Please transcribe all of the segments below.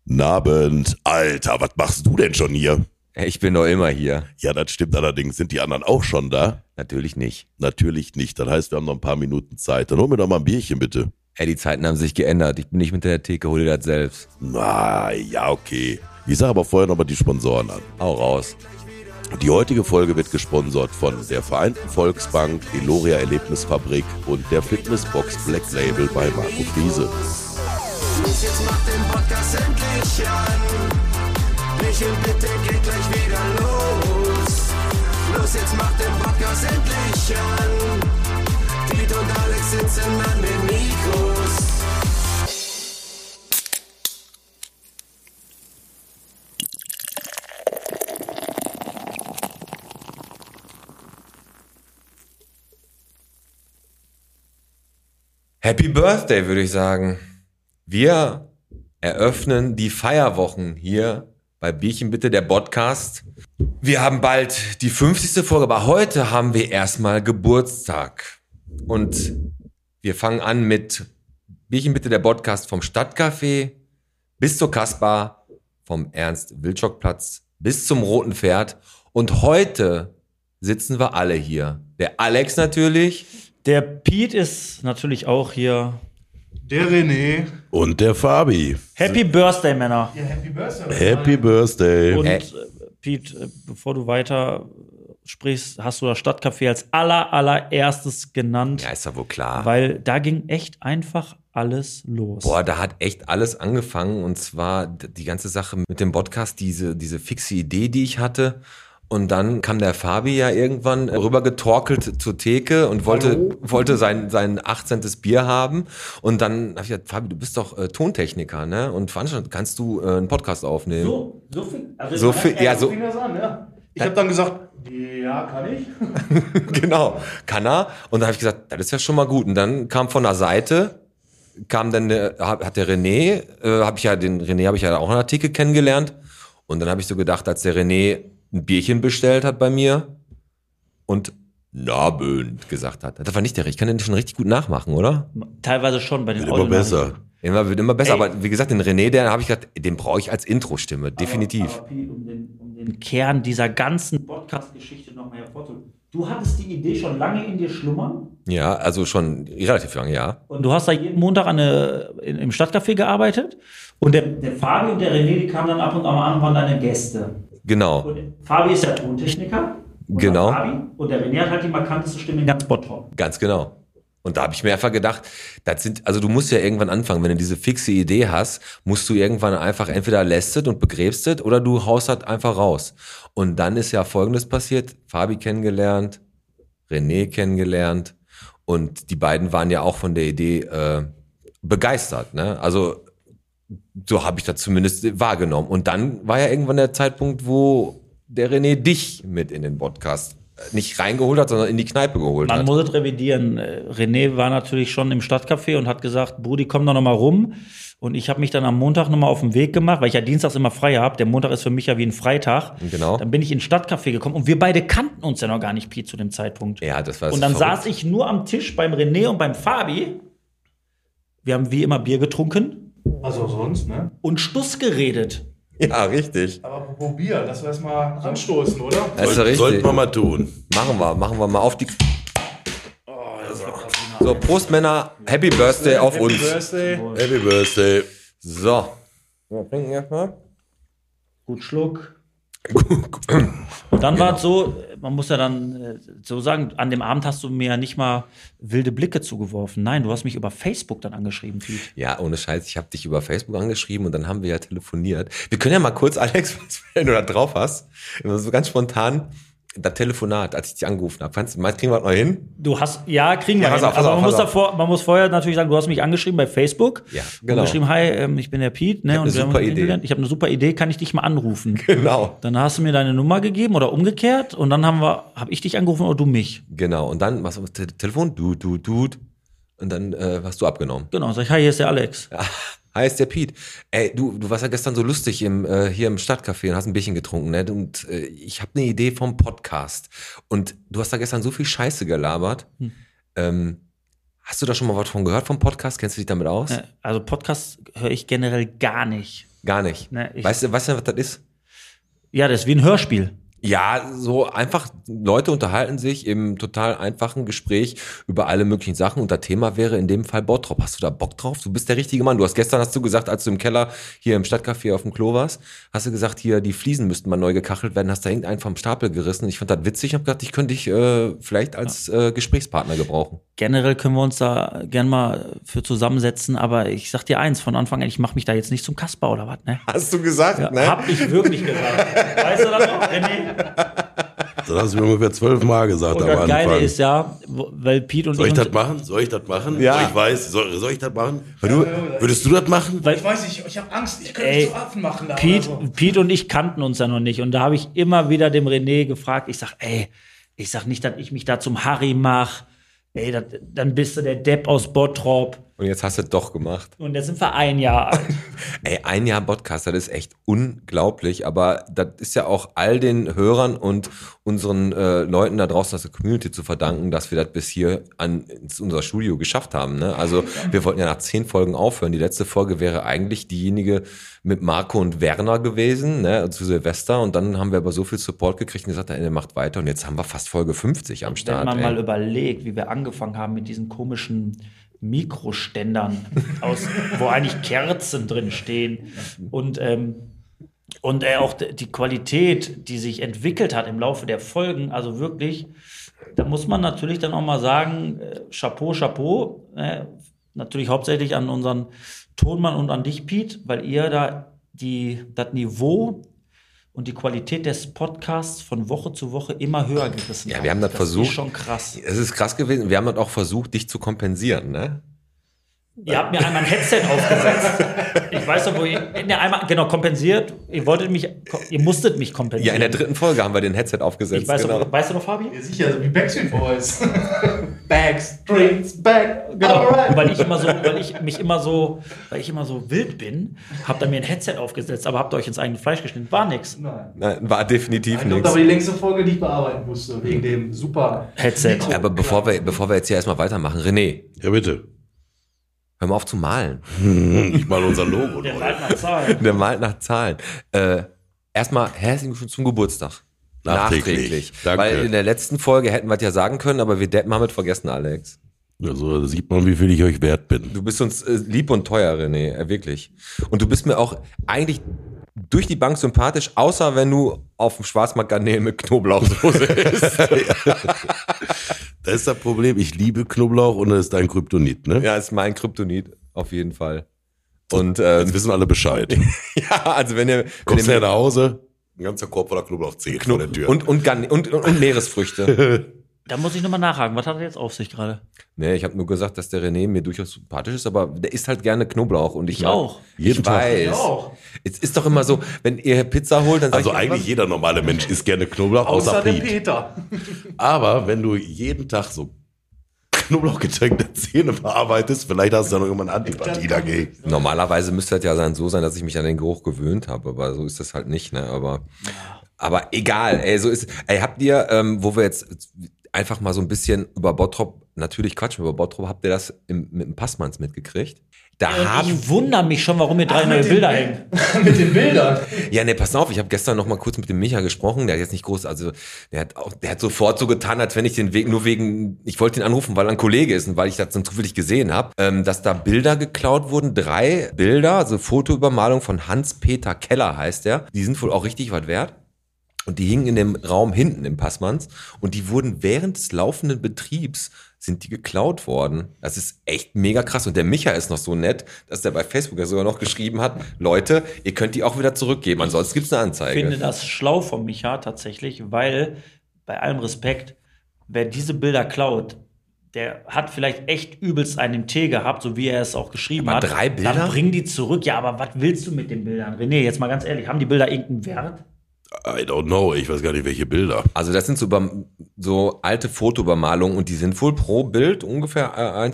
Abend. Alter, was machst du denn schon hier? Ich bin doch immer hier. Ja, das stimmt allerdings. Sind die anderen auch schon da? Natürlich nicht. Natürlich nicht. Das heißt, wir haben noch ein paar Minuten Zeit. Dann hol mir doch mal ein Bierchen, bitte. Die Zeiten haben sich geändert. Ich bin nicht hinter der Theke, hol dir das selbst. Na, ja, okay. Ich sage aber vorher noch mal die Sponsoren an. Hau raus. Die heutige Folge wird gesponsert von der Vereinten Volksbank, Eloria Erlebnisfabrik und der Fitnessbox Black Label bei Marco Friese. Los, jetzt macht den Podcast endlich an. Michel, bitte geht gleich wieder los. Los, jetzt macht den Podcast endlich an. Piet und Alex sitzen an den Mikros. Happy Birthday, würde ich sagen. Wir eröffnen die Feierwochen hier bei Bierchen bitte, der Podcast. Wir haben bald die 50. Folge, aber heute haben wir erstmal Geburtstag. Und wir fangen an mit Bierchen bitte, der Podcast vom Stadtcafé bis zur Kasper, vom Ernst-Wilczok-Platz bis zum Roten Pferd. Und heute sitzen wir alle hier. Der Alex natürlich. Der Piet ist natürlich auch hier. Der René. Und der Fabi. Happy Birthday, Männer. Ja, Happy Birthday. Happy Birthday. Und Piet, bevor du weiter sprichst, hast du das Stadtcafé als allererstes genannt. Ja, ist ja wohl klar. Weil da ging echt einfach alles los. Boah, da hat echt alles angefangen. Und zwar die ganze Sache mit dem Podcast, diese fixe Idee, die ich hatte. Und dann kam der Fabi ja irgendwann rüber getorkelt zur Theke und wollte sein 18. Bier haben. Und dann habe ich gesagt, Fabi, du bist doch Tontechniker, ne? Und Veranstalter, kannst du einen Podcast aufnehmen? So viel. Also So viel, ja, so. Fing das an, ja. Ich habe dann gesagt, ja, kann ich. Genau, kann er. Und dann habe ich gesagt, das ist ja schon mal gut. Und dann kam von der Seite, hat der René, habe ich ja auch an der Theke kennengelernt. Und dann habe ich so gedacht, als der René ein Bierchen bestellt hat bei mir und Abend gesagt hat. Das war nicht der, ich kann den schon richtig gut nachmachen, oder? Teilweise schon bei den Wird immer besser. Wird immer besser, Ey. aber wie gesagt, den René, den habe ich gesagt, den brauche ich als Intro-Stimme, definitiv. Aber Piet, um den Kern dieser ganzen Podcast-Geschichte nochmal hervorzuheben. Du hattest die Idee schon lange in dir schlummern. Ja, also schon relativ lange, ja. Und du hast da jeden Montag im Stadtcafé gearbeitet. Und der Fabi und der René, die kamen dann ab und an, waren deine Gäste. Genau, Und Fabi ist der Tontechniker. Und Genau. der Fabi, und der René hat halt die markanteste Stimme in ganz Bottrop. ganz genau. Und da habe ich mir einfach gedacht, also du musst ja irgendwann anfangen, wenn du diese fixe Idee hast, musst du irgendwann einfach entweder lästet und begräbst es oder du haust halt einfach raus. Und dann ist ja Folgendes passiert, Fabi kennengelernt, René kennengelernt und die beiden waren ja auch von der Idee begeistert, ne? Also so habe ich das zumindest wahrgenommen. Und dann war ja irgendwann der Zeitpunkt, wo der René dich mit in den Podcast nicht reingeholt hat, sondern in die Kneipe geholt Man hat. muss es revidieren. René war natürlich schon im Stadtcafé und hat gesagt, Brudi, komm doch noch mal rum. Und ich habe mich dann am Montag noch mal auf den Weg gemacht, weil ich ja dienstags immer frei habe. Der Montag ist für mich ja wie ein Freitag. Genau. Dann bin ich ins Stadtcafé gekommen und wir beide kannten uns ja noch gar nicht, Piet, zu dem Zeitpunkt. Ja, das war Und dann verrückt. saß ich nur am Tisch beim René und beim Fabi. Wir haben wie immer Bier getrunken Also sonst, ne? und Stuss geredet. Ja, richtig. Aber apropos Bier, lass wir erstmal anstoßen, oder? Das ist ja richtig. Sollten wir mal tun. Machen wir mal auf die. So, Prost Männer, Happy Birthday auf Happy uns. Birthday. Happy Birthday. So. Wir trinken erstmal. Gut Schluck. Und dann war es so, man muss ja dann so sagen, an dem Abend hast du mir ja nicht mal wilde Blicke zugeworfen. Nein, du hast mich über Facebook dann angeschrieben, Piet. Ja, ohne Scheiß, ich habe dich über Facebook angeschrieben und dann haben wir ja telefoniert. Wir können ja mal kurz, Alex, wenn du da drauf hast, so ganz spontan, das Telefonat, als ich dich angerufen habe. Kriegen wir das noch hin? Du hast, ja, kriegen wir Ja, pass hin. auf, pass Aber auf. man muss vorher natürlich sagen, du hast mich angeschrieben bei Facebook. Ja, Und genau. geschrieben, hi, ich bin der Piet. Ne, Ich hab eine wir haben super uns Idee. kennengelernt. Ich habe eine super Idee, kann ich dich mal anrufen? Genau. Dann hast du mir deine Nummer gegeben oder umgekehrt und dann habe ich dich angerufen oder du mich. Genau. Und dann, was Telefon? Du. Und dann hast du abgenommen. Genau, sag ich, hi, hier ist der Alex. Ja. Hi, ist der Piet. Ey, du warst ja gestern so lustig hier im Stadtcafé und hast ein Bierchen getrunken, ne? Und ich habe eine Idee vom Podcast. Und du hast da gestern so viel Scheiße gelabert. Hast du da schon mal was von gehört vom Podcast? Kennst du dich damit aus? Also Podcast höre ich generell gar nicht. Gar nicht. Ne, Weißt du, was das ist? Ja, das ist wie ein Hörspiel. Ja, so einfach, Leute unterhalten sich im total einfachen Gespräch über alle möglichen Sachen und das Thema wäre in dem Fall Bottrop. Hast du da Bock drauf? Du bist der richtige Mann. Gestern hast du gesagt, als du im Keller hier im Stadtcafé auf dem Klo warst, hast du gesagt, hier die Fliesen müssten mal neu gekachelt werden, hast da irgendeinen vom Stapel gerissen. Ich fand das witzig und hab gedacht, ich könnte dich vielleicht als Gesprächspartner gebrauchen. Generell können wir uns da gern mal für zusammensetzen, aber ich sag dir eins, von Anfang an, ich mache mich da jetzt nicht zum Kasper oder was, ne? Hast du gesagt, Ja, ne? hab ich wirklich gesagt. Weißt du das noch, René? Das hast du mir ungefähr 12 Mal gesagt Und am das Anfang. Geile ist ja, weil Pete und Soll ich ich das machen? Soll ich das machen? Ja. Soll ich das machen? Würdest du das machen? Ich weiß nicht, ich habe Angst, ich könnte mich zu Affen machen. Da oder so. Pete und ich kannten uns ja noch nicht. Und da habe ich immer wieder dem René gefragt, ich sag nicht, dass ich mich da zum Harry mache. Dann bist du der Depp aus Bottrop. Und jetzt hast du es doch gemacht. Und jetzt sind wir 1 Jahr alt. Ey, 1 Jahr Podcast, das ist echt unglaublich, aber das ist ja auch all den Hörern und unseren Leuten da draußen aus der Community zu verdanken, dass wir das bis hier ins unser Studio geschafft haben. Ne? Also wir wollten ja nach 10 Folgen aufhören. Die letzte Folge wäre eigentlich diejenige mit Marco und Werner gewesen, ne, zu Silvester. Und dann haben wir aber so viel Support gekriegt und gesagt, der macht weiter. Und jetzt haben wir fast Folge 50 am Start. Wenn man ey. mal überlegt, wie wir angefangen haben mit diesen komischen Mikroständern, wo eigentlich Kerzen drin stehen und auch die Qualität, die sich entwickelt hat im Laufe der Folgen, also wirklich, da muss man natürlich dann auch mal sagen, Chapeau, natürlich hauptsächlich an unseren Tonmann und an dich, Pete, weil ihr da das Niveau und die Qualität des Podcasts von Woche zu Woche immer höher gerissen Ja, habt. wir haben das versucht. Das ist schon krass. Es ist krass gewesen. Wir haben das auch versucht, dich zu kompensieren, ne? Ihr habt mir einmal ein Headset aufgesetzt. Ich weiß doch, wo ihr einmal kompensiert. Ihr musstet mich kompensieren. Ja, in der 3. Folge haben wir den Headset aufgesetzt. Ich weiß genau. doch, weißt du noch, Fabi? Ja, sicher, so wie Backstreet Boys. Bags, Drinks, Back. Genau. Alright. Weil ich immer so wild bin, habt ihr mir ein Headset aufgesetzt, aber habt ihr euch ins eigene Fleisch geschnitten. War nix. Nein, war definitiv Ich glaube, nichts. das war die längste Folge, die ich bearbeiten musste, wegen dem super Headset. Ja, aber bevor wir jetzt hier erstmal weitermachen, René, Ja, bitte. hör mal auf zu malen. Ich mal unser Logo Der neu. malt nach Zahlen. Der malt nach Zahlen. Erstmal herzlichen Glückwunsch zum Geburtstag. Nachträglich. Danke. Weil in der letzten Folge hätten wir es ja sagen können, aber wir Deppen haben es vergessen, Alex. Also da sieht man, wie viel ich euch wert bin. Du bist uns lieb und teuer, René, wirklich. Und du bist mir auch eigentlich durch die Bank sympathisch, außer wenn du auf dem Schwarzmarkt Garnelen mit Knoblauchsoße isst. Das ist das Problem. Ich liebe Knoblauch und das ist dein Kryptonit, ne? Ja, ist mein Kryptonit, auf jeden Fall. Und Jetzt wissen alle Bescheid. ja, also wenn ihr Kommst du nach Hause, ein ganzer Korb voller Knoblauchzehen vor der Tür. und Meeresfrüchte. Da muss ich nochmal nachhaken. Was hat er jetzt auf sich gerade? Nee, ich habe nur gesagt, dass der René mir durchaus sympathisch ist, aber der isst halt gerne Knoblauch und ich mag, auch. Jeden ich Tag. weiß. Ich auch. Es ist doch immer so, wenn ihr Pizza holt, dann Also sag ich eigentlich jeder normale Mensch isst gerne Knoblauch, außer der Pete. Peter. Aber wenn du jeden Tag so knoblauchgetränkte Zähne verarbeitest, vielleicht hast du dann noch irgendwann Antipathie dagegen. Normalerweise müsste das ja so sein, dass ich mich an den Geruch gewöhnt habe, aber so ist das halt nicht, ne? Aber egal, ey, so ist. Ey, habt ihr, wo wir jetzt einfach mal so ein bisschen über Bottrop, natürlich quatschen wir über Bottrop, habt ihr das mit dem Passmanns mitgekriegt? Da haben Ich wundere mich schon, warum mir 3 neue mit Bilder den- hängen. Mit den Bildern. Ja, ne, pass auf, ich habe gestern noch mal kurz mit dem Micha gesprochen, der hat jetzt nicht groß, also der hat sofort so getan, als wenn ich den Weg ich wollte ihn anrufen, weil er ein Kollege ist und weil ich das dann zufällig gesehen habe, dass da Bilder geklaut wurden, 3 Bilder, also Fotoübermalung von Hans-Peter Keller heißt der, die sind wohl auch richtig was wert. Und die hingen in dem Raum hinten im Passmanns und die wurden während des laufenden Betriebs sind die geklaut worden. Das ist echt mega krass. Und der Micha ist noch so nett, dass der bei Facebook ja sogar noch geschrieben hat, Leute, ihr könnt die auch wieder zurückgeben, ansonsten gibt's eine Anzeige. Ich finde das schlau von Micha tatsächlich, weil, bei allem Respekt, wer diese Bilder klaut, der hat vielleicht echt übelst einen im Tee gehabt, so wie er es auch geschrieben Aber hat. 3 Bilder? Dann bring die zurück. Ja, aber was willst du mit den Bildern? René, jetzt mal ganz ehrlich, haben die Bilder irgendeinen Wert? I don't know, ich weiß gar nicht, welche Bilder. Also das sind so alte Fotoübermalungen und die sind wohl pro Bild ungefähr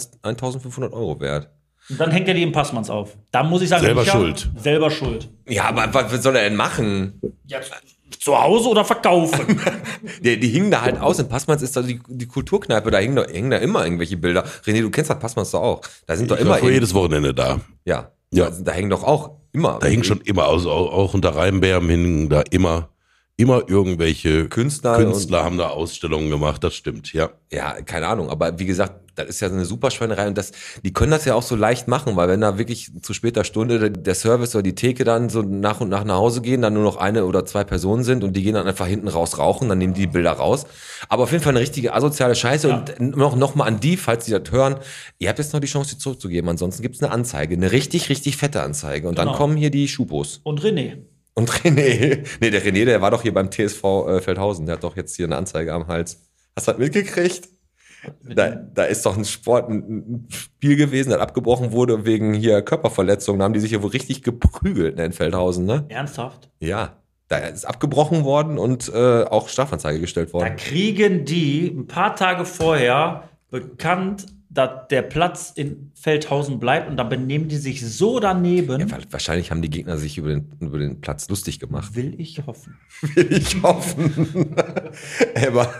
1.500 € wert. Und dann hängt er die im Passmanns auf. Da muss ich sagen, Selber Micha, schuld. Selber schuld. Ja, aber was soll er denn machen? Ja, zu Hause oder verkaufen? Die hingen da halt aus. In Passmanns ist da die Kulturkneipe, da hängen da immer irgendwelche Bilder. René, du kennst das Passmanns doch auch. Da sind doch Ich immer war vor jedes Wochenende da. Ja. Ja. Also, da hängen doch auch Immer. Da hing schon immer, also auch unter Rheinberm hingen da immer irgendwelche Künstler haben da Ausstellungen gemacht, das stimmt, ja. Ja, keine Ahnung, aber wie gesagt, das ist ja so eine Superschweinerei und die können das ja auch so leicht machen, weil wenn da wirklich zu später Stunde der Service oder die Theke dann so nach und nach Hause gehen, dann nur noch 1 oder 2 Personen sind und die gehen dann einfach hinten raus rauchen, dann nehmen die Bilder raus. Aber auf jeden Fall eine richtige asoziale Scheiße und noch mal an die, falls die das hören, ihr habt jetzt noch die Chance, die zurückzugeben, ansonsten gibt's eine Anzeige, eine richtig, richtig fette Anzeige und dann kommen hier die Schupos. Und René. Und René, der René, der war doch hier beim TSV Feldhausen, der hat doch jetzt hier eine Anzeige am Hals. Hast du das mitgekriegt? Da ist doch ein Spiel gewesen, das abgebrochen wurde wegen hier Körperverletzung. Da haben die sich ja wohl richtig geprügelt in Feldhausen, ne? Ernsthaft? Ja, da ist abgebrochen worden und auch Strafanzeige gestellt worden. Da kriegen die ein paar Tage vorher bekannt, dass der Platz in Feldhausen bleibt und da benehmen die sich so daneben. Ja, wahrscheinlich haben die Gegner sich über den Platz lustig gemacht. Will ich hoffen. Will ich hoffen. Aber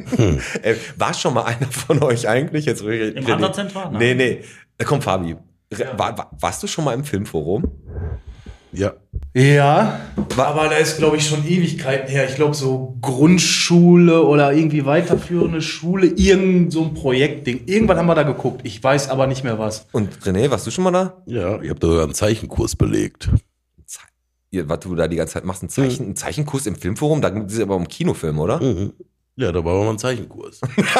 war schon mal einer von euch eigentlich? Jetzt im Hansa-Zentrum? Nee. Komm, Fabi. Warst du schon mal im Filmforum? Ja. Ja, aber da ist, glaube ich, schon Ewigkeiten her. Ich glaube, so Grundschule oder irgendwie weiterführende Schule, irgend so ein Projektding. Irgendwann haben wir da geguckt. Ich weiß aber nicht mehr was. Und René, warst du schon mal da? Ja, ich habe da sogar einen Zeichenkurs belegt. Was du da die ganze Zeit machst, einen Zeichenkurs im Filmforum? Da geht es aber um Kinofilm, oder? Mhm. Ja, da war mal ein Zeichenkurs.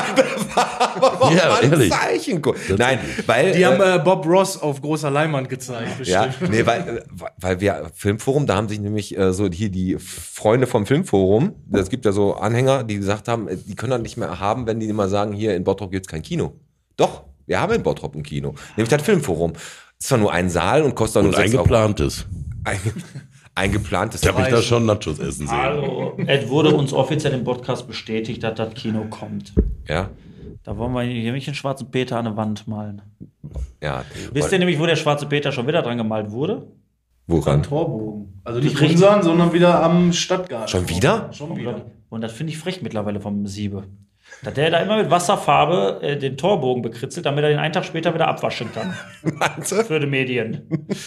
Ja, ehrlich. Zeichenkurs. Nein, weil die haben Bob Ross auf großer Leinwand gezeigt. Bestimmt. Ja, nee, weil wir Filmforum, da haben sich nämlich so hier die Freunde vom Filmforum, es gibt ja so Anhänger, die gesagt haben, die können das nicht mehr haben, wenn die immer sagen, hier in Bottrop gibt's kein Kino. Doch, wir haben in Bottrop ein Kino, nämlich das Filmforum. Ist zwar nur ein Saal und kostet nur 6 Euro. Eingeplantes. Eingeplantes. Ich habe mich da schon Nachos essen sehen. Also, es wurde uns offiziell im Podcast bestätigt, dass das Kino kommt. Ja. Da wollen wir hier nicht den schwarzen Peter an der Wand malen. Ja. Wisst ihr nämlich, wo der schwarze Peter schon wieder dran gemalt wurde? Woran? Torbogen. Also nicht unseren, sondern wieder am Stadtgarten. Schon wieder? Schon wieder. Und das finde ich frech mittlerweile vom Siebe. Dass der da immer mit Wasserfarbe den Torbogen bekritzelt, damit er den einen Tag später wieder abwaschen kann. Für die Medien.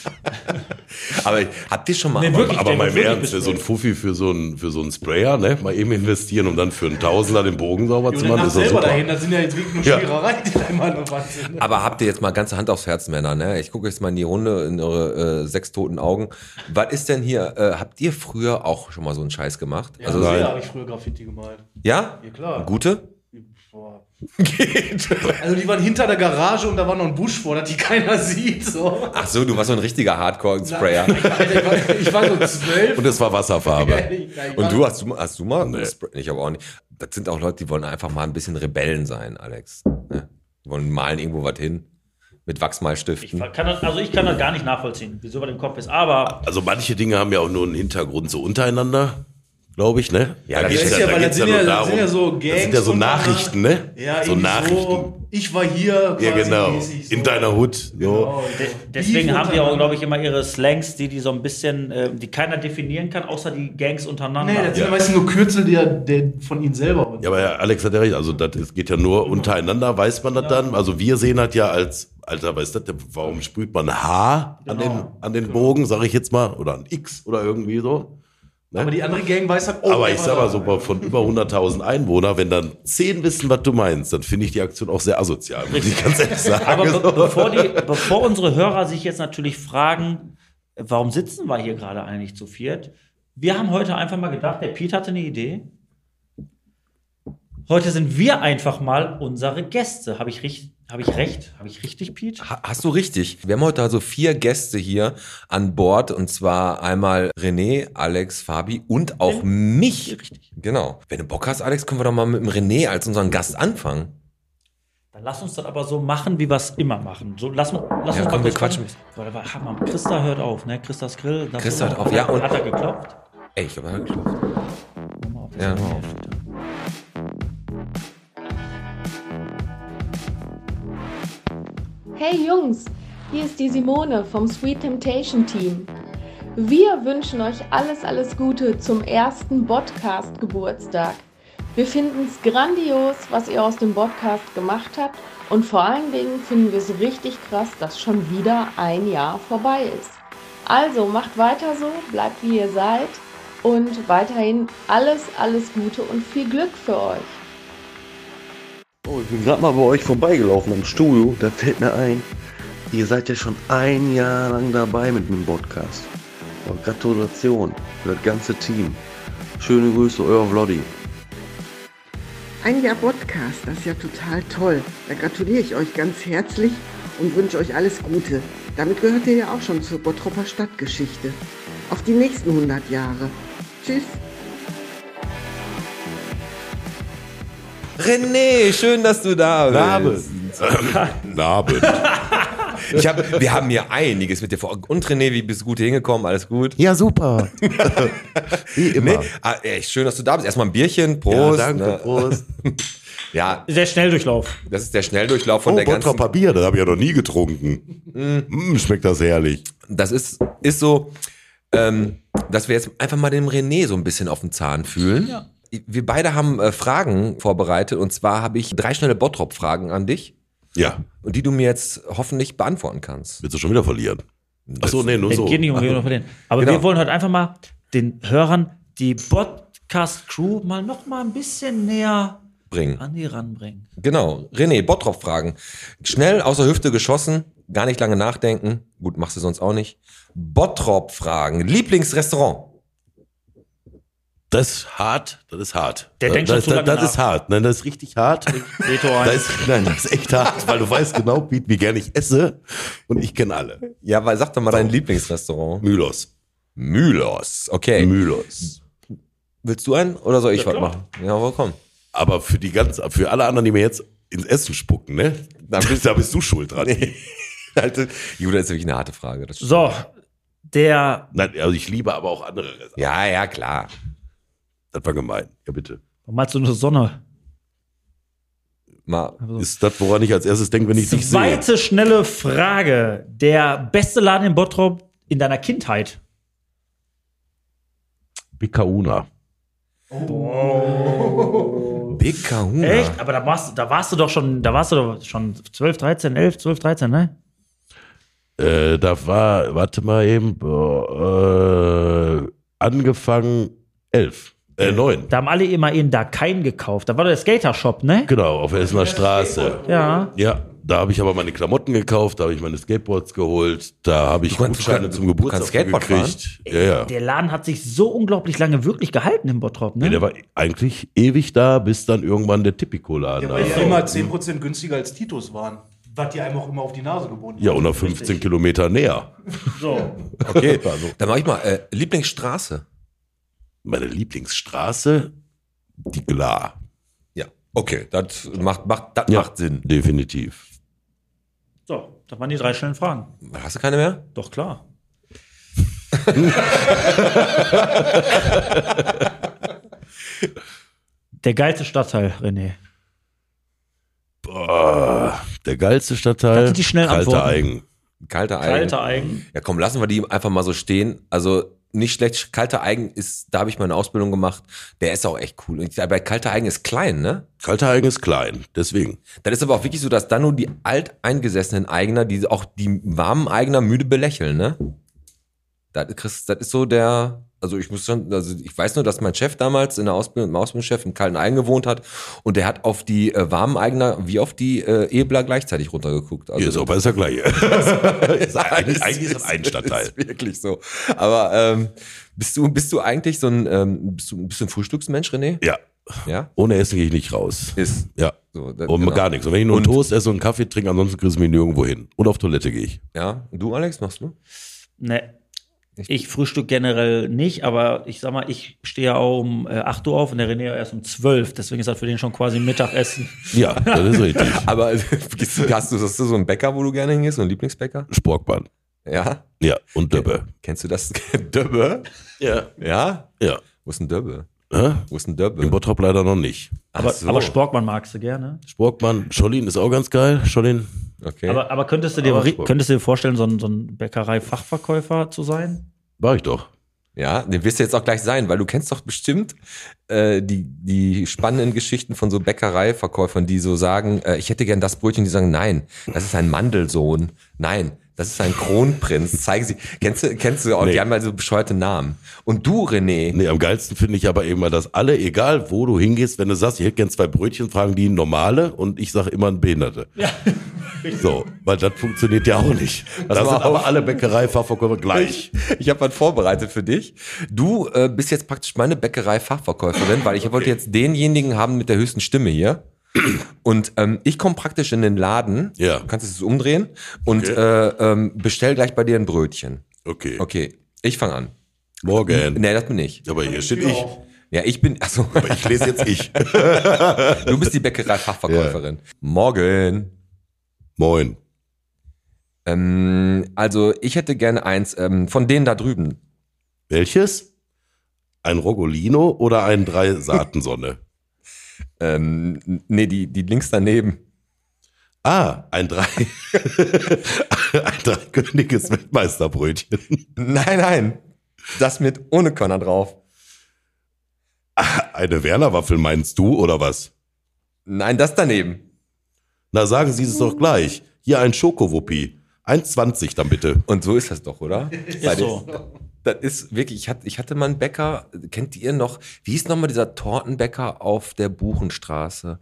Aber habt ihr schon mal... Nee, wirklich, aber mal im wirklich Ernst, so ein Fuffi für so einen Sprayer, ne? Mal eben investieren, um dann für einen Tausender den Bogen sauber zu machen, ist doch selber super. dahin, das sind ja jetzt wirklich nur Schmierereien, die da immer an der Wand sind. Aber habt ihr jetzt mal ganze Hand aufs Herz, Männer, ne? Ich gucke jetzt mal in die Runde, in eure 6 toten Augen. Was ist denn hier, habt ihr früher auch schon mal so einen Scheiß gemacht? Ja, also sehr habe ich früher Graffiti gemalt. Ja? Ja, klar. Gute? Boah. Also die waren hinter der Garage und da war noch ein Busch vor, dass die keiner sieht. So. Ach so, du warst so ein richtiger Hardcore-Sprayer. Ich war so 12. Und es war Wasserfarbe. Und du, hast du mal? Nee. Ich aber auch nicht. Das sind auch Leute, die wollen einfach mal ein bisschen Rebellen sein, Alex. Ne? Die wollen malen irgendwo was hin. Mit Wachsmalstiften. Ich kann das gar nicht nachvollziehen, wieso was im Kopf ist. Aber Also manche Dinge haben ja auch nur einen Hintergrund so untereinander, glaube ich, ne? Ja, da das geht's ist ja, weil geht's das sind nur ja, darum, sind ja so Gangs. das sind ja so Nachrichten, ne? Ja, so irgendwie Nachrichten. so, ich war hier Ja, quasi genau. mäßig so. In deiner Hut. So. Genau. deswegen Beef haben die auch, untereinander. glaube ich, immer ihre Slangs, die so ein bisschen, die keiner definieren kann, außer die Gangs untereinander. Nee, das sind ja meistens nur Kürzel, der von ihnen selber. Ja, aber ja, Alex hat ja recht, also es geht ja nur untereinander, weiß man das dann. Also wir sehen das ja als, Alter, weißt du, warum sprüht man H an den Bogen, sag ich jetzt mal, oder ein X oder irgendwie so. Ne? Aber die andere Gang weiß halt, Aber ich sag mal so, von über 100.000 Einwohnern, wenn dann 10 wissen, was du meinst, dann finde ich die Aktion auch sehr asozial, muss ich ganz ehrlich sagen. Aber bevor unsere Hörer sich jetzt natürlich fragen, warum sitzen wir hier gerade eigentlich zu viert? Wir haben heute einfach mal gedacht, der Piet hatte eine Idee. Heute sind wir einfach mal unsere Gäste. Habe ich recht? Habe ich richtig, Piet? Hast du richtig. Wir haben heute also 4 Gäste hier an Bord und zwar einmal René, Alex, Fabi und auch mich. Richtig. Genau. Wenn du Bock hast, Alex, können wir doch mal mit dem René als unseren Gast anfangen. Dann lass uns das aber so machen, wie wir es immer machen. So, lass uns komm, mal wir kurz quatschen. Christa hört auf, ne? Christas Grill. Christa hört auf, ja. Und hat er geklopft? ey, ich glaube, er hat geklopft. Mal auf, Ja, das mal auf. Hey Jungs, hier ist die Simone vom Sweet Temptation Team. Wir wünschen euch alles Gute zum ersten Podcast-Geburtstag. Wir finden es grandios, was ihr aus dem Podcast gemacht habt und vor allen Dingen finden wir es richtig krass, dass schon wieder ein Jahr vorbei ist. Also macht weiter so, bleibt wie ihr seid und weiterhin alles Gute und viel Glück für euch. Oh, ich bin gerade mal bei euch vorbeigelaufen am Studio, da fällt mir ein, ihr seid ja schon 1 Jahr lang dabei mit dem Podcast. Oh, Gratulation für das ganze Team. Schöne Grüße, euer Vloddy. 1 Jahr Podcast, das ist ja total toll. Da gratuliere ich euch ganz herzlich und wünsche euch alles Gute. Damit gehört ihr ja auch schon zur Bottroper Stadtgeschichte. Auf die nächsten 100 Jahre. Tschüss. René, schön, dass du da bist. Nabend. Wir haben hier einiges mit dir vor. Und René, wie bist du gut hier hingekommen? Alles gut? Ja, super. Wie immer. Nee? Echt schön, dass du da bist. Erstmal ein Bierchen. Prost. Ja, danke, Prost. Ja, Der Schnelldurchlauf. das ist der Schnelldurchlauf von der ganzen... Bottropper Bier, das habe ich ja noch nie getrunken. Schmeckt das herrlich. Das ist so, dass wir jetzt einfach mal dem René so ein bisschen auf den Zahn fühlen. Ja. Wir beide haben Fragen vorbereitet und zwar habe ich 3 schnelle Bottrop-Fragen an dich Ja, und die du mir jetzt hoffentlich beantworten kannst. willst du schon wieder verlieren? Achso, nee, nur Es so. geht nicht um Reden von denen. Aber Genau. wir wollen heute einfach mal den Hörern die Podcast-Crew noch mal ein bisschen näher Bringen. an die ranbringen. Genau. René, Bottrop-Fragen. Schnell aus der Hüfte geschossen, gar nicht lange nachdenken. Gut, machst du sonst auch nicht. Bottrop-Fragen. Lieblingsrestaurant. Das ist hart, das ist hart. Der denkt schon das, zu lange das nach. ist hart. Nein, das ist richtig hart. Veto Das ist echt hart, weil du weißt genau, Piet, wie gern ich esse und ich kenne alle. Ja, weil sag doch mal dein Lieblingsrestaurant. Mylos. Mylos. Okay. Mylos. Willst du einen oder soll ich Ja, was klar. machen? Ja, willkommen. Aber für alle anderen, die mir jetzt ins Essen spucken, ne? Da bist du schuld dran. Alter, Judah, das ist wirklich eine harte Frage. Das So, der, Nein, also ich liebe aber auch andere Restaurants. ja, klar. Das war gemein. Ja, bitte. meinst du eine Sonne? Mal, Ist das, woran ich als erstes denke, wenn ich dich sehe? Zweite schnelle Frage. Der beste Laden in Bottrop in deiner Kindheit? Bikauna. Big Kahuna. Echt? Aber da warst du doch schon 12, 13, 11, 12, 13, ne? Da war, warte mal eben, angefangen 11, 9. Da haben alle immer ihren Dakein gekauft. Da war der Skater-Shop, ne? Genau, auf der Essener Straße. Ja. Ja, da habe ich aber meine Klamotten gekauft, da habe ich meine Skateboards geholt, da habe ich kannst- Gutscheine zum Geburtstag kannst Skateboard gekriegt. Ja. Der Laden hat sich so unglaublich lange wirklich gehalten in Bottrop, ne? Ja, der war eigentlich ewig da, bis dann irgendwann der Tipico-Laden da Weil die war. immer 10% günstiger als Titus waren. Was die einem auch immer auf die Nase gebunden Ja, und noch 15 Kilometer näher. So. Okay, dann mach ich mal Lieblingsstraße. Meine Lieblingsstraße, die Glar. Ja, okay, das macht Sinn. Definitiv. So, das waren die 3 schnellen Fragen. Hast du keine mehr? Doch, klar. Der geilste Stadtteil, René. Boah, der geilste Stadtteil, Das sind die schnellen Kalter Antworten. Eigen. Kalter Eigen. Kalter Eigen. Ja, komm, lassen wir die einfach mal so stehen. Also nicht schlecht. Kalter Eigen ist, da habe ich meine Ausbildung gemacht. Der ist auch echt cool. Und bei Kalter Eigen ist klein, ne? Kalter Eigen ist klein, deswegen. Das ist aber auch wirklich so, dass dann nur die alteingesessenen Eigner, die auch die warmen Eigner müde belächeln, ne? Das ist so der, also ich weiß nur, dass mein Chef damals in der Ausbildung, mein Ausbildungschef im Kalten Eigen gewohnt hat und der hat auf die warmen Eigner wie auf die Ebler gleichzeitig runtergeguckt. Also Hier ist aber ist ja gleich. Eigentlich ist das ein Stadtteil. Ist wirklich so. Aber bist du eigentlich so ein, bist du ein Frühstücksmensch, René? Ja, Ja? ohne Essen gehe ich nicht raus. Ist. Ja, So, und gar nichts. Und wenn ich nur einen Toast esse und einen Kaffee trinke, ansonsten kriegst du mich nirgendwo hin. Und auf Toilette gehe ich. Ja, und du, Alex, machst du? Ne. Ich frühstück generell nicht, aber ich sag mal, ich stehe ja auch um 8 Uhr auf und der René erst um 12. Deswegen ist das für den schon quasi Mittagessen. Ja, das ist richtig. Aber hast du so einen Bäcker, wo du gerne hingehst, so einen Lieblingsbäcker? Sporkbahn. Ja? Ja, und Döbbe. Kennst du das? Döbbe? Ja. Ja? Ja. Wo ist ein Döbbe? Hä? Wo ist ein Döbbe? In Bottrop leider noch nicht. Ach so. Aber Sporkmann magst du gerne. Sporkbahn, Schollin ist auch ganz geil. Schollin. Okay. Aber könntest du dir vorstellen, so ein Bäckerei-Fachverkäufer zu sein? War ich doch. Ja, den wirst du jetzt auch gleich sein, weil du kennst doch bestimmt die spannenden Geschichten von so Bäckereiverkäufern, die so sagen, ich hätte gern das Brötchen, die sagen, nein, das ist ein Mandelsohn. Nein, Das ist ein Kronprinz. Zeigen Sie. Kennst du auch, die haben halt so bescheuerte Namen. Und du, René. Nee, am geilsten finde ich aber eben mal, dass alle, egal wo du hingehst, wenn du sagst, ich hätte gern 2 Brötchen, fragen die normale und ich sage immer ein Behinderte. Ja. So, weil das funktioniert ja auch nicht. Da sind aber alle Bäckereifachverkäufer gleich. Ich habe was vorbereitet für dich. Du bist jetzt praktisch meine Bäckerei-Fachverkäuferin, weil ich wollte jetzt denjenigen haben mit der höchsten Stimme hier. Und ich komme praktisch in den Laden, Ja. du kannst es umdrehen und bestell gleich bei dir ein Brötchen. Okay. Okay, ich fange an. Morgen. Nee, das bin ich. Aber hier steht ich. Ja, ich bin, achso, Aber ich lese jetzt ich. du bist die Bäckerei-Fachverkäuferin. Morgen. Moin. Also ich hätte gerne eins von denen da drüben. Welches? Ein Rogolino oder ein 3-Saaten-Sonne? Nee, die links daneben. Ah, ein 3-königes Weltmeisterbrötchen. Nein. Das mit ohne Körner drauf. Eine Werner-Waffel meinst du, oder was? Nein, das daneben. Na, sagen Sie es doch gleich. Hier ein Schokowuppi. 1,20 dann bitte. Und so ist das doch, oder? Ist so. Das ist wirklich, ich hatte mal einen Bäcker, kennt ihr noch, wie hieß nochmal dieser Tortenbäcker auf der Buchenstraße?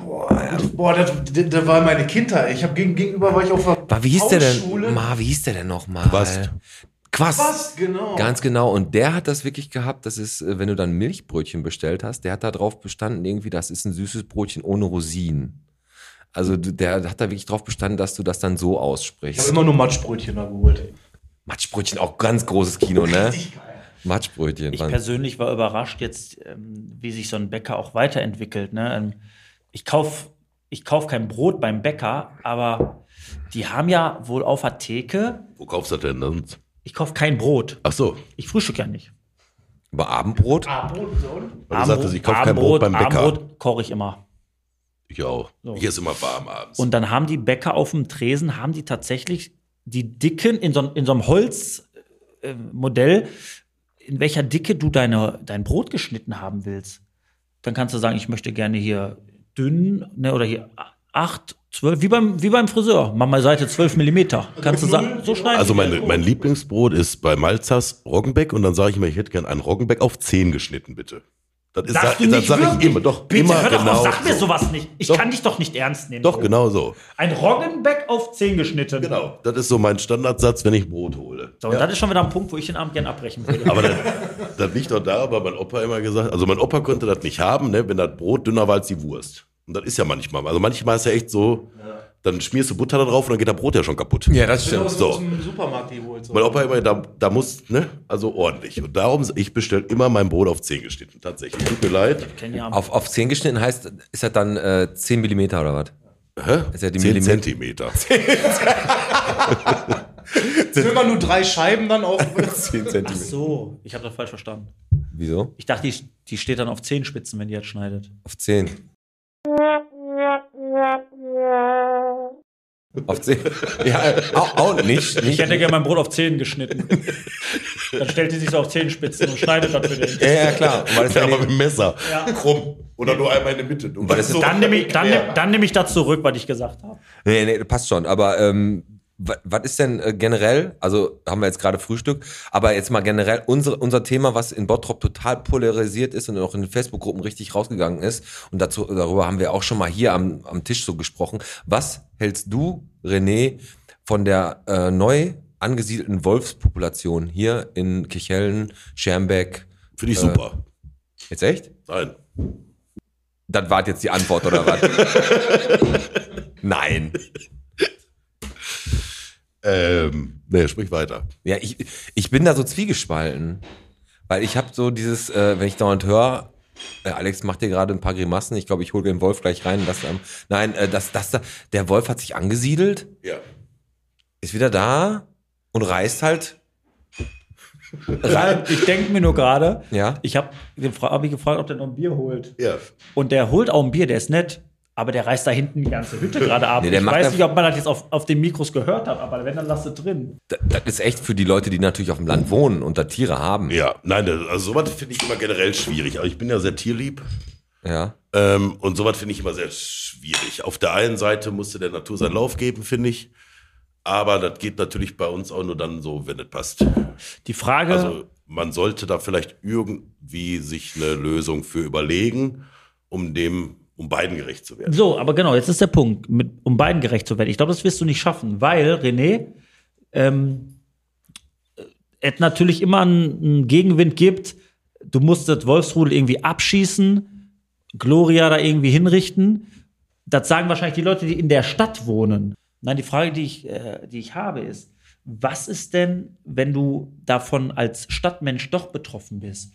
Boah, das war meine Kindheit. Ich habe gegenüber war ich auf der Wie hieß der Hausschule. denn? Wie hieß der denn nochmal? Quast. Was, genau. Ganz genau. Und der hat das wirklich gehabt, das ist, wenn du dann Milchbrötchen bestellt hast, der hat da drauf bestanden, irgendwie, das ist ein süßes Brötchen ohne Rosinen. Also der hat da wirklich drauf bestanden, dass du das dann so Ich habe aussprichst. immer nur Matschbrötchen da geholt. Matschbrötchen, auch ganz großes Kino, ne? Richtig geil. Matschbrötchen. Ich persönlich war überrascht jetzt, wie sich so ein Bäcker auch weiterentwickelt. Ne? Ich kauf kein Brot beim Bäcker, aber die haben ja wohl auf der Theke, Wo kaufst du das denn sonst? ich kauf kein Brot. Ach so. Ich frühstück ja nicht. Über Abendbrot? Weil du sagtest, ich kaufe kein Brot beim Bäcker. Abendbrot koche ich immer. Ich auch. So. Ich esse immer warm abends. Und dann haben die Bäcker auf dem Tresen, haben die tatsächlich die Dicken in so einem Holzmodell, in welcher Dicke du dein Brot geschnitten haben willst. Dann kannst du sagen, ich möchte gerne hier dünn, ne, oder hier 8, 12, wie beim Friseur. Mach mal Seite 12 Millimeter. Kannst du sagen, so schneiden. Also die das Brot. mein Lieblingsbrot ist bei Malzers Roggenbeck und dann sage ich mir, ich hätte gern einen Roggenbeck auf 10 geschnitten, bitte. Das Sagst du das nicht sage ich wirklich? immer, doch, Bitte, immer hör doch genau. auf, sag mir so. sowas nicht. Ich Doch. kann dich doch nicht ernst nehmen. Doch, genau so. Ein Roggenbeck auf 10 geschnitten. Genau. Das ist so mein Standardsatz, wenn ich Brot hole. So, und das ist schon wieder ein Punkt, wo ich den Abend gern abbrechen würde. Aber das liegt doch da, weil mein Opa immer gesagt, also mein Opa konnte das nicht haben, ne, wenn das Brot dünner war als die Wurst. Und das ist ja manchmal. Also manchmal ist ja echt so, dann schmierst du Butter da drauf und dann geht das Brot ja schon kaputt. Ja, das Ich bin stimmt. aus dem Supermarkt geholt. So. Mein Opa immer, da muss, ne, also ordentlich. Und darum, ich bestelle immer mein Brot auf 10 geschnitten. Tatsächlich. Tut mir leid. Auf 10 geschnitten heißt, ist das dann 10 Millimeter oder was? Hä? Ist ja die 10 Millimeter. Zentimeter. Sind immer nur 3 Scheiben dann auf. 10 Ach Zentimeter. so, ich habe das falsch verstanden. Wieso? Ich dachte, die steht dann auf Zehenspitzen, wenn die jetzt schneidet. Auf 10. Auf 10. Ja, auch nicht. Ich hätte gerne mein Brot auf 10 geschnitten. Dann stellt die sich so auf Zehenspitzen und schneidet das für den. Ja, klar. Und weil es Ja, ja aber mit nicht, dem Messer. Ja. Krumm. Oder nur einmal in der Mitte. weil das ist- So. Dann nehme ich das zurück, was ich gesagt habe. nee, passt schon. Aber was ist denn generell, also haben wir jetzt gerade Frühstück, aber jetzt mal generell unser Thema, was in Bottrop total polarisiert ist und auch in den Facebook-Gruppen richtig rausgegangen ist, und darüber haben wir auch schon mal hier am Tisch so gesprochen. Was hältst du, René, von der neu angesiedelten Wolfspopulation hier in Kirchhellen, Schermbeck? Finde ich super. Jetzt echt? Nein. Das war jetzt die Antwort, oder was? Nein. Nee, sprich weiter. Ja, ich bin da so zwiegespalten, weil ich habe so dieses, wenn ich dauernd höre, Alex macht dir gerade ein paar Grimassen, ich glaube, ich hole den Wolf gleich rein. Der Wolf hat sich angesiedelt, Ja. ist wieder da und reißt halt. Ich denke mir nur gerade, Ja. ich habe gefragt, ob der noch ein Bier holt. Ja. Und der holt auch ein Bier, der ist nett. Aber der reißt da hinten die ganze Hütte gerade ab. Nee, der ich macht weiß das- nicht, ob man das jetzt auf den Mikros gehört hat, aber wenn, dann lasst es drin. Das ist echt für die Leute, die natürlich auf dem Land wohnen und da Tiere haben. Ja, nein, also sowas finde ich immer generell schwierig. Aber ich bin ja sehr tierlieb. Ja. Und sowas finde ich immer sehr schwierig. Auf der einen Seite musste der Natur seinen Lauf geben, finde ich. Aber das geht natürlich bei uns auch nur dann so, wenn es passt. Die Frage, Also man sollte da vielleicht irgendwie sich eine Lösung für überlegen, um beiden gerecht zu werden. so, aber genau, jetzt ist der Punkt, um beiden gerecht zu werden. Ich glaube, das wirst du nicht schaffen, weil, René, es natürlich immer einen Gegenwind gibt. Du musst das Wolfsrudel irgendwie abschießen, Gloria da irgendwie hinrichten. Das sagen wahrscheinlich die Leute, die in der Stadt wohnen. Nein, die Frage, die ich habe, ist, was ist denn, wenn du davon als Stadtmensch doch betroffen bist?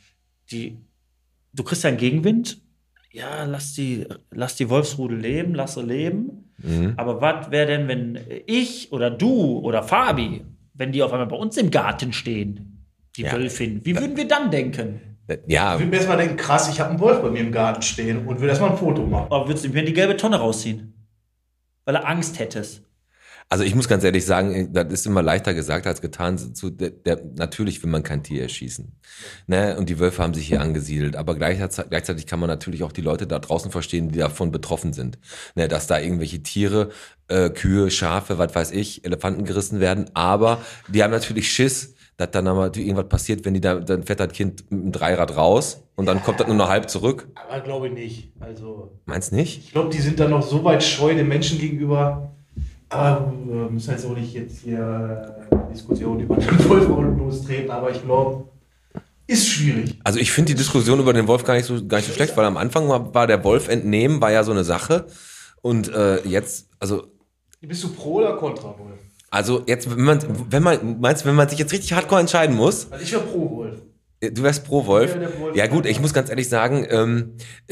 Du kriegst ja einen Gegenwind. Ja, lass die Wolfsrudel leben, lass sie leben. Aber was wäre denn, wenn ich oder du oder Fabi, wenn die auf einmal bei uns im Garten stehen, die Wölfin, wie würden wir dann denken? Ja, Ich würde mir erstmal denken, krass, ich habe einen Wolf bei mir im Garten stehen und will erstmal ein Foto machen. Aber würdest du nicht mehr in die gelbe Tonne rausziehen? Weil er Angst hättest. also ich muss ganz ehrlich sagen, das ist immer leichter gesagt als getan. Natürlich will man kein Tier erschießen. Ne? Und die Wölfe haben sich hier angesiedelt. Aber gleichzeitig kann man natürlich auch die Leute da draußen verstehen, die davon betroffen sind. Ne? Dass da irgendwelche Tiere, Kühe, Schafe, was weiß ich, Elefanten gerissen werden. Aber die haben natürlich Schiss, dass dann aber irgendwas passiert, wenn dann fährt das Kind mit dem Dreirad raus und dann kommt das nur noch halb zurück. Aber glaube ich nicht. Also, Meinst du nicht? ich glaube, die sind dann noch so weit scheu den Menschen gegenüber. Aber wir müssen jetzt auch nicht jetzt hier Diskussionen über den Wolf lostreten, aber ich glaube, ist schwierig. Also ich finde die Diskussion über den Wolf gar nicht so schlecht, weil am Anfang war der Wolf entnehmen, war ja so eine Sache. Und jetzt, also Bist du pro oder kontra Wolf? Also jetzt, wenn man sich jetzt richtig hardcore entscheiden muss. Also ich wäre pro Wolf. Du wärst pro Wolf. Ja, der Wolf. Ja gut, ich muss ganz ehrlich sagen,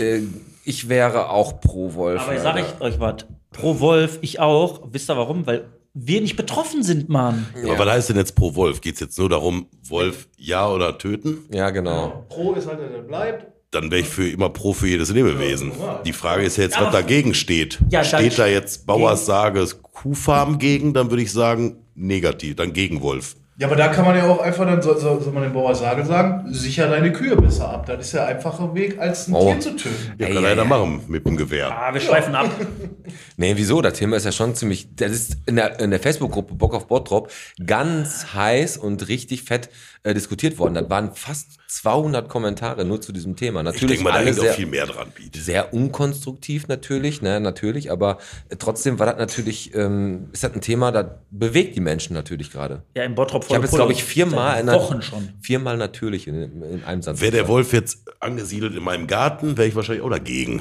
ich wäre auch pro Wolf. Aber sag ich euch was, pro Wolf, ich auch. Wisst ihr warum? Weil wir nicht betroffen sind, Mann. Aber was heißt denn jetzt pro Wolf? Geht es jetzt nur darum, Wolf ja oder töten? Ja, genau. Pro ist halt, dass er bleibt. Dann wäre ich immer pro für jedes Lebewesen. Die Frage ist jetzt, Aber- was dagegen steht. Ja, Steht da jetzt Bauers gegen- Sage Kuhfarm gegen, dann würde ich sagen negativ, dann gegen Wolf. Ja, aber da kann man ja auch einfach, dann soll man dem Bauer sagen, sicher deine Kühe besser ab. Das ist der einfache Weg, als ein Tier zu töten. Ja, Ey, kann ey, einer ey. machen mit dem Gewehr. Ah, wir schweifen ab. Nee, wieso? Das Thema ist ja schon ziemlich, das ist in der Facebook-Gruppe Bock auf Bottrop ganz heiß und richtig fett diskutiert worden. Da waren fast 200 Kommentare nur zu diesem Thema. Ich Natürlich denke mal, da alle hängt auch sehr, viel mehr dran, Piet. sehr unkonstruktiv natürlich, aber trotzdem war das natürlich, ist das ein Thema, das bewegt die Menschen natürlich gerade. Ja, im Bottrop Ich habe jetzt, glaube ich, viermal Wochen schon. viermal natürlich in einem Satz. Wäre der Wolf jetzt angesiedelt in meinem Garten, wäre ich wahrscheinlich auch dagegen.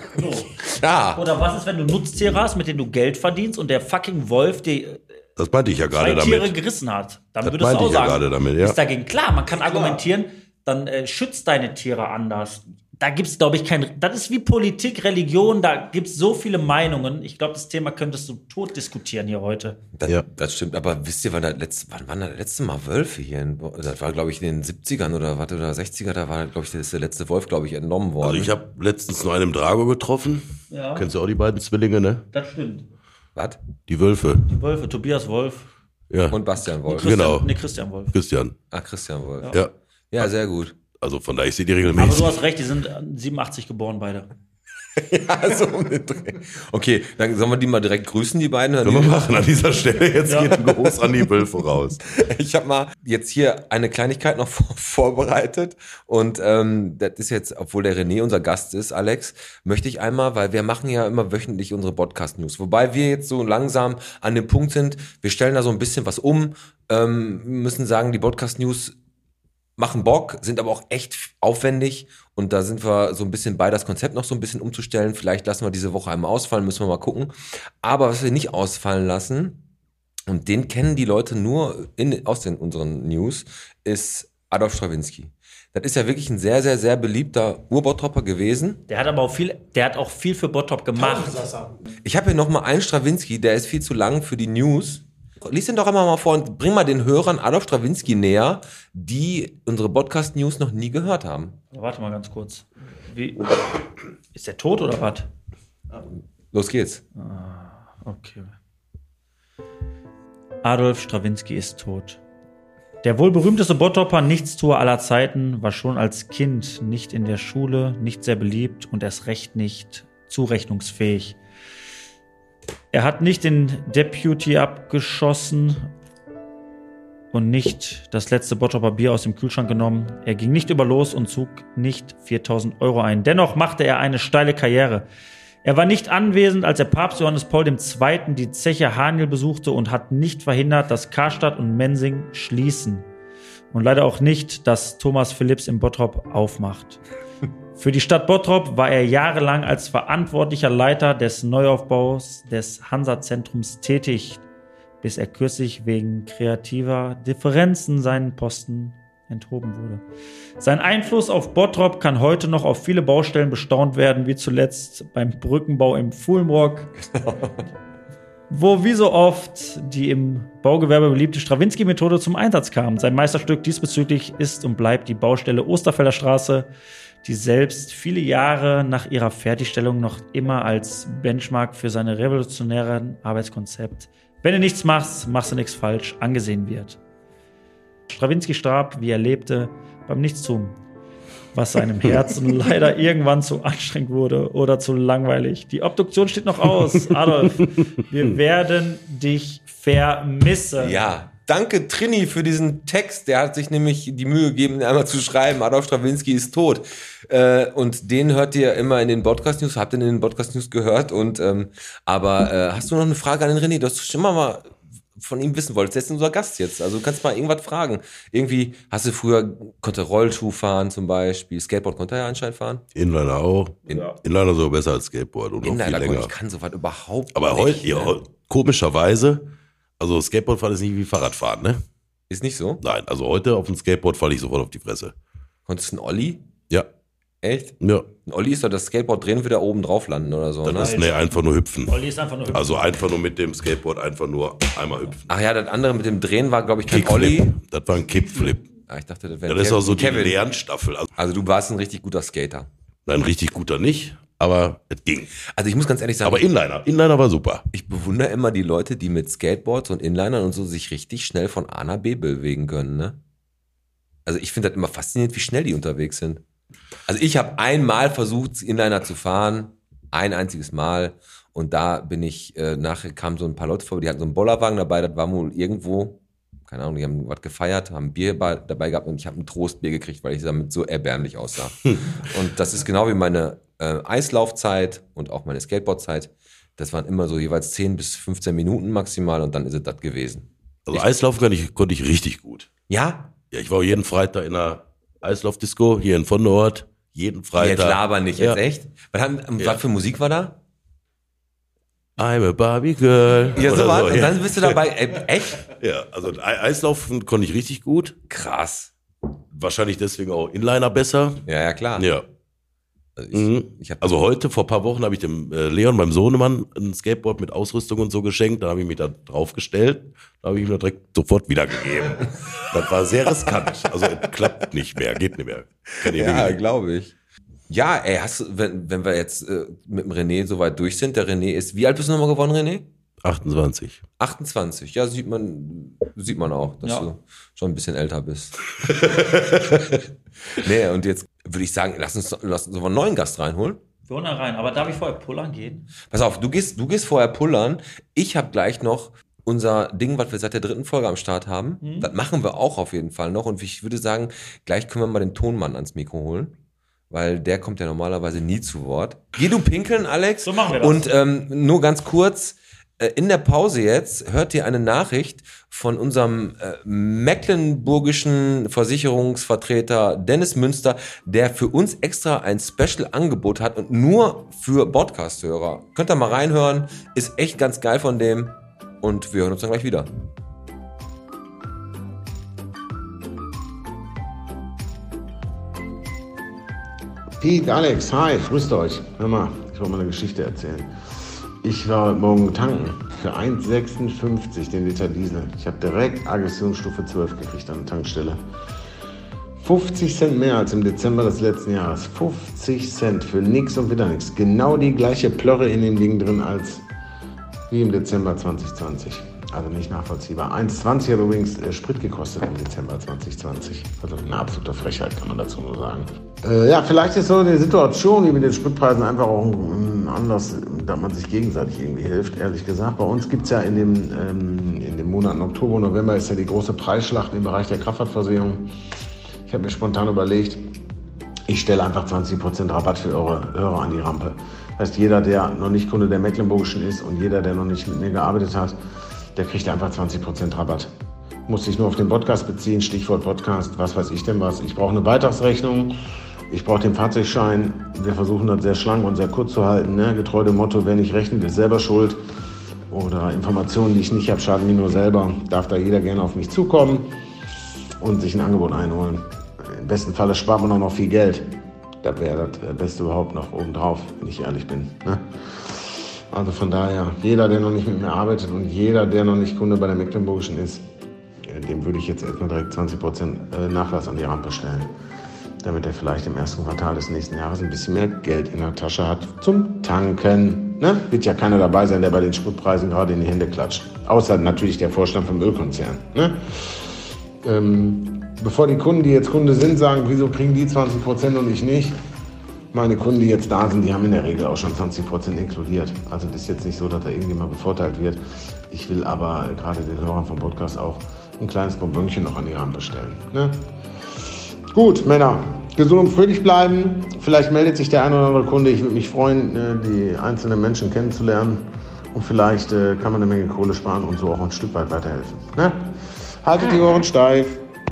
Ja, Oder was ist, wenn du Nutztiere hast, mit denen du Geld verdienst und der fucking Wolf die Das meinte ich ja zwei gerade Tiere damit. gerissen hat? Dann Das würdest du meinte auch ich ja sagen, gerade damit, ja. ist dagegen klar. Man kann argumentieren, dann schützt deine Tiere anders. Da gibt es, glaube ich, das ist wie Politik, Religion, da gibt es so viele Meinungen. Ich glaube, das Thema könntest du tot diskutieren hier heute. das stimmt. Aber wisst ihr, wann waren das letzte Mal Wölfe hier? Das war, glaube ich, in den 70ern oder 60er, da war, glaube ich, der letzte Wolf, glaube ich, entnommen worden. Also ich habe letztens noch einen im Drago getroffen. Ja, Kennst du auch die beiden Zwillinge, ne? das stimmt. Was? Die Wölfe. Die Wölfe, Tobias Wolf. Ja, Und Bastian Wolf. Genau. Christian Wolf. Christian. Ah, Christian Wolf. Ja. Ja, sehr gut. Also von daher, ich sehe die Aber regelmäßig. du hast recht, die sind 87 geboren beide. Ja, so um den Dreh. Okay, dann sollen wir die mal direkt grüßen, die beiden. Können wir machen an dieser Stelle. Jetzt geht ein Gruß an die Wölfe raus. Ich habe mal jetzt hier eine Kleinigkeit noch vorbereitet und das ist jetzt, obwohl der René unser Gast ist, Alex, möchte ich einmal, weil wir machen ja immer wöchentlich unsere Podcast-News, wobei wir jetzt so langsam an dem Punkt sind, wir stellen da so ein bisschen was um, müssen sagen, die Podcast-News machen Bock, sind aber auch echt aufwendig und da sind wir so ein bisschen bei, das Konzept noch so ein bisschen umzustellen. Vielleicht lassen wir diese Woche einmal ausfallen, müssen wir mal gucken. Aber was wir nicht ausfallen lassen, und den kennen die Leute nur aus unseren News, ist Adolf Strawinski. Das ist ja wirklich ein sehr, sehr, sehr beliebter Urbottropper gewesen. Der hat aber auch viel für Bottrop gemacht. Ich habe hier nochmal einen Strawinski, der ist viel zu lang für die News. Lies den doch einmal mal vor und bring mal den Hörern Adolf Strawinski näher, die unsere Podcast-News noch nie gehört haben. Warte mal ganz kurz. Ist der tot oder was? Los geht's. Okay. Adolf Strawinski ist tot. Der wohl berühmteste Bottroper Nichtstuer aller Zeiten war schon als Kind nicht in der Schule, nicht sehr beliebt und erst recht nicht zurechnungsfähig. Er hat nicht den Deputy abgeschossen und nicht das letzte Bottroper Bier aus dem Kühlschrank genommen. Er ging nicht über los und zog nicht 4.000 € ein. Dennoch machte er eine steile Karriere. Er war nicht anwesend, als der Papst Johannes Paul II. Die Zeche Haniel besuchte und hat nicht verhindert, dass Karstadt und Mensing schließen. Und leider auch nicht, dass Thomas Philipps in Bottrop aufmacht. Für die Stadt Bottrop war er jahrelang als verantwortlicher Leiter des Neuaufbaus des Hansa-Zentrums tätig, bis er kürzlich wegen kreativer Differenzen seinen Posten enthoben wurde. Sein Einfluss auf Bottrop kann heute noch auf viele Baustellen bestaunt werden, wie zuletzt beim Brückenbau im Fulmrock, wo wie so oft die im Baugewerbe beliebte Stravinski-Methode zum Einsatz kam. Sein Meisterstück diesbezüglich ist und bleibt die Baustelle Osterfelder Straße, die selbst viele Jahre nach ihrer Fertigstellung noch immer als Benchmark für seine revolutionären Arbeitskonzept "Wenn du nichts machst, machst du nichts falsch" angesehen wird. Stravinski starb, wie er lebte, beim Nichtstun, was seinem Herzen leider irgendwann zu anstrengend wurde oder zu langweilig. Die Obduktion steht noch aus. Adolf, wir werden dich vermissen. Ja, danke Trini für diesen Text. Der hat sich nämlich die Mühe gegeben, einmal zu schreiben, Adolf Stravinski ist tot. Und den hört ihr immer in den Podcast-News, habt ihr in den Podcast-News gehört. Und aber hast du noch eine Frage an den René? Du hast schon mal von ihm wissen wolltest. Der ist unser Gast jetzt. Also du kannst mal irgendwas fragen. Irgendwie, hast du früher, konnte Rollschuh fahren zum Beispiel, Skateboard konnte er ja anscheinend fahren. Inliner auch. Inliner sogar besser als Skateboard und noch viel länger. Ich kann sowas überhaupt aber nicht. heute, ja, komischerweise, also Skateboardfahren ist nicht wie Fahrradfahren, ne? Ist nicht so? Nein, also heute auf dem Skateboard falle ich sofort auf die Fresse. Konntest du einen Olli? Ja. Echt? Ja. Ein Olli ist doch das Skateboard drehen und wieder oben drauf landen oder so, Das ne? ist einfach nur hüpfen. Olli ist einfach nur hüpfen. Also einfach nur mit dem Skateboard einfach nur einmal hüpfen. Ach ja, das andere mit dem Drehen war, glaube ich, kein Olli. Kickflip. Das war ein Kickflip. Ah, ich dachte, das wäre Das ist auch so die Kevin. Lernstaffel. Also du warst ein richtig guter Skater. Nein, richtig guter nicht, aber es ging. Also ich muss ganz ehrlich sagen, Aber Inliner war super. ich bewundere immer die Leute, die mit Skateboards und Inlinern und so sich richtig schnell von A nach B bewegen können, ne? Also ich finde das immer faszinierend, wie schnell die unterwegs sind. Also ich habe einmal versucht, Inliner zu fahren, ein einziges Mal, und da bin ich, nachher kamen so ein paar Leute vor, die hatten so einen Bollerwagen dabei, das war wohl irgendwo, keine Ahnung, die haben was gefeiert, haben Bier dabei gehabt und ich habe ein Trostbier gekriegt, weil ich damit so erbärmlich aussah. Und das ist genau wie meine Eislaufzeit und auch meine Skateboardzeit. Das waren immer so jeweils 10 bis 15 Minuten maximal und dann ist es das gewesen. Also Eislaufen konnte ich richtig gut. Ja? Ja, ich war jeden Freitag in einer Eislaufdisco hier in Vonderort. Jeden Freitag. Jetzt laber nicht, Ja. jetzt echt? Was für Musik war da? I'm a Barbie Girl. Ja, so Oder was. Und ja. dann bist du dabei. Echt? Ja, also Eislaufen konnte ich richtig gut. Krass. Wahrscheinlich deswegen auch Inliner besser. Ja, klar. Ja. Also, ich hab Also heute, vor ein paar Wochen, habe ich dem Leon, meinem Sohnemann, ein Skateboard mit Ausrüstung und so geschenkt. Da habe ich mich da drauf gestellt. Da habe ich ihm das direkt sofort wiedergegeben. Das war sehr riskant. Also es klappt nicht mehr, geht nicht mehr. Kann ich Ja, wirklich. glaube ich. Ja, ey, wenn wir jetzt mit dem René soweit durch sind, der René ist, wie alt bist du nochmal geworden, René? 28. 28, ja, sieht man auch, dass du schon ein bisschen älter bist. Nee, und jetzt würde ich sagen, lass uns so einen neuen Gast reinholen. Wir holen da rein, aber darf ich vorher pullern gehen? Pass auf, du gehst vorher pullern. Ich habe gleich noch unser Ding, was wir seit der 3. Folge am Start haben. Das machen wir auch auf jeden Fall noch. Und ich würde sagen, gleich können wir mal den Tonmann ans Mikro holen. Weil der kommt ja normalerweise nie zu Wort. Geh du pinkeln, Alex. So machen wir das. Und nur ganz kurz, in der Pause jetzt hört ihr eine Nachricht von unserem mecklenburgischen Versicherungsvertreter Dennis Münster, der für uns extra ein Special-Angebot hat und nur für Podcast-Hörer. Könnt ihr mal reinhören, ist echt ganz geil von dem und wir hören uns dann gleich wieder. Pete, Alex, hi, grüßt euch. Hör mal, ich wollte mal eine Geschichte erzählen. Ich war heute Morgen tanken für 1,56 den Liter Diesel. Ich habe direkt Aggressionsstufe 12 gekriegt an der Tankstelle. 50 Cent mehr als im Dezember des letzten Jahres. 50 Cent für nix und wieder nix. Genau die gleiche Plörre in dem Ding drin als wie im Dezember 2020. Also nicht nachvollziehbar. 1,20 hat übrigens Sprit gekostet im Dezember 2020. Also eine absolute Frechheit, kann man dazu nur sagen. Ja, vielleicht ist so die Situation wie mit den Spritpreisen einfach auch ein Anlass, dass man sich gegenseitig irgendwie hilft, ehrlich gesagt. Bei uns gibt es ja in den Monaten Oktober und November ist ja die große Preisschlacht im Bereich der Kraftfahrtversicherung. Ich habe mir spontan überlegt, ich stelle einfach 20% Rabatt für eure Hörer an die Rampe. Das heißt, jeder, der noch nicht Kunde der Mecklenburgischen ist und jeder, der noch nicht mit mir gearbeitet hat, der kriegt einfach 20% Rabatt. Muss sich nur auf den Podcast beziehen, Stichwort Podcast, was weiß ich denn was. Ich brauche eine Beitragsrechnung, ich brauche den Fahrzeugschein. Wir versuchen das sehr schlank und sehr kurz zu halten. Ne? Getreu dem Motto, wer nicht rechnet, ist selber schuld. Oder Informationen, die ich nicht habe, schaden mir nur selber. Darf da jeder gerne auf mich zukommen und sich ein Angebot einholen. Im besten Falle spart man auch noch viel Geld. Das wäre das Beste überhaupt noch obendrauf, wenn ich ehrlich bin. Ne? Also von daher, jeder, der noch nicht mit mir arbeitet und jeder, der noch nicht Kunde bei der Mecklenburgischen ist, dem würde ich jetzt erstmal direkt 20% Nachlass an die Rampe stellen, damit er vielleicht im ersten Quartal des nächsten Jahres ein bisschen mehr Geld in der Tasche hat zum Tanken. Ne? Wird ja keiner dabei sein, der bei den Spritpreisen gerade in die Hände klatscht. Außer natürlich der Vorstand vom Ölkonzern. Ne? Bevor die Kunden, die jetzt Kunde sind, sagen, wieso kriegen die 20% und ich nicht? Meine Kunden, die jetzt da sind, die haben in der Regel auch schon 20% inkludiert. Also das ist jetzt nicht so, dass da irgendjemand bevorteilt wird. Ich will aber gerade den Hörern vom Podcast auch ein kleines Bonbönchen noch an die Rampe stellen. Ne? Gut, Männer, gesund und fröhlich bleiben. Vielleicht meldet sich der ein oder andere Kunde. Ich würde mich freuen, die einzelnen Menschen kennenzulernen. Und vielleicht kann man eine Menge Kohle sparen und so auch ein Stück weit weiterhelfen. Ne? Haltet die Ohren steif.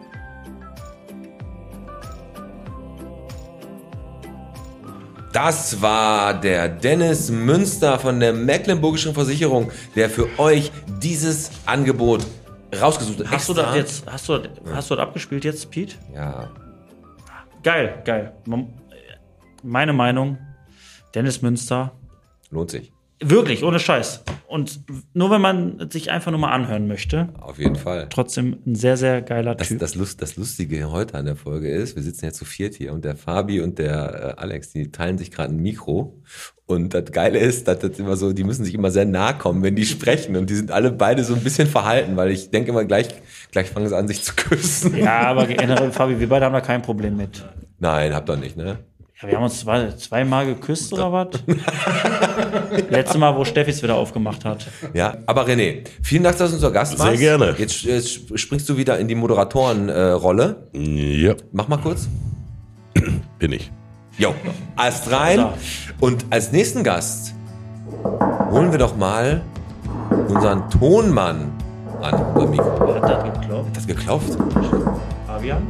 Das war der Dennis Münster von der Mecklenburgischen Versicherung, der für euch dieses Angebot rausgesucht hat. Hast du das abgespielt jetzt, Pete? Ja. Geil. Meine Meinung, Dennis Münster. Lohnt sich. Wirklich, ohne Scheiß. Und nur wenn man sich einfach nur mal anhören möchte. Auf jeden Fall. Trotzdem ein sehr, sehr geiler Typ. Das Lustige heute an der Folge ist, wir sitzen ja zu viert hier und der Fabi und der Alex, die teilen sich gerade ein Mikro. Und das Geile ist, dass das immer so, die müssen sich immer sehr nahe kommen, wenn die sprechen. Und die sind alle beide so ein bisschen verhalten, weil ich denke immer gleich fangen sie an, sich zu küssen. Ja, aber generell, Fabi, wir beide haben da kein Problem mit. Nein, habt ihr nicht, ne? Ja, wir haben uns zweimal geküsst oder was? Letztes Mal, wo Steffis wieder aufgemacht hat. Ja, aber René, vielen Dank, dass du unser Gast warst. Sehr gerne. Jetzt springst du wieder in die Moderatorenrolle. Ja. Mach mal kurz. Bin ich. Jo, erst rein. Und als nächsten Gast holen wir doch mal unseren Tonmann an unser Mikro. Hat das geklopft? Hat das geklopft? Fabian?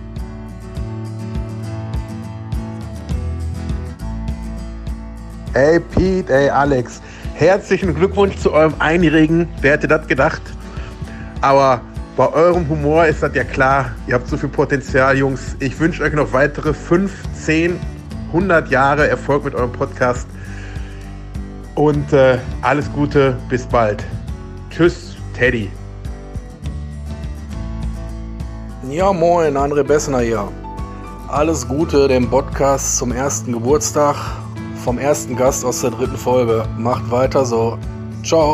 Ey Pete, ey Alex, herzlichen Glückwunsch zu eurem Einjährigen. Wer hätte das gedacht? Aber bei eurem Humor ist das ja klar. Ihr habt so viel Potenzial, Jungs. Ich wünsche euch noch weitere 5, 10, 100 Jahre Erfolg mit eurem Podcast. Und alles Gute, bis bald. Tschüss, Teddy. Ja, moin, André Bessner hier. Alles Gute dem Podcast zum ersten Geburtstag vom ersten Gast aus der 3. Folge. Macht weiter so. Ciao.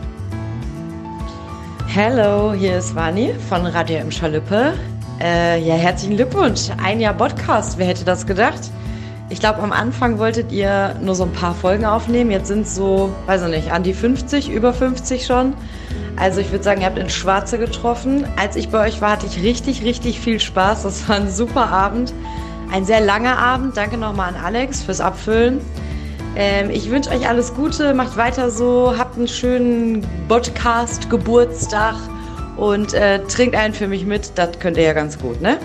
Hallo, hier ist Vani von Radio M. Schalippe. Ja, herzlichen Glückwunsch. Ein Jahr Podcast, wer hätte das gedacht? Ich glaube, am Anfang wolltet ihr nur so ein paar Folgen aufnehmen. Jetzt sind es so, weiß ich nicht, an die 50, über 50 schon. Also ich würde sagen, ihr habt ins Schwarze getroffen. Als ich bei euch war, hatte ich richtig, richtig viel Spaß. Das war ein super Abend. Ein sehr langer Abend. Danke nochmal an Alex fürs Abfüllen. Ich wünsche euch alles Gute, macht weiter so, habt einen schönen Podcast-Geburtstag und trinkt einen für mich mit, das könnt ihr ja ganz gut, ne?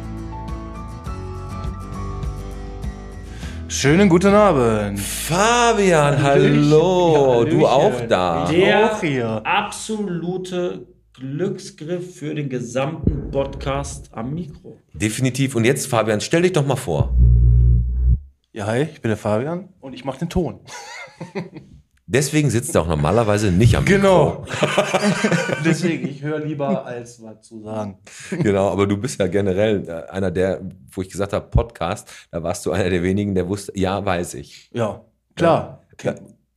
Schönen guten Abend. Fabian, hallo. Du auch da. Der auch hier. absolute Glücksgriff für den gesamten Podcast am Mikro. Definitiv. Und jetzt, Fabian, stell dich doch mal vor. Ja, hi, ich bin der Fabian und ich mache den Ton. Deswegen sitzt er auch normalerweise nicht am Mikro. Genau. Deswegen, ich höre lieber, als was zu sagen. Genau, aber du bist ja generell einer der, wo ich gesagt habe, Podcast, da warst du einer der wenigen, der wusste, ja, weiß ich. Ja, klar. Ja,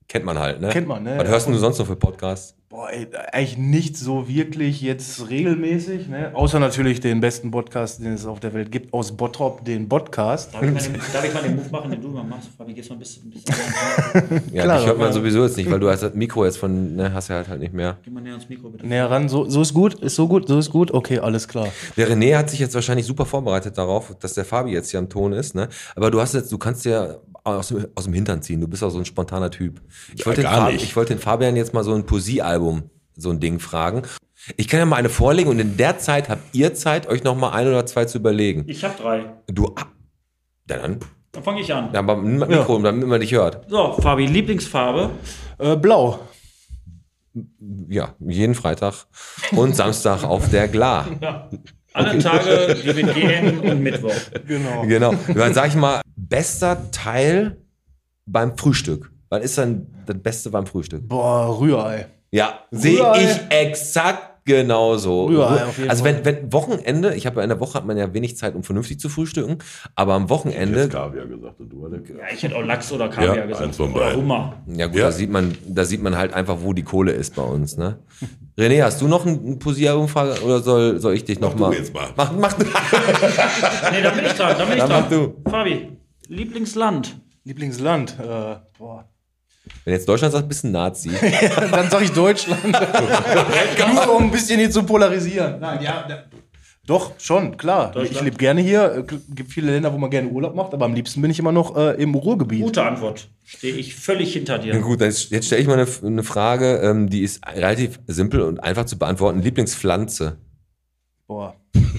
Kennt man halt, ne? Kennt man, ne? Was hörst du sonst noch für Podcasts? Boah, ey, eigentlich nicht so wirklich jetzt regelmäßig, ne? Außer natürlich den besten Podcast, den es auf der Welt gibt, aus Bottrop, den Podcast. Darf ich mal den Move machen, den du mal machst? Fabi, gehst mal ein bisschen Ja, Klar, dich hört man aber- sowieso jetzt nicht, weil du hast das Mikro jetzt hast ja halt nicht mehr. Geh mal näher ans Mikro, bitte. Näher ran, so ist gut, so ist gut, okay, alles klar. Der René hat sich jetzt wahrscheinlich super vorbereitet darauf, dass der Fabi jetzt hier am Ton ist, ne? Aber du kannst ja aus dem Hintern ziehen. Du bist auch so ein spontaner Typ. Ich wollte den Fabian jetzt mal so ein Poesiealbum, so ein Ding fragen. Ich kann ja mal eine vorlegen und in der Zeit habt ihr Zeit, euch noch mal 1 oder 2 zu überlegen. Ich habe 3. Dann fange ich an. Ja, aber nimm mal Mikro, damit man dich hört. So, Fabi, Lieblingsfarbe? Blau. Ja, jeden Freitag und Samstag auf der Glar. Ja. Alle Tage, die wir gehen und Mittwoch. Genau. Dann sag ich mal, bester Teil beim Frühstück. Was ist dann das Beste beim Frühstück? Boah, Rührei. Ja, sehe ich exakt genauso. Rührei auf jeden also Fall. wenn Wochenende, in der Woche hat man ja wenig Zeit, um vernünftig zu frühstücken, aber am Wochenende... Ich hätte Kaviar gesagt und du, Alex. Ja, ich hätte auch Lachs oder Kaviar gesagt. Eins von Oder beiden. Hummer. Ja gut, da sieht man halt einfach, wo die Kohle ist bei uns, ne? René, hast du noch eine Poesiealbumfrage oder soll ich dich noch mal... Du jetzt mal. Mach du. Nee, dann bin ich dran. Dann mach du. Fabi, Lieblingsland? Lieblingsland, boah. Wenn jetzt Deutschland sagt, bist du ein Nazi. Ja, dann sag ich Deutschland. Nur um ein bisschen hier zu polarisieren. Nein, ja, doch, schon, klar. Ich lebe gerne hier. Gibt viele Länder, wo man gerne Urlaub macht, aber am liebsten bin ich immer noch im Ruhrgebiet. Gute Antwort. Stehe ich völlig hinter dir. Ja, gut, jetzt stelle ich mal eine Frage, die ist relativ simpel und einfach zu beantworten. Lieblingspflanze? Boah.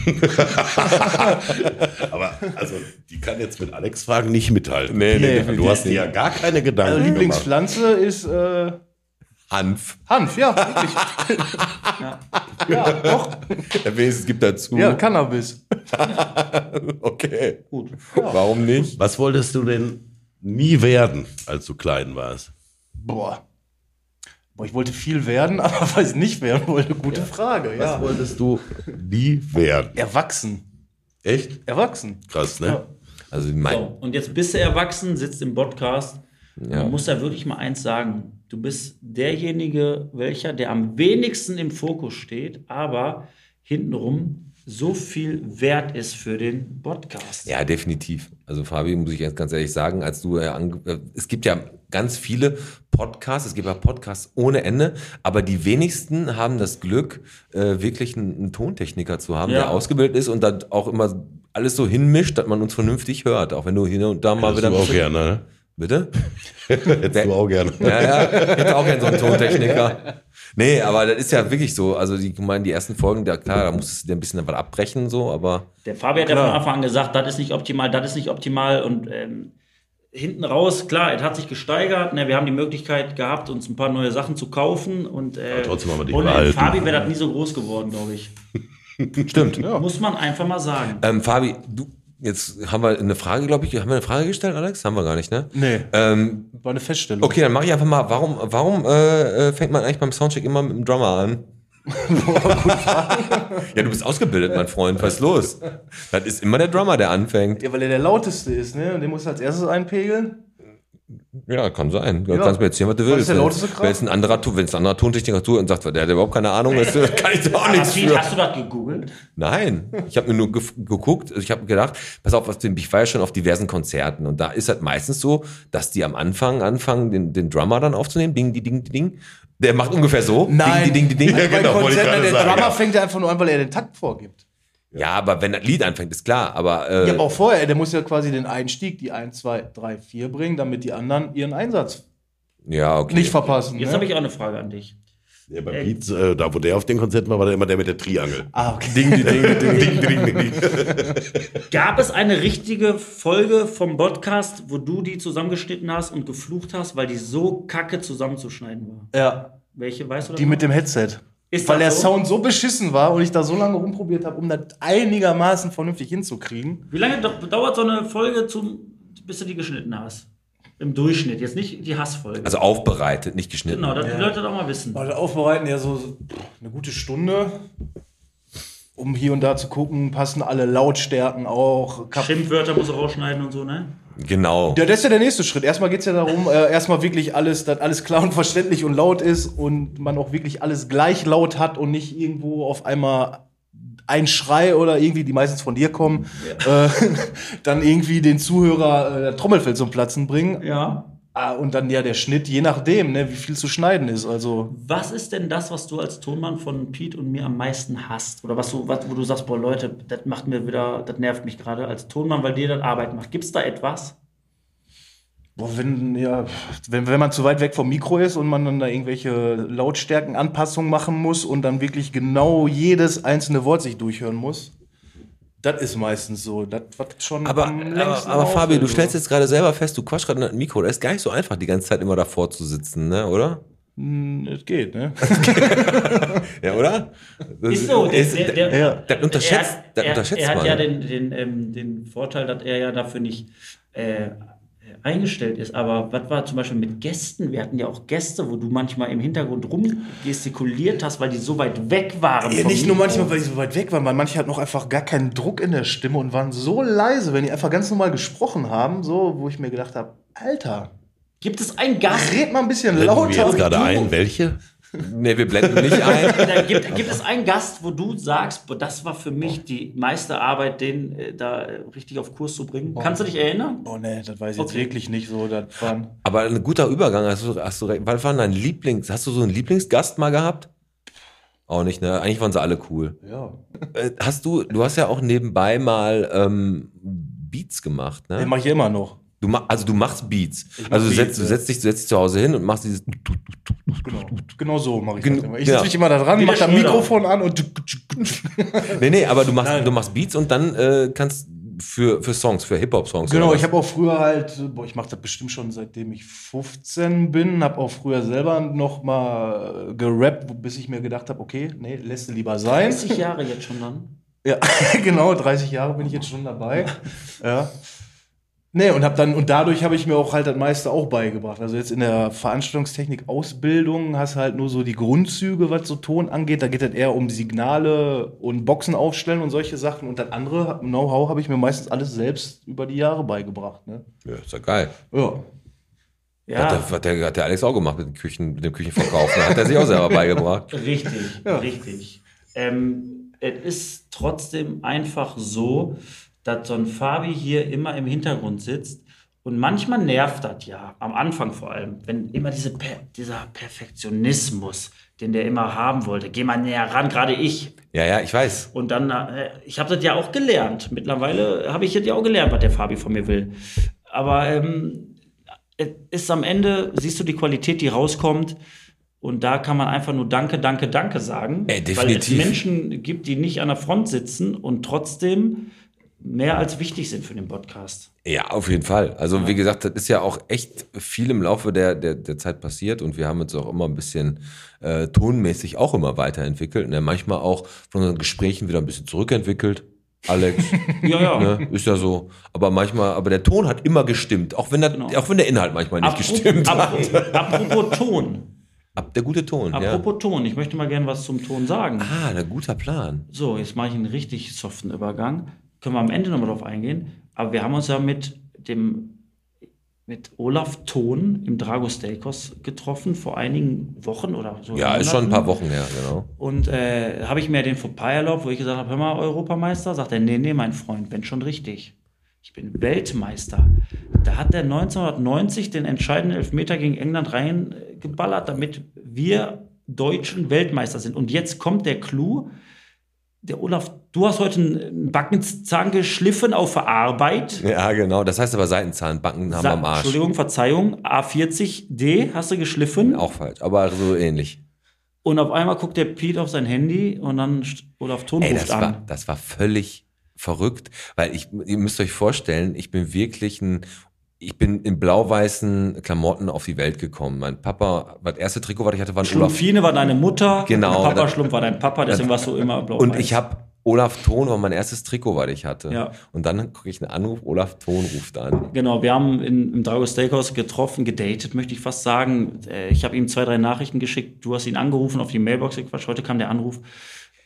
Aber also, die kann jetzt mit Alex Fragen nicht mithalten. Nee, du hast dir ja gar keine Gedanken Also gemacht. Lieblingspflanze ist Hanf. Hanf, ja, wirklich. Ja, doch. Der wenigstens gibt dazu. Ja, Cannabis. Okay. Gut. Warum nicht? Was wolltest du denn nie werden, als du klein warst? Boah, ich wollte viel werden, aber was ich nicht werden wollte, gute Frage. Was Ja. wolltest du nie werden? Erwachsen. Echt? Erwachsen. Krass, ne? Ja. Also So, und jetzt bist du erwachsen, sitzt im Podcast. Ja. Man muss da wirklich mal eins sagen. Du bist derjenige, der am wenigsten im Fokus steht, aber hintenrum so viel wert ist für den Podcast. Ja, definitiv. Also Fabi, muss ich jetzt ganz ehrlich sagen, als du es gibt ja ganz viele Podcasts, es gibt ja Podcasts ohne Ende, aber die wenigsten haben das Glück, wirklich einen Tontechniker zu haben, der ausgebildet ist und dann auch immer alles so hinmischt, dass man uns vernünftig hört, auch wenn du hier und da mal Hättest wieder... du auch gerne, ne? Bitte? Hättest du auch gerne. Ja, hätte auch gerne so einen Tontechniker. Nee, aber das ist ja wirklich so. Also die ersten Folgen, da musstest du dir ein bisschen was abbrechen, so, aber. Der Fabi hat ja von Anfang an gesagt, das ist nicht optimal und hinten raus, klar, es hat sich gesteigert. Ne, wir haben die Möglichkeit gehabt, uns ein paar neue Sachen zu kaufen und trotzdem haben wir dich ohne behalten. Fabi wäre das nie so groß geworden, glaube ich. Stimmt. Muss man einfach mal sagen. Fabi, jetzt haben wir eine Frage, glaube ich. Haben wir eine Frage gestellt, Alex? Haben wir gar nicht, ne? Nee. War eine Feststellung. Okay, dann mache ich einfach mal, warum fängt man eigentlich beim Soundcheck immer mit dem Drummer an? Ja, du bist ausgebildet, mein Freund. Was ist los? Das ist immer der Drummer, der anfängt. Ja, weil er der lauteste ist, ne? Und den musst du als erstes einpegeln. Ja, kann sein. Du Ja. kannst mir erzählen, was du Was ist willst. der lauteste Grad? Wenn es ein anderer Tontechniker tut und sagt, der hat überhaupt keine Ahnung, das kann ich da auch nichts für. Hast du das gegoogelt? Nein, ich habe mir nur geguckt, ich habe gedacht, pass auf, ich war ja schon auf diversen Konzerten und da ist halt meistens so, dass die am Anfang anfangen, den Drummer dann aufzunehmen, ding, die ding, die ding. Der macht ungefähr so, Nein. ding, die ding, die ding. Ja, genau, Bei wollte ich Konzerten, gerade der sagen, Drummer ja. fängt ja einfach nur an, weil er den Takt vorgibt. Ja, aber wenn das Lied anfängt, ist klar, aber... Ja, aber auch vorher, der muss ja quasi den Einstieg, die 1, 2, 3, 4 bringen, damit die anderen ihren Einsatz ja, okay. nicht verpassen. Jetzt ne? habe ich auch eine Frage an dich. Ja, bei Beats, da wo der auf den Konzerten war der immer der mit der Triangel. Ah, okay. Ding, ding, ding, ding, ding, ding, ding. Gab es eine richtige Folge vom Podcast, wo du die zusammengeschnitten hast und geflucht hast, weil die so kacke zusammenzuschneiden war? Ja, Welche, weißt du das die noch? mit dem Headset. Ist Weil der das so? Sound so beschissen war und ich da so lange rumprobiert habe, um das einigermaßen vernünftig hinzukriegen. Wie lange dauert so eine Folge, bis du die geschnitten hast? Im Durchschnitt, jetzt nicht die Hassfolge. Also aufbereitet, nicht geschnitten. Genau, dass die Leute das auch mal wissen. Also aufbereiten ja so eine gute Stunde. um hier und da zu gucken, passen alle Lautstärken auch. Schimpfwörter muss er rausschneiden und so, ne? Genau. Ja, das ist ja der nächste Schritt. Erstmal geht es ja darum, erstmal wirklich dass alles klar und verständlich und laut ist und man auch wirklich alles gleich laut hat und nicht irgendwo auf einmal ein Schrei oder irgendwie, die meistens von dir kommen, dann irgendwie den Zuhörer der Trommelfell zum Platzen bringen. Ja. Und dann ja der Schnitt, je nachdem, ne, wie viel zu schneiden ist. Also Was ist denn das, was du als Tonmann von Pete und mir am meisten hasst? Oder wo du sagst, boah Leute, das nervt mich gerade als Tonmann, weil dir das Arbeit macht. Gibt's da etwas? boah, wenn man zu weit weg vom Mikro ist und man dann da irgendwelche Lautstärkenanpassungen machen muss und dann wirklich genau jedes einzelne Wort sich durchhören muss. Das ist meistens so. Das was schon Aber Fabi, du stellst jetzt gerade selber fest, du quatschst gerade in das Mikro. Das ist gar nicht so einfach, die ganze Zeit immer davor zu sitzen, ne, oder? Es geht, ne? Ja, oder? Ist so. Das unterschätzt Er hat man. ja den Vorteil, dass er ja dafür nicht eingestellt ist. Aber was war zum Beispiel mit Gästen? Wir hatten ja auch Gäste, wo du manchmal im Hintergrund rumgestikuliert hast, weil die so weit weg waren. Ja, nicht nur manchmal, weil die so weit weg waren, weil manche hatten noch einfach gar keinen Druck in der Stimme und waren so leise, wenn die einfach ganz normal gesprochen haben, so, wo ich mir gedacht habe, Alter, gibt es einen Gast? Red mal ein bisschen Blenden lauter. wir jetzt gerade ein, welche? Nee, wir blenden nicht ein. Gibt es einen Gast, wo du sagst, boah, das war für mich die meiste Arbeit, den da richtig auf Kurs zu bringen? Kannst du dich erinnern? Oh ne, das weiß ich jetzt wirklich nicht so. Das waren Aber ein guter Übergang, hast du recht. Was war dein hast du so einen Lieblingsgast mal gehabt? Auch nicht, ne? Eigentlich waren sie alle cool. ja. Du hast ja auch nebenbei mal Beats gemacht, ne? Den mache ich immer noch. Du machst Beats. mach Also du Beats, setzt dich zu Hause hin und machst dieses. Genau so mache ich Gen- das immer. Ich ja. setze mich immer da dran, Wie mache der das Schröder. Mikrofon an und Nee, aber du machst Beats und dann kannst für Songs, für Hip-Hop-Songs. genau, oder was? ich habe auch früher halt, ich mache das bestimmt schon seitdem ich 15 bin, habe auch früher selber noch mal gerappt, bis ich mir gedacht habe, okay, nee, lässt du lieber sein. 30 Jahre jetzt schon dann. Ja, genau, 30 Jahre bin ich jetzt schon dabei. Ja. Nee, und dadurch habe ich mir auch halt das meiste auch beigebracht. Also jetzt in der Veranstaltungstechnik-Ausbildung hast du halt nur so die Grundzüge, was so Ton angeht. Da geht es eher um Signale und Boxen aufstellen und solche Sachen. Und das andere Know-how habe ich mir meistens alles selbst über die Jahre beigebracht. Ne? Ja, ist ja geil. Ja. Ja, Hat der Alex auch gemacht mit dem Küchenverkauf. Da hat er sich auch selber beigebracht. richtig. Es ist trotzdem einfach so, dass so ein Fabi hier immer im Hintergrund sitzt und manchmal nervt das ja, am Anfang vor allem, wenn immer dieser Perfektionismus, den der immer haben wollte, geh mal näher ran, gerade ich. Ja, ich weiß. Und dann, ich habe das ja auch gelernt. Mittlerweile habe ich das ja auch gelernt, was der Fabi von mir will. Aber es ist am Ende, siehst du die Qualität, die rauskommt. Und da kann man einfach nur Danke sagen. Definitiv. Weil es Menschen gibt, die nicht an der Front sitzen und trotzdem mehr als wichtig sind für den Podcast. Ja, auf jeden Fall. Also wie gesagt, das ist ja auch echt viel im Laufe der Zeit passiert und wir haben uns auch immer ein bisschen tonmäßig auch immer weiterentwickelt. Ne? Manchmal auch von unseren Gesprächen wieder ein bisschen zurückentwickelt. Alex, Ja. Ne? Ist ja so. Aber der Ton hat immer gestimmt, auch wenn der Inhalt manchmal nicht gestimmt hat. Apropos Ton. Der gute Ton, Apropos Ton, ich möchte mal gerne was zum Ton sagen. ein guter Plan. So, jetzt mache ich einen richtig soften Übergang. Können wir am Ende nochmal drauf eingehen. Aber wir haben uns ja mit Olaf Thon im Drago Steakhouse getroffen vor einigen Wochen oder so. Ja, ist schon ein paar Wochen her, genau. Und habe ich mir den Fauxpas erlaubt, wo ich gesagt habe, hör mal, Europameister? Sagt er, nee, mein Freund, wenn schon richtig. Ich bin Weltmeister. Da hat er 1990 den entscheidenden Elfmeter gegen England reingeballert, damit wir Deutschen Weltmeister sind. Und jetzt kommt der Clou. Der Olaf, du hast heute einen Backenzahn geschliffen auf der Arbeit. Ja, genau. Das heißt aber Seitenzahnbacken haben wir am Arsch. Entschuldigung, Verzeihung. A40D hast du geschliffen. Auch falsch, aber so ähnlich. Und auf einmal guckt der Pete auf sein Handy und dann Olaf Thon ruft an. Das war völlig verrückt, weil ihr müsst euch vorstellen, ich bin in blau-weißen Klamotten auf die Welt gekommen. Mein Papa, das erste Trikot, was ich hatte, war ein Schlumpfine war deine Mutter, Genau. Papa Schlumpf war dein Papa, deswegen warst du immer blau. Und ich habe Olaf Thon war mein erstes Trikot, was ich hatte. Ja. Und dann kriege ich einen Anruf, Olaf Thon ruft an. Genau, wir haben im Drago Steakhouse getroffen, gedatet, möchte ich fast sagen. Ich habe ihm 2, 3 Nachrichten geschickt, du hast ihn angerufen, auf die Mailbox gequatscht, heute kam der Anruf.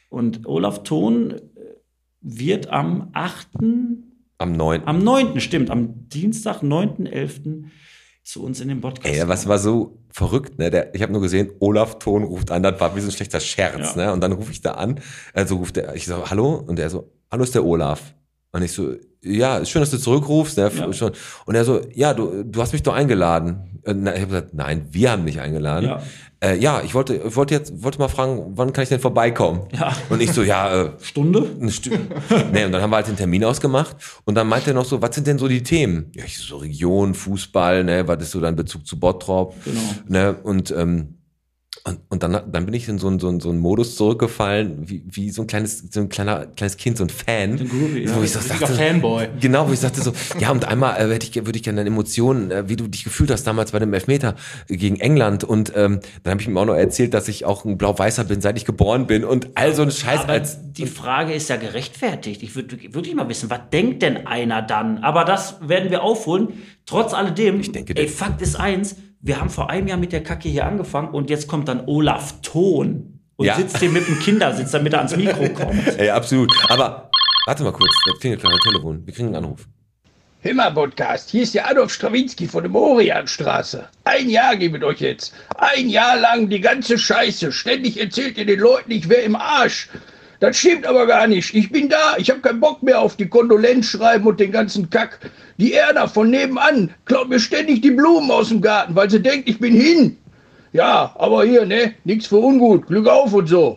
Und Olaf Thon wird am 8. Am 9. Am 9. stimmt, am Dienstag, 9.11. zu uns in den Podcast. Ey, was war so verrückt, ne? Ich habe nur gesehen, Olaf Thon ruft an, das war wie so ein schlechter Scherz, ne? Und dann rufe ich da an, ich so, hallo? Und er so, hallo, ist der Olaf. Und ich so, ja, ist schön, dass du zurückrufst, ne? Ja. Schon. Und er so, ja, du hast mich doch eingeladen. Ich habe gesagt, nein, wir haben dich eingeladen. Ja, ich wollte mal fragen, wann kann ich denn vorbeikommen? Ja. Und ich so, ja, Stunde? Eine Stunde. Nee, und dann haben wir halt den Termin ausgemacht und dann meinte er noch so, was sind denn so die Themen? Ja, ich so Region, Fußball, ne, was ist so dein Bezug zu Bottrop? Genau. Ne, und dann bin ich in so einen Modus zurückgefallen, wie so ein kleines Kind, so ein Fan. Groovy, wo ich so sagte, Fanboy. Genau, wo ich sagte so, ja, und einmal würde ich gerne deine Emotionen, wie du dich gefühlt hast damals bei dem Elfmeter gegen England. Und dann habe ich ihm auch noch erzählt, dass ich auch ein Blau-Weißer bin, seit ich geboren bin und all so ein Scheiß. Aber die Frage ist ja gerechtfertigt. Ich würde wirklich mal wissen, was denkt denn einer dann? Aber das werden wir aufholen. Trotz alledem, Fakt ist eins, wir haben vor einem Jahr mit der Kacke hier angefangen und jetzt kommt dann Olaf Thon und sitzt hier mit dem Kindersitz, damit er ans Mikro kommt. Ja, absolut. Aber warte mal kurz, das klingelt gerade ein Telefon. Wir kriegen einen Anruf. Himmer-Podcast, hier ist der Adolf Strawinski von der Morianstraße. 1 Jahr gebe ich euch jetzt. 1 Jahr lang die ganze Scheiße. Ständig erzählt ihr den Leuten, ich wäre im Arsch. Das stimmt aber gar nicht. Ich bin da. Ich habe keinen Bock mehr auf die Kondolenzschreiben und den ganzen Kack. Die Erna von nebenan klaut mir ständig die Blumen aus dem Garten, weil sie denkt, ich bin hin. Ja, aber hier, ne? Nichts für ungut. Glück auf und so.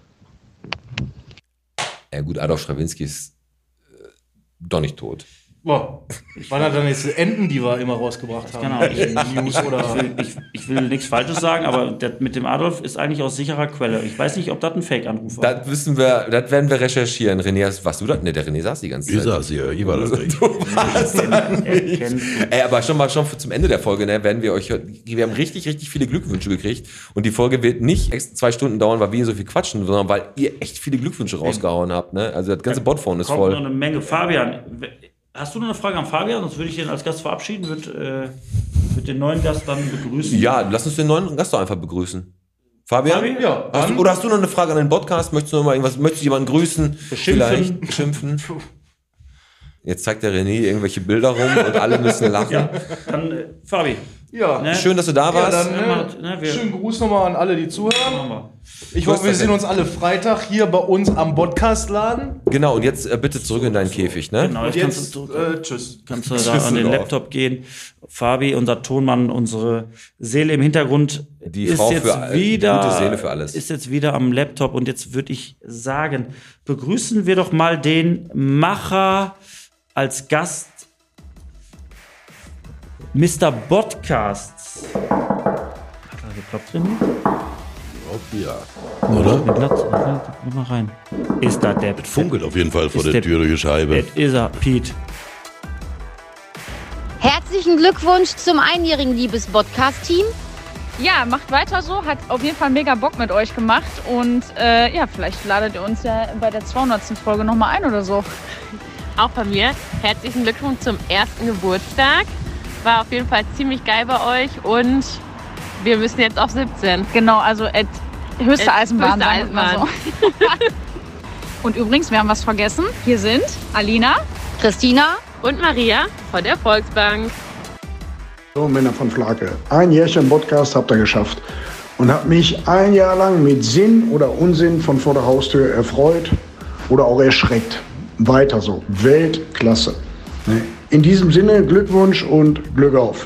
Ja gut, Adolf Strawinski ist doch nicht tot. Boah, waren das dann jetzt Enten, die wir immer rausgebracht haben? Genau, ich will nichts Falsches sagen, aber mit dem Adolf ist eigentlich aus sicherer Quelle. Ich weiß nicht, ob das ein Fake-Anruf war. Das werden wir recherchieren. René, warst du das? Ne, der René saß die ganze Zeit. Ich saß hier, ich war das nicht. Du warst das nicht. Ey, aber schon zum Ende der Folge, ne, wir haben richtig, richtig viele Glückwünsche gekriegt und die Folge wird nicht extra 2 Stunden dauern, weil wir so viel quatschen, sondern weil ihr echt viele Glückwünsche rausgehauen habt, ne? Also das ganze Botphone ist voll. Kommt noch eine Menge. Fabian, hast du noch eine Frage an Fabian? Sonst würde ich ihn als Gast verabschieden, würde den neuen Gast dann begrüßen. Ja, lass uns den neuen Gast doch einfach begrüßen. Fabian? Ja. Hast du noch eine Frage an den Podcast? Möchtest du noch mal irgendwas? Möchtest du jemanden grüßen? Vielleicht beschimpfen? Jetzt zeigt der René irgendwelche Bilder rum und alle müssen lachen. Ja, dann Fabi. Ja. Ne? Schön, dass du da warst. Dann, schönen Gruß nochmal an alle, die zuhören. Ich hoffe, wir sehen uns alle Freitag hier bei uns am Podcast-Laden. Genau, und jetzt bitte zurück in deinen Käfig, ne? Genau, jetzt tschüss. Kannst du da an den Laptop gehen. Fabi, unser Tonmann, unsere Seele im Hintergrund, die Frau ist jetzt wieder, gute Seele für alles. Ist jetzt wieder am Laptop und jetzt würde ich sagen, begrüßen wir doch mal den Macher als Gast, Mr. Podcasts. Hat er geklopft drin? Ja. Oder? Geh mal rein. Ist da der? Funkelt auf jeden Fall vor der Tür durch die Scheibe. Das ist er, Pete. Herzlichen Glückwunsch zum einjährigen Liebes-Podcast-Team. Ja, macht weiter so. Hat auf jeden Fall mega Bock mit euch gemacht. Und vielleicht ladet ihr uns ja bei der 200. Folge nochmal ein oder so. Auch bei mir. Herzlichen Glückwunsch zum 1. Geburtstag. War auf jeden Fall ziemlich geil bei euch und wir müssen jetzt auf 17. Genau, also höchste Eisenbahn. So. Und übrigens, wir haben was vergessen. Hier sind Alina, Christina und Maria von der Volksbank. So, Männer von Flake. 1 Jährchen Podcast habt ihr geschafft und habt mich 1 Jahr lang mit Sinn oder Unsinn von vor der Haustür erfreut oder auch erschreckt. Weiter so. Weltklasse. In diesem Sinne Glückwunsch und Glück auf.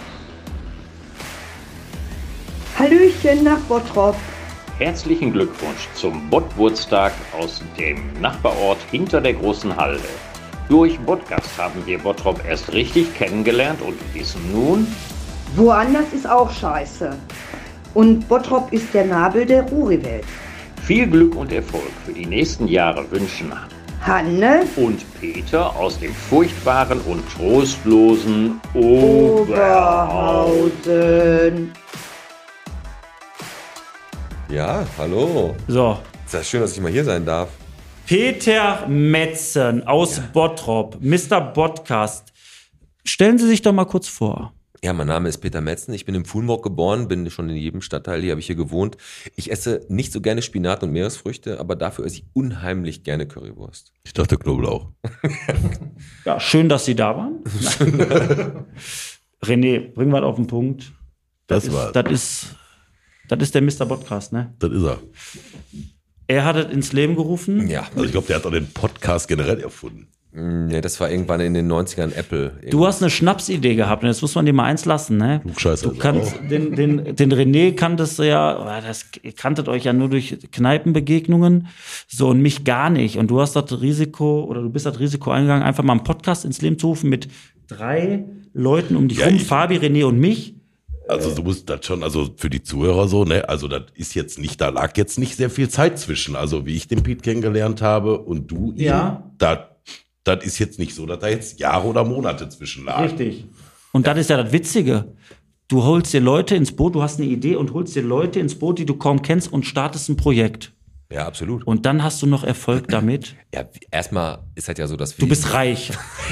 Hallöchen nach Bottrop. Herzlichen Glückwunsch zum Bottwurztag aus dem Nachbarort hinter der großen Halde. Durch Podcast haben wir Bottrop erst richtig kennengelernt und wissen nun: Woanders ist auch scheiße. Und Bottrop ist der Nabel der Ruhrwelt. Viel Glück und Erfolg für die nächsten Jahre wünschen Hanne und Peter aus dem furchtbaren und trostlosen Oberhausen. Ja, hallo. So. Ist das schön, dass ich mal hier sein darf. Peter Metzen aus Bottrop, Mr. Podcast. Stellen Sie sich doch mal kurz vor. Ja, mein Name ist Peter Metzen. Ich bin in Fulmburg geboren, bin schon in jedem Stadtteil hier, habe ich hier gewohnt. Ich esse nicht so gerne Spinat und Meeresfrüchte, aber dafür esse ich unheimlich gerne Currywurst. Ich dachte Knoblauch. Ja, schön, dass Sie da waren. René, bringen wir auf den Punkt. Das ist der Mr. Podcast, ne? Das ist er. Er hat es ins Leben gerufen. Ja. Also ich glaube, der hat auch den Podcast generell erfunden. Ja, das war irgendwann in den 90ern Apple. Du hast eine Schnapsidee gehabt und jetzt muss man dir mal eins lassen, ne? Klugscheißer. Du kannst den René kanntest du ja, ihr kanntet euch ja nur durch Kneipenbegegnungen, so und mich gar nicht. Und du hast das Risiko oder du bist das Risiko eingegangen, einfach mal einen Podcast ins Leben zu rufen mit 3 Leuten um dich rum, Fabi, René und mich. Also du musst das schon, also für die Zuhörer so, ne, also das ist jetzt nicht, da lag jetzt nicht sehr viel Zeit zwischen, also wie ich den Pete kennengelernt habe und du ihn, das ist jetzt nicht so, dass da jetzt Jahre oder Monate zwischen lagen. Richtig. Und das ist ja das Witzige. Du holst dir Leute ins Boot, du hast eine Idee und holst dir Leute ins Boot, die du kaum kennst und startest ein Projekt. Ja, absolut. Und dann hast du noch Erfolg damit. Ja, erstmal ist halt ja so, dass wir... Du bist reich.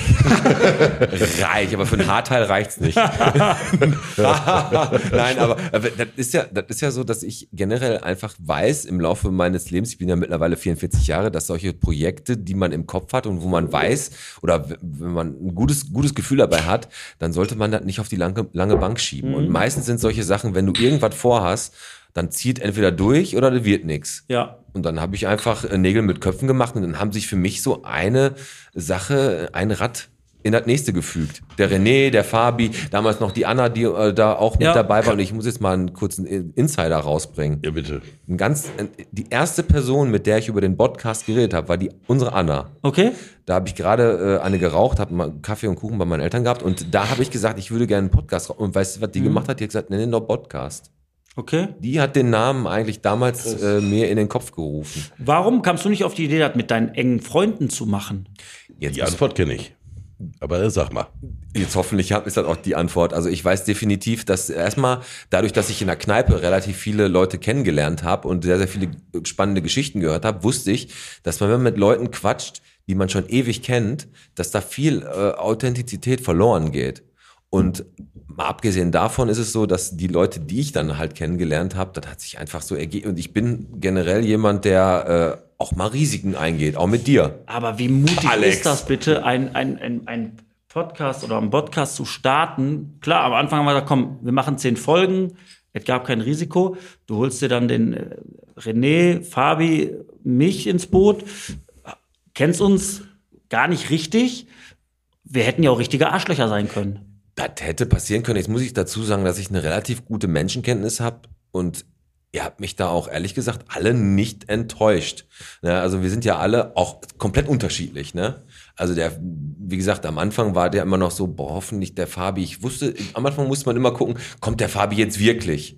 Reich, aber für ein Haarteil reicht's nicht. Nein, aber das ist ja so, dass ich generell einfach weiß im Laufe meines Lebens, ich bin ja mittlerweile 44 Jahre, dass solche Projekte, die man im Kopf hat und wo man weiß, oder wenn man ein gutes Gefühl dabei hat, dann sollte man das nicht auf die lange Bank schieben. Mhm. Und meistens sind solche Sachen, wenn du irgendwas vorhast, dann zieht entweder durch oder das wird nichts. Ja. Und dann habe ich einfach Nägel mit Köpfen gemacht und dann haben sich für mich so eine Sache, ein Rad in das nächste gefügt. Der René, der Fabi, damals noch die Anna, die da auch mit dabei war. Und ich muss jetzt mal einen kurzen Insider rausbringen. Ja, bitte. Die erste Person, mit der ich über den Podcast geredet habe, war unsere Anna. Okay. Da habe ich gerade eine geraucht, habe mal Kaffee und Kuchen bei meinen Eltern gehabt und da habe ich gesagt, ich würde gerne einen Podcast rauchen. Und weißt du, was die gemacht hat? Die hat gesagt, nenn den doch Podcast. Okay. Die hat den Namen eigentlich damals mir in den Kopf gerufen. Warum kamst du nicht auf die Idee, das mit deinen engen Freunden zu machen? Jetzt die Antwort kenne ich. Aber sag mal. Jetzt hoffentlich ist das auch die Antwort. Also ich weiß definitiv, dass erstmal dadurch, dass ich in der Kneipe relativ viele Leute kennengelernt habe und sehr, sehr viele spannende Geschichten gehört habe, wusste ich, dass man, wenn man mit Leuten quatscht, die man schon ewig kennt, dass da viel Authentizität verloren geht. Und mal abgesehen davon ist es so, dass die Leute, die ich dann halt kennengelernt habe, das hat sich einfach so ergeben. Und ich bin generell jemand, der auch mal Risiken eingeht, auch mit dir. Aber wie mutig Alex. ist das bitte, ein Podcast oder einen Podcast zu starten? Klar, am Anfang haben wir gesagt, komm, wir machen 10 Folgen. Es gab kein Risiko. Du holst dir dann den René, Fabi, mich ins Boot. Kennst uns gar nicht richtig. Wir hätten ja auch richtige Arschlöcher sein können. Das hätte passieren können. Jetzt muss ich dazu sagen, dass ich eine relativ gute Menschenkenntnis habe und ihr habt mich da auch ehrlich gesagt alle nicht enttäuscht. Ne? Also wir sind ja alle auch komplett unterschiedlich. Ne? Also wie gesagt, am Anfang war der immer noch so, boah, hoffentlich der Fabi. Am Anfang musste man immer gucken, kommt der Fabi jetzt wirklich?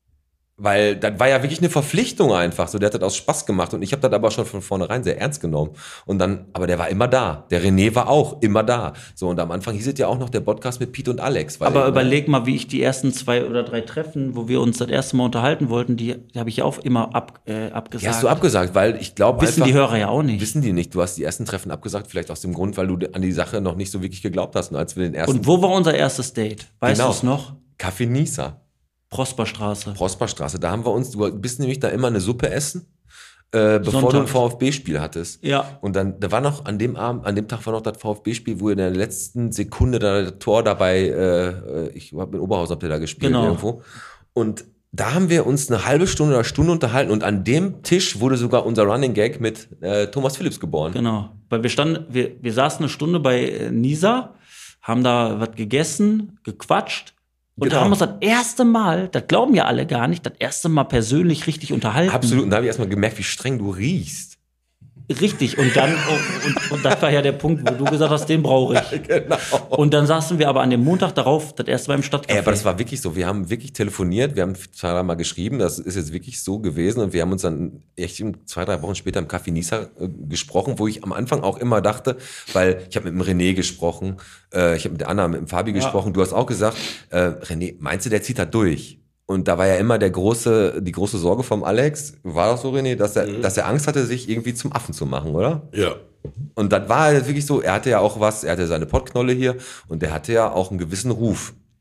Weil das war ja wirklich eine Verpflichtung einfach. So, der hat das aus Spaß gemacht und ich habe das aber schon von vornherein sehr ernst genommen. Und dann, aber der war immer da. Der René war auch immer da. So, und am Anfang hieß es ja auch noch der Podcast mit Pete und Alex. Aber überleg mal, wie ich die ersten 2 oder 3 Treffen, wo wir uns das erste Mal unterhalten wollten, die habe ich ja auch immer abgesagt. Die hast du abgesagt, weil ich glaube Wissen die Hörer ja auch nicht. Wissen die nicht. Du hast die ersten Treffen abgesagt, vielleicht aus dem Grund, weil du an die Sache noch nicht so wirklich geglaubt hast. Und als wir den ersten. Und wo war unser erstes Date? Weißt du es noch? Café Nisa. Prosperstraße. Da haben wir uns, du bist nämlich da immer eine Suppe essen, bevor du ein VfB-Spiel hattest. Ja. Und dann, da war noch an dem Tag war noch das VfB-Spiel, wo in der letzten Sekunde da das Tor dabei, ich habe in Oberhausen, habt ihr da gespielt irgendwo. Und da haben wir uns eine halbe Stunde oder Stunde unterhalten und an dem Tisch wurde sogar unser Running Gag mit Thomas Phillips geboren. Genau. Weil wir saßen eine Stunde bei Nisa, haben da was gegessen, gequatscht. Und da haben wir uns das erste Mal, das glauben ja alle gar nicht, das erste Mal persönlich richtig unterhalten. Absolut. Und da habe ich erstmal gemerkt, wie streng du riechst. Richtig. Und dann, und das war ja der Punkt, wo du gesagt hast, den brauche ich. Genau. Und dann saßen wir aber an dem Montag darauf, das erste Mal im Stadtcafé. Aber das war wirklich so. Wir haben wirklich telefoniert, wir haben 2-3 Mal geschrieben, das ist jetzt wirklich so gewesen. Und wir haben uns dann echt 2-3 Wochen später im Café Nisa gesprochen, wo ich am Anfang auch immer dachte, weil ich habe mit dem René gesprochen, ich habe mit der Anna, mit dem Fabi gesprochen. Du hast auch gesagt, René, meinst du, der zieht da durch? Und da war ja immer die große Sorge vom Alex, war das so, René, dass er Angst hatte, sich irgendwie zum Affen zu machen, oder? Ja. Und das war halt wirklich so, er hatte ja auch er hatte seine Pottknolle hier und der hatte ja auch einen gewissen Ruf.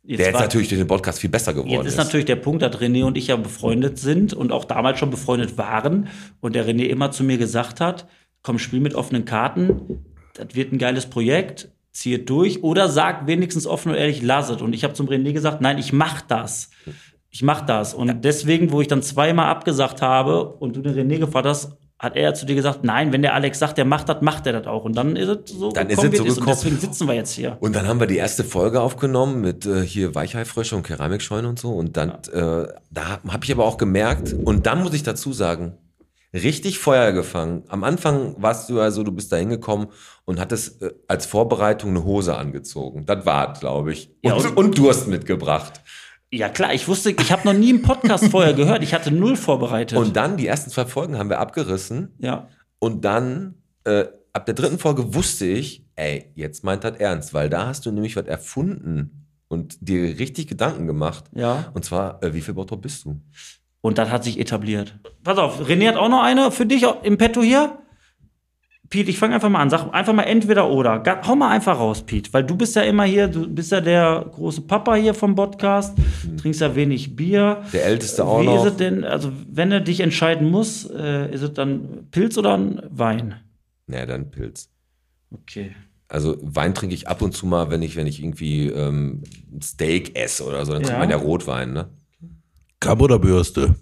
Der jetzt natürlich durch den Podcast viel besser geworden ist. Jetzt ist natürlich der Punkt, dass René und ich ja befreundet sind und auch damals schon befreundet waren und der René immer zu mir gesagt hat, komm, spiel mit offenen Karten, das wird ein geiles Projekt, zieh es durch oder sag wenigstens offen und ehrlich, lass es. Und ich habe zum René gesagt, nein, ich mach das. Und deswegen, wo ich dann zweimal abgesagt habe und du den René gefragt hast, hat er zu dir gesagt, nein, wenn der Alex sagt, der macht er das auch. Und dann ist es so gekommen. Und deswegen sitzen wir jetzt hier. Und dann haben wir die erste Folge aufgenommen mit hier Weichheifrösche und Keramikscheune und so. Und dann, da habe ich aber auch gemerkt, und dann muss ich dazu sagen, richtig Feuer gefangen. Am Anfang warst du also, du bist da hingekommen und hattest als Vorbereitung eine Hose angezogen. Das war, glaube ich. Und Durst mitgebracht. Ja klar, ich wusste, ich habe noch nie einen Podcast vorher gehört. Ich hatte 0 vorbereitet. Und dann, die ersten 2 Folgen haben wir abgerissen. Ja. Und dann, ab der 3. Folge wusste ich, ey, jetzt meint das ernst. Weil da hast du nämlich was erfunden und dir richtig Gedanken gemacht. Ja. Und zwar, wie viel Bottrop bist du? Und das hat sich etabliert. Pass auf, René hat auch noch eine für dich im Petto hier. Piet, ich fange einfach mal an. Sag einfach mal entweder oder. Hau mal einfach raus, Piet. Weil du bist ja immer hier, du bist ja der große Papa hier vom Podcast. Trinkst ja wenig Bier. Der Älteste auch noch. noch. Wie ist es denn, also wenn er dich entscheiden muss, ist es dann Pilz oder ein Wein? Nee, dann Pilz. Okay. Also Wein trinke ich ab und zu mal, wenn ich irgendwie ein Steak esse oder so. Dann trinkt man ja Rotwein, ne? Kamm oder Bürste?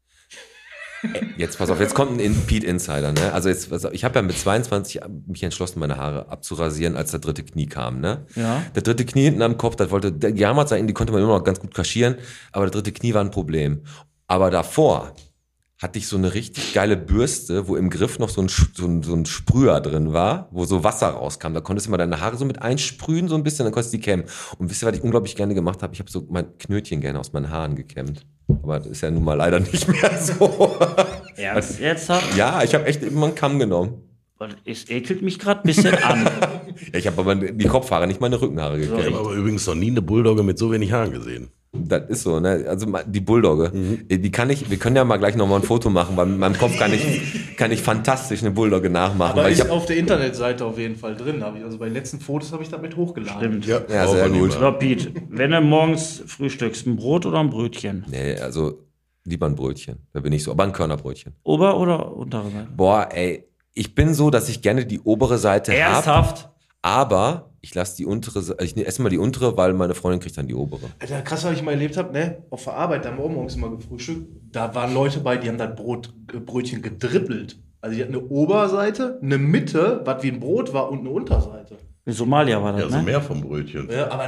Jetzt pass auf, jetzt kommt ein Pete Insider, ne? Also jetzt, ich habe ja mit 22 mich entschlossen, meine Haare abzurasieren, als der 3. Knie kam, ne? Ja. Der 3. Knie hinten am Kopf, die Jammerzeiten, die konnte man immer noch ganz gut kaschieren, aber der 3. Knie war ein Problem. Aber davor hatte ich so eine richtig geile Bürste, wo im Griff noch so ein Sprüher drin war, wo so Wasser rauskam. Da konntest du mal deine Haare so mit einsprühen, so ein bisschen, dann konntest du die kämmen. Und wisst ihr, was ich unglaublich gerne gemacht habe? Ich habe so mein Knötchen gerne aus meinen Haaren gekämmt. Aber das ist ja nun mal leider nicht mehr so. Ernsthaft? Ja, ich habe echt immer einen Kamm genommen. Es ekelt mich gerade ein bisschen an. Ja, ich habe aber die Kopfhaare, nicht meine Rückenhaare gekämmt. Ich habe aber übrigens noch nie eine Bulldogge mit so wenig Haaren gesehen. Das ist so, ne? Also die Bulldogge, die wir können ja mal gleich nochmal ein Foto machen, weil mit meinem Kopf kann ich fantastisch eine Bulldogge nachmachen. Aber weil ist auf der Internetseite auf jeden Fall drin. Also bei den letzten Fotos habe ich damit hochgeladen. Stimmt. Ja, sehr gut. So, Piet, wenn du morgens frühstückst, ein Brot oder ein Brötchen? Nee, also lieber ein Brötchen. Da bin ich so, aber ein Körnerbrötchen. Ober- oder untere Seite? Boah, ey, ich bin so, dass ich gerne die obere Seite habe. Ernsthaft? Aber ich lasse die untere, ich esse mal die untere, weil meine Freundin kriegt dann die obere. Alter, krass, was ich mal erlebt habe, ne? Auf der Arbeit, da haben wir auch morgens immer gefrühstückt. Da waren Leute bei, die haben das Brötchen gedribbelt. Also die hatten eine Oberseite, eine Mitte, was wie ein Brot war, und eine Unterseite. In Somalia war das, ja, so mehr vom Brötchen. Ja, aber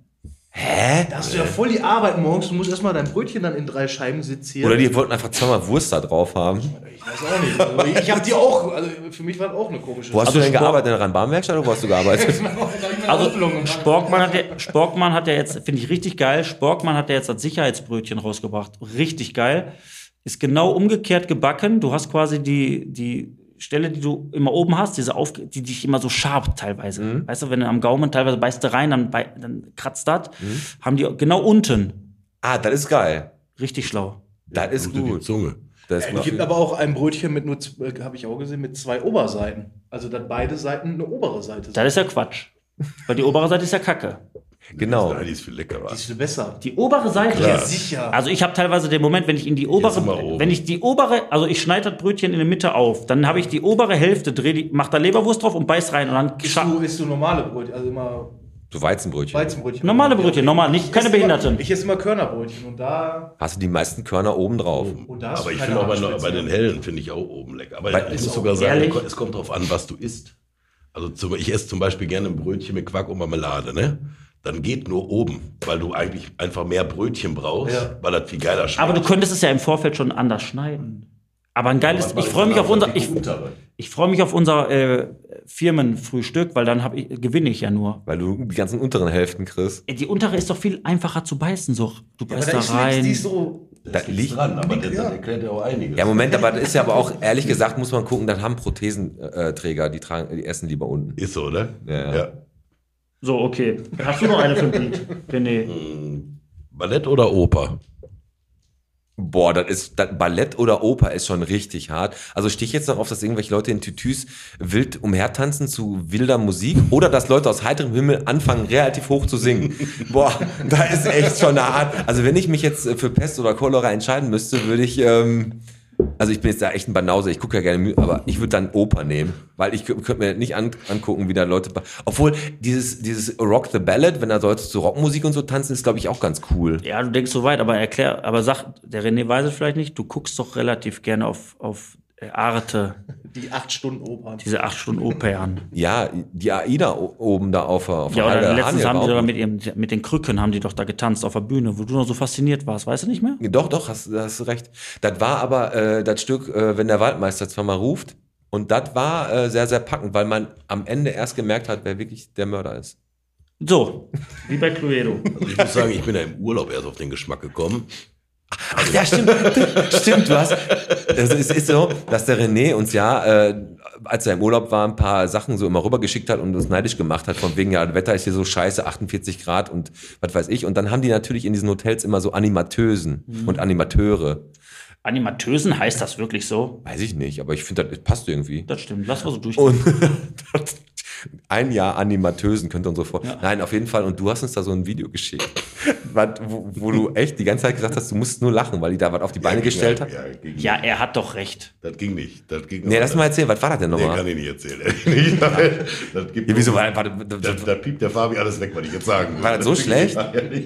da hast du ja voll die Arbeit morgens. Du musst erstmal dein Brötchen dann in 3 Scheiben sezieren. Oder die wollten einfach 2-mal Wurst da drauf haben. Ich weiß auch nicht. Also ich habe die auch, also für mich war das auch eine komische Wo hast du denn gearbeitet? In der Rhein-Bahnwerkstatt oder wo hast du gearbeitet? Also Sporkmann hat ja jetzt, finde ich richtig geil, Sporkmann hat ja jetzt das Sicherheitsbrötchen rausgebracht. Richtig geil. Ist genau umgekehrt gebacken. Du hast quasi die Stelle, die du immer oben hast, die dich immer so scharf teilweise. Weißt du, wenn du am Gaumen teilweise beißt du rein, dann kratzt das. Haben die genau unten. Ah, das ist geil. Richtig schlau. Das ist gut. Zunge. Es gibt aber auch ein Brötchen mit nur, habe ich auch gesehen, mit 2 Oberseiten. Also dass beide Seiten eine obere Seite sind. Das ist ja Quatsch. Weil die obere Seite ist ja Kacke. Genau. Die ist viel leckerer. Die ist viel besser. Die obere Seite? Ja, sicher. Also ich habe teilweise den Moment, wenn ich in die obere, also ich schneide das Brötchen in der Mitte auf, dann habe ich die obere Hälfte, mach da Leberwurst drauf und beiß rein und dann isst du normale Brötchen, also immer so Weizenbrötchen. Normale Brötchen, normal, nicht keine Behinderten. Ich esse immer Körnerbrötchen und da hast du die meisten Körner oben drauf. Aber ich finde auch bei den hellen finde ich auch oben lecker. Aber ich muss sogar sagen, es kommt drauf an, was du isst. Also ich esse zum Beispiel gerne ein Brötchen mit Quark und Marmelade, ne? Dann geht nur oben, weil du eigentlich einfach mehr Brötchen brauchst, weil das viel geiler schmeckt. Aber du könntest es ja im Vorfeld schon anders schneiden. Aber ein geiles, ich freue mich auf unser Firmenfrühstück, weil dann gewinne ich ja nur. Weil du die ganzen unteren Hälften kriegst. Die untere ist doch viel einfacher zu beißen, so. Du beißt da rein. Da liegt dran, aber das erklärt ja auch einiges. Ja, Moment, aber das ist ja aber auch, ehrlich gesagt, muss man gucken, dann haben Prothesenträger, die essen lieber unten. Ist so, oder? Ja. So, okay. Hast du noch eine für mich, René? Ballett oder Oper? Boah, das Ballett oder Oper ist schon richtig hart. Also stehe ich jetzt noch auf, dass irgendwelche Leute in Tütüs wild umhertanzen zu wilder Musik oder dass Leute aus heiterem Himmel anfangen, relativ hoch zu singen. Boah, da ist echt schon hart. Also wenn ich mich jetzt für Pest oder Cholera entscheiden müsste, würde ich, also ich bin jetzt da echt ein Banause, ich gucke ja gerne, aber ich würde dann Oper nehmen, weil ich könnte mir nicht angucken, wie da Leute, obwohl dieses Rock the Ballad, wenn da Leute zu Rockmusik und so tanzen, ist glaube ich auch ganz cool. Ja, du denkst so weit, aber sag, der René weiß es vielleicht nicht, du guckst doch relativ gerne auf Arte. Die 8-Stunden-Opern. Diese 8-Stunden-Opern. Ja, die AIDA oben da auf der Ja, oder letztens haben die Haniel sogar mit den Krücken haben die doch da getanzt auf der Bühne, wo du noch so fasziniert warst, weißt du nicht mehr? Doch, hast du recht. Das war aber das Stück, wenn der Waldmeister zweimal ruft. Und das war sehr, sehr packend, weil man am Ende erst gemerkt hat, wer wirklich der Mörder ist. So, wie bei Cluedo. Also ich muss sagen, ich bin ja im Urlaub erst auf den Geschmack gekommen. Ach ja, stimmt, du hast, also es ist so, dass der René uns als er im Urlaub war, ein paar Sachen so immer rübergeschickt hat und uns neidisch gemacht hat, von wegen, ja, das Wetter ist hier so scheiße, 48 Grad und was weiß ich. Und dann haben die natürlich in diesen Hotels immer so Animateusen und Animateure. Animateusen, heißt das wirklich so? Weiß ich nicht, aber ich finde, das passt irgendwie. Das stimmt, lass mal so durchgehen. Und ein Jahr Animateusen könnte unsere Vor. Ja. Nein, auf jeden Fall. Und du hast uns da so ein Video geschickt, wo du echt die ganze Zeit gesagt hast, du musst nur lachen, weil die da was auf die Beine gestellt hat. Ja, er hat doch recht. Das ging nicht. Nee, lass mal erzählen, was war das denn nochmal? Nee, kann ich nicht erzählen. Das gibt ja, wieso? Da piept der Fabi alles weg, was ich jetzt sagen will. War das so schlecht?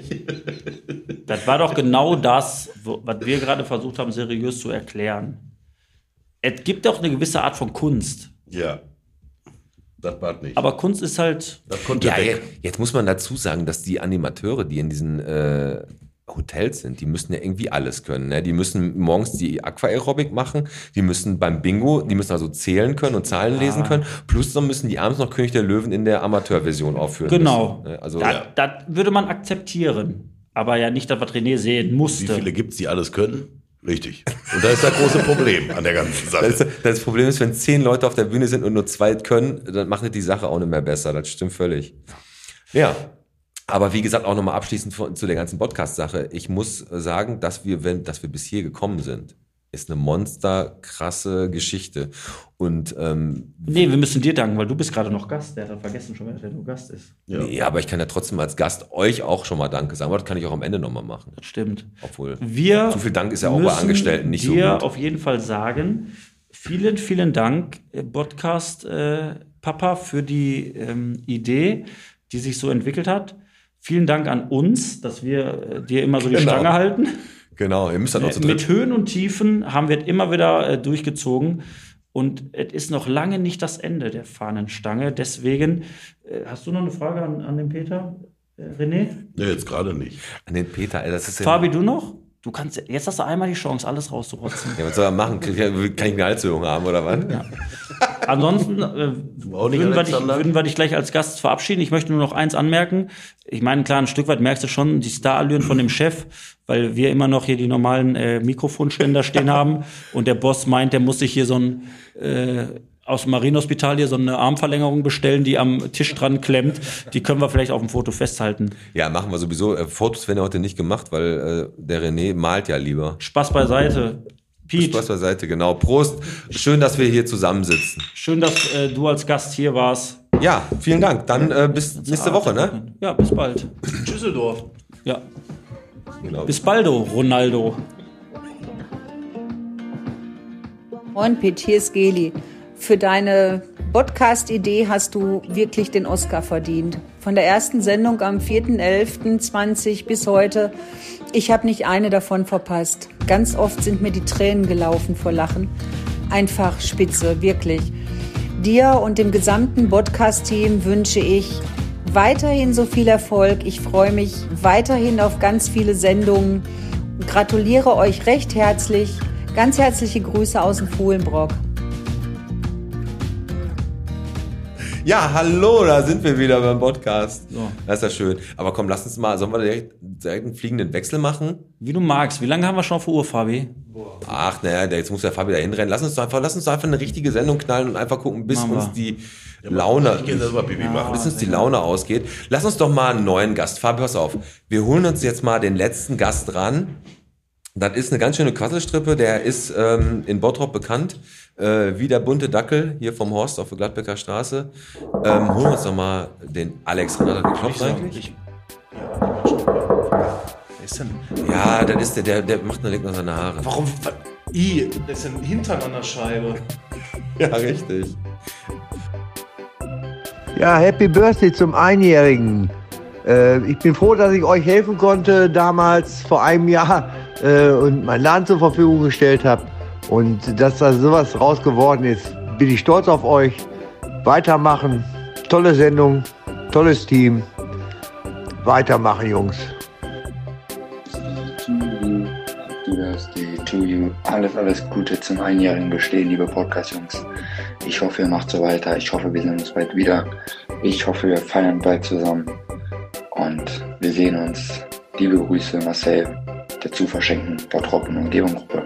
Das war doch genau das, was wir gerade versucht haben, seriös zu erklären. Es gibt doch eine gewisse Art von Kunst. Ja. Das war nicht. Aber Kunst ist halt. Das konnte weg. Jetzt muss man dazu sagen, dass die Animateure, die in diesen Hotels sind, die müssen ja irgendwie alles können. Ne? Die müssen morgens die Aquaerobik machen, die müssen beim Bingo, die müssen also zählen können und Zahlen lesen können, plus dann müssen die abends noch König der Löwen in der Amateurversion aufführen. Genau. Müssen, ne? Also, das würde man akzeptieren. Aber ja nicht das, was René sehen musste. Wie viele gibt es, die alles können? Richtig. Und da ist das große Problem an der ganzen Sache. Das Problem ist, wenn 10 Leute auf der Bühne sind und nur 2 können, dann macht das die Sache auch nicht mehr besser. Das stimmt völlig. Ja. Aber wie gesagt, auch nochmal abschließend zu der ganzen Podcast-Sache. Ich muss sagen, dass wir bis hier gekommen sind, ist eine monsterkrasse Geschichte. Und nee, wir müssen dir danken, weil du bist gerade noch Gast. Der hat vergessen schon, wer nur Gast ist. Ja, aber ich kann ja trotzdem als Gast euch auch schon mal Danke sagen. Aber das kann ich auch am Ende nochmal machen. Das stimmt. Obwohl, zu viel Dank ist ja auch bei Angestellten nicht so gut. Wir auf jeden Fall sagen, vielen, vielen Dank, Podcast Papa, für die Idee, die sich so entwickelt hat. Vielen Dank an uns, dass wir dir immer so die Stange halten. Genau, ihr müsst dann auch zu dritt. Mit Höhen und Tiefen haben wir immer wieder durchgezogen. Und es ist noch lange nicht das Ende der Fahnenstange. Deswegen, hast du noch eine Frage an den Peter, René? Nee, jetzt gerade nicht. An den Peter, das ist Fabi, du noch? Jetzt hast du einmal die Chance, alles rauszurotzen. Ja, was soll er machen? Kann ich eine Gehaltserhöhung haben, oder was? Ja. Ansonsten würden wir dich gleich als Gast verabschieden. Ich möchte nur noch eins anmerken. Ich meine, klar, ein Stück weit merkst du schon die Starallüren von dem Chef, weil wir immer noch hier die normalen Mikrofonständer stehen haben. Und der Boss meint, der muss sich hier so ein aus dem Marienhospital hier so eine Armverlängerung bestellen, die am Tisch dran klemmt. Die können wir vielleicht auf dem Foto festhalten. Ja, machen wir sowieso. Fotos werden ja heute nicht gemacht, weil der René malt ja lieber. Spaß beiseite. Piet. Spaß beiseite, genau. Prost. Schön, dass wir hier zusammensitzen. Schön, dass du als Gast hier warst. Ja, vielen Dank. Dann bis nächste Woche, ne? Ja, bis bald. Düsseldorf. Ja. Genau. Bis baldo, Ronaldo. Moin, Piet, hier ist Geli. Für deine Podcast-Idee hast du wirklich den Oscar verdient. Von der ersten Sendung am 4.11.20 bis heute. Ich habe nicht eine davon verpasst. Ganz oft sind mir die Tränen gelaufen vor Lachen. Einfach spitze, wirklich. Dir und dem gesamten Podcast-Team wünsche ich weiterhin so viel Erfolg. Ich freue mich weiterhin auf ganz viele Sendungen. Gratuliere euch recht herzlich. Ganz herzliche Grüße aus dem Fuhlenbrock. Ja, hallo, da sind wir wieder beim Podcast. So. Das ist ja schön. Aber komm, lass uns mal, sollen wir direkt einen fliegenden Wechsel machen? Wie du magst. Wie lange haben wir schon auf der Uhr, Fabi? Ach, naja, jetzt muss der Fabi da hinrennen. Lass uns doch einfach eine richtige Sendung knallen und einfach gucken, bis uns die Laune, bis uns die Laune ausgeht. Lass uns doch mal einen neuen Gast. Fabi, pass auf. Wir holen uns jetzt mal den letzten Gast ran. Das ist eine ganz schöne Quasselstrippe, der ist in Bottrop bekannt, wie der bunte Dackel hier vom Horst auf der Gladbecker Straße. Holen wir uns doch mal den Alex ran. Hat er geklopft eigentlich? Wer ist denn? Ja, das ist der macht legt noch seine Haare. Warum? Das ist ein Hintern an der Scheibe. Ja, richtig. Ja, Happy Birthday zum Einjährigen. Ich bin froh, dass ich euch helfen konnte damals vor einem Jahr und meinen Laden zur Verfügung gestellt habe. Und dass da sowas raus geworden ist, bin ich stolz auf euch. Weitermachen. Tolle Sendung, tolles Team. Weitermachen, Jungs. Happy Birthday to you. Alles Gute zum einjährigen Bestehen, liebe Podcast-Jungs. Ich hoffe, ihr macht so weiter. Ich hoffe, wir sehen uns bald wieder. Ich hoffe, wir feiern bald zusammen. Und wir sehen uns. Liebe Grüße, Marcel, der zu verschenkten Bottrop- und Umgebungsgruppe.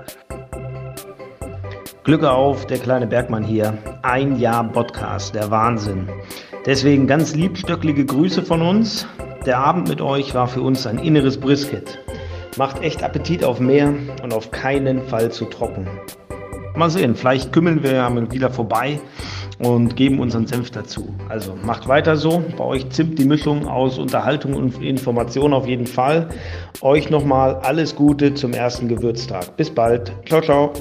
Glück auf, der kleine Bergmann hier. Ein Jahr Podcast, der Wahnsinn. Deswegen ganz liebstöcklige Grüße von uns. Der Abend mit euch war für uns ein inneres Brisket. Macht echt Appetit auf mehr und auf keinen Fall zu trocken. Mal sehen, vielleicht kümmeln wir ja mal wieder vorbei und geben unseren Senf dazu. Also macht weiter so. Bei euch zimmt die Mischung aus Unterhaltung und Information auf jeden Fall. Euch nochmal alles Gute zum ersten Gewürztag. Bis bald. Ciao, ciao.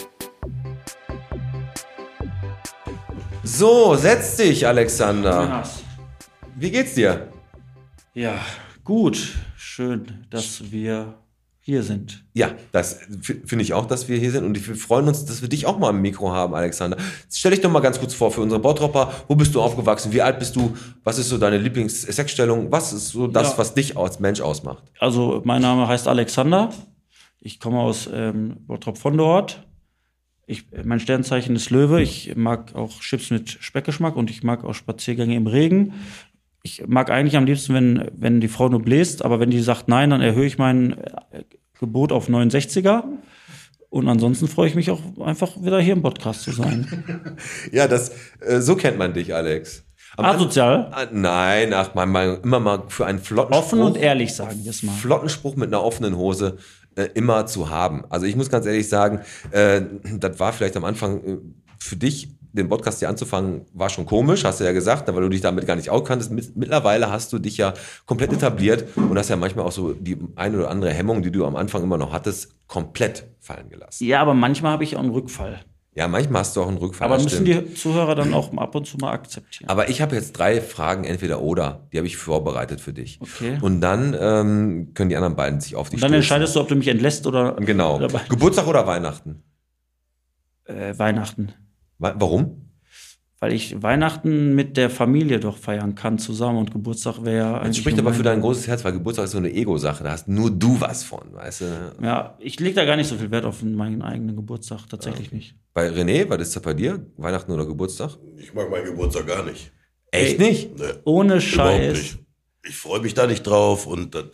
So, setz dich, Alexander. Wie geht's dir? Ja, gut. Schön, dass wir hier sind. Ja, das finde ich auch, dass wir hier sind und wir freuen uns, dass wir dich auch mal im Mikro haben, Alexander. Stell dich doch mal ganz kurz vor für unsere Bottropper. Wo bist du aufgewachsen? Wie alt bist du? Was ist so deine Lieblings-Sexstellung? Was ist so das, was dich als Mensch ausmacht? Also, mein Name heißt Alexander. Ich komme aus Bottrop von dort. Mein Sternzeichen ist Löwe. Ich mag auch Chips mit Speckgeschmack und ich mag auch Spaziergänge im Regen. Ich mag eigentlich am liebsten, wenn die Frau nur bläst, aber wenn die sagt nein, dann erhöhe ich mein Gebot auf 69er. Und ansonsten freue ich mich auch einfach wieder hier im Podcast zu sein. Ja, so kennt man dich, Alex. Asozial? Nein, immer mal für einen flotten Offen Spruch. und ehrlich sagen wir es mal. Flotten Spruch mit einer offenen Hose immer zu haben. Also ich muss ganz ehrlich sagen, das war vielleicht am Anfang für dich, den Podcast hier anzufangen, war schon komisch, hast du ja gesagt, weil du dich damit gar nicht auskanntest. Mittlerweile hast du dich ja komplett etabliert und hast ja manchmal auch so die eine oder andere Hemmung, die du am Anfang immer noch hattest, komplett fallen gelassen. Ja, aber manchmal habe ich auch einen Rückfall. Ja, manchmal hast du auch einen Rückfall. Aber müssen die Zuhörer dann auch ab und zu mal akzeptieren. Aber ich habe jetzt 3 Fragen, entweder oder, die habe ich vorbereitet für dich. Okay. Und dann können die anderen beiden sich auf dich Und dann stoßen. entscheidest du, ob du mich entlässt oder... Genau. Oder Geburtstag oder Weihnachten? Weihnachten. Warum? Weil ich Weihnachten mit der Familie doch feiern kann zusammen und Geburtstag wäre ja eigentlich... Das spricht aber für dein großes Herz, weil Geburtstag ist so eine Ego-Sache, da hast nur du was von, weißt du? Ja, ich lege da gar nicht so viel Wert auf meinen eigenen Geburtstag, tatsächlich nicht. Bei René, was ist da bei dir? Weihnachten oder Geburtstag? Ich mag meinen Geburtstag gar nicht. Echt nicht? Nee, ohne überhaupt Scheiß. nicht. Ich freue mich da nicht drauf und das...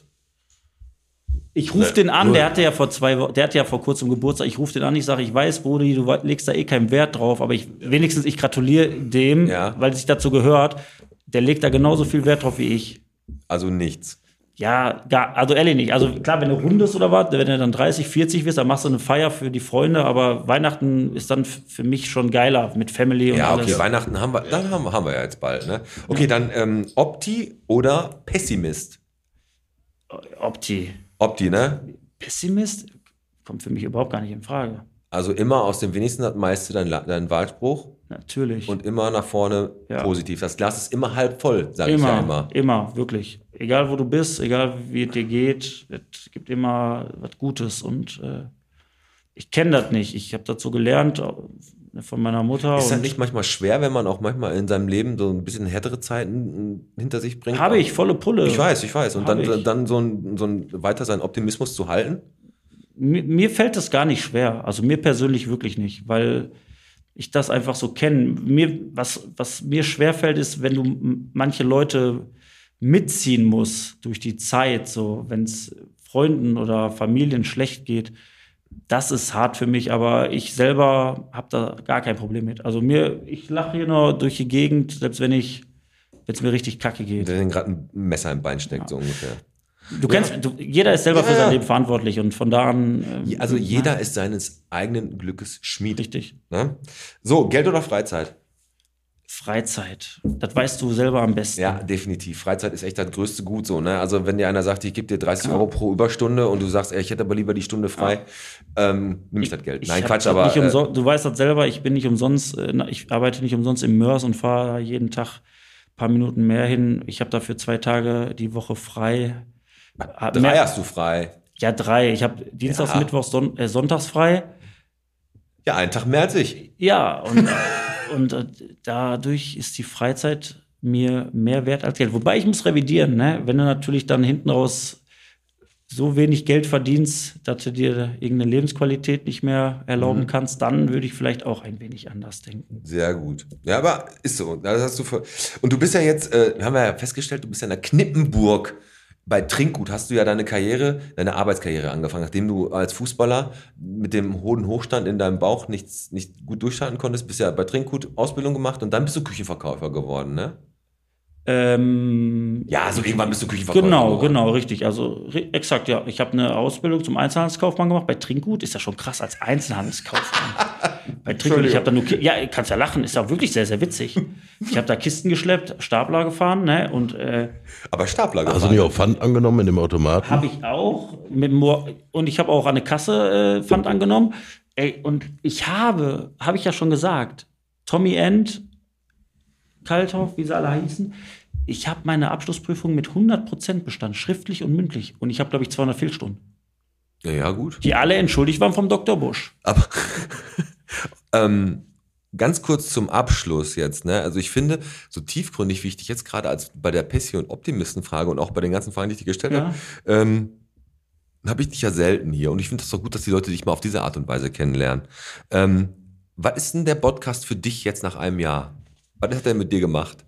Ich rufe den an, der hatte ja vor kurzem Geburtstag. Ich rufe den an, ich sage, ich weiß, Brudi, du legst da eh keinen Wert drauf, aber ich gratuliere dem, weil es sich dazu gehört. Der legt da genauso viel Wert drauf wie ich. Also nichts. Ja, also ehrlich nicht. Also klar, wenn du rundest oder was, wenn du dann 30, 40 wirst, dann machst du eine Feier für die Freunde, aber Weihnachten ist dann für mich schon geiler mit Family und alles. Ja, okay, Weihnachten haben wir ja jetzt bald, ne? Okay, dann Opti oder Pessimist? Opti, ne? Pessimist kommt für mich überhaupt gar nicht in Frage. Also immer aus dem wenigsten das meiste dein Wahlspruch. Natürlich. Und immer nach vorne positiv. Das Glas ist immer halb voll, sage ich ja immer. Immer, wirklich. Egal wo du bist, egal wie es dir geht, es gibt immer was Gutes. Und ich kenne das nicht. Ich habe dazu gelernt von meiner Mutter. Ist das nicht manchmal schwer, wenn man auch manchmal in seinem Leben so ein bisschen härtere Zeiten hinter sich bringt? Habe ich, volle Pulle. Ich weiß. Und dann so ein weiter seinen Optimismus zu halten? Mir fällt das gar nicht schwer. Also mir persönlich wirklich nicht, weil ich das einfach so kenne. Was mir schwerfällt, ist, wenn du manche Leute mitziehen musst durch die Zeit, so wenn es Freunden oder Familien schlecht geht. Das ist hart für mich, aber ich selber habe da gar kein Problem mit. Also ich lache hier nur durch die Gegend, selbst wenn es mir richtig kacke geht. Wenn gerade ein Messer im Bein steckt, so ungefähr. jeder ist selber für sein Leben verantwortlich und von da an. Also jeder ist seines eigenen Glückes Schmied. Richtig. Ne? So, Geld oder Freizeit? Freizeit. Das weißt du selber am besten. Ja, definitiv. Freizeit ist echt das größte Gut so. Ne? Also wenn dir einer sagt, ich gebe dir 30 Euro pro Überstunde und du sagst, ey, ich hätte aber lieber die Stunde frei, nimm ich das Geld. Nein, Quatsch, aber... du weißt das selber, ich bin nicht umsonst, ich arbeite nicht umsonst im Mörs und fahre jeden Tag ein paar Minuten mehr hin. Ich habe dafür 2 Tage die Woche frei. 3 hast du frei. Ja, 3. Ich habe Dienstags, Mittwochs, Sonntags frei. Ja, einen Tag mehr als ich. Ja, und dadurch ist die Freizeit mir mehr wert als Geld. Wobei ich muss revidieren, ne? Wenn du natürlich dann hinten raus so wenig Geld verdienst, dass du dir irgendeine Lebensqualität nicht mehr erlauben kannst, dann würde ich vielleicht auch ein wenig anders denken. Sehr gut. Ja, aber ist so. Das hast du und du bist ja jetzt, haben wir ja festgestellt, du bist ja in der Knippenburg. Bei Trinkgut hast du ja deine Arbeitskarriere angefangen, nachdem du als Fußballer mit dem hohen Hochstand in deinem Bauch nicht gut durchstarten konntest, bist ja bei Trinkgut Ausbildung gemacht und dann bist du Küchenverkäufer geworden, ne? Ja, so irgendwann bist du Küchenverkäufer geworden. Genau, richtig. Also exakt, ja. Ich habe eine Ausbildung zum Einzelhandelskaufmann gemacht. Bei Trinkgut ist ja schon krass als Einzelhandelskaufmann. Bei Trinkgut, ich habe da nur, ja, kannst ja lachen, ist ja wirklich sehr, sehr witzig. Ich habe da Kisten geschleppt, Stapler gefahren, ne? Aber Stapler gefahren? Hast du nicht auch Pfand angenommen in dem Automaten? Habe ich auch. Und ich habe auch an der Kasse Pfand angenommen. Ey, und habe ich ja schon gesagt, Tommy End, Kalthoff, wie sie alle hießen, ich habe meine Abschlussprüfung mit 100% bestanden, schriftlich und mündlich. Und ich habe, glaube ich, 200 Fehlstunden. Ja, gut. Die alle entschuldigt waren vom Dr. Busch. Aber ganz kurz zum Abschluss jetzt. Ne? Also ich finde, so tiefgründig, wie ich dich jetzt gerade als bei der Pessi- und Optimisten-Frage und auch bei den ganzen Fragen, die ich dir gestellt habe, habe ich dich ja selten hier. Und ich finde es doch gut, dass die Leute dich mal auf diese Art und Weise kennenlernen. Was ist denn der Podcast für dich jetzt nach einem Jahr? Was hat er mit dir gemacht?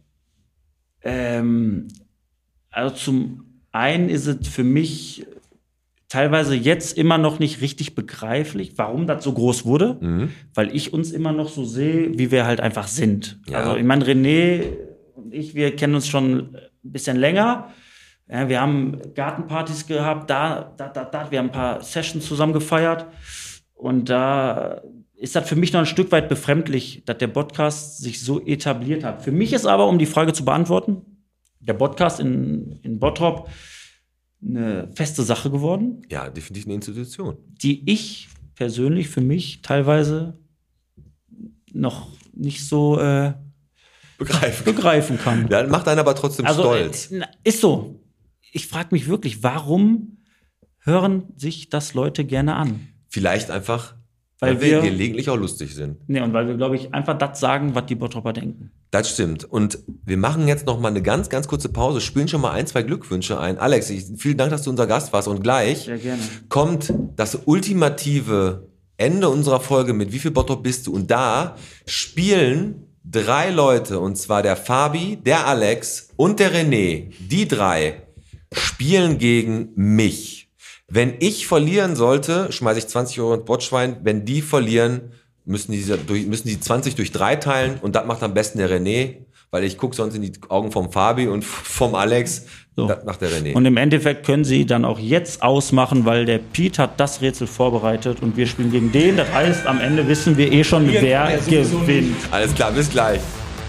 Also zum einen ist es für mich teilweise jetzt immer noch nicht richtig begreiflich, warum das so groß wurde, weil ich uns immer noch so sehe, wie wir halt einfach sind. Ja. Also ich meine, René und ich, wir kennen uns schon ein bisschen länger. Ja, wir haben Gartenpartys gehabt, wir haben ein paar Sessions zusammen gefeiert und da ist das für mich noch ein Stück weit befremdlich, dass der Podcast sich so etabliert hat. Für mich ist aber, um die Frage zu beantworten, der Podcast in Bottrop eine feste Sache geworden. Ja, definitiv eine Institution. Die ich persönlich für mich teilweise noch nicht so begreifen kann. Ja, macht einen aber trotzdem stolz. Ist so. Ich frage mich wirklich, warum hören sich das Leute gerne an? Vielleicht einfach, weil wir gelegentlich auch lustig sind. Nee, und weil wir, glaube ich, einfach das sagen, was die Bottropper denken. Das stimmt. Und wir machen jetzt noch mal eine ganz, ganz kurze Pause, spielen schon mal 1, 2 Glückwünsche ein. Alex, vielen Dank, dass du unser Gast warst. Und gleich Sehr gerne. kommt das ultimative Ende unserer Folge mit Wie viel Bottrop bist du? Und da spielen 3 Leute, und zwar der Fabi, der Alex und der René. Die 3 spielen gegen mich. Wenn ich verlieren sollte, schmeiße ich 20 Euro ins Botschwein. Wenn die verlieren, müssen die 20 durch 3 teilen. Und das macht am besten der René, weil ich gucke sonst in die Augen vom Fabi und vom Alex. So. Das macht der René. Und im Endeffekt können sie dann auch jetzt ausmachen, weil der Pete hat das Rätsel vorbereitet und wir spielen gegen den. Das heißt, am Ende wissen wir eh schon, wer gewinnt. Alles klar, bis gleich.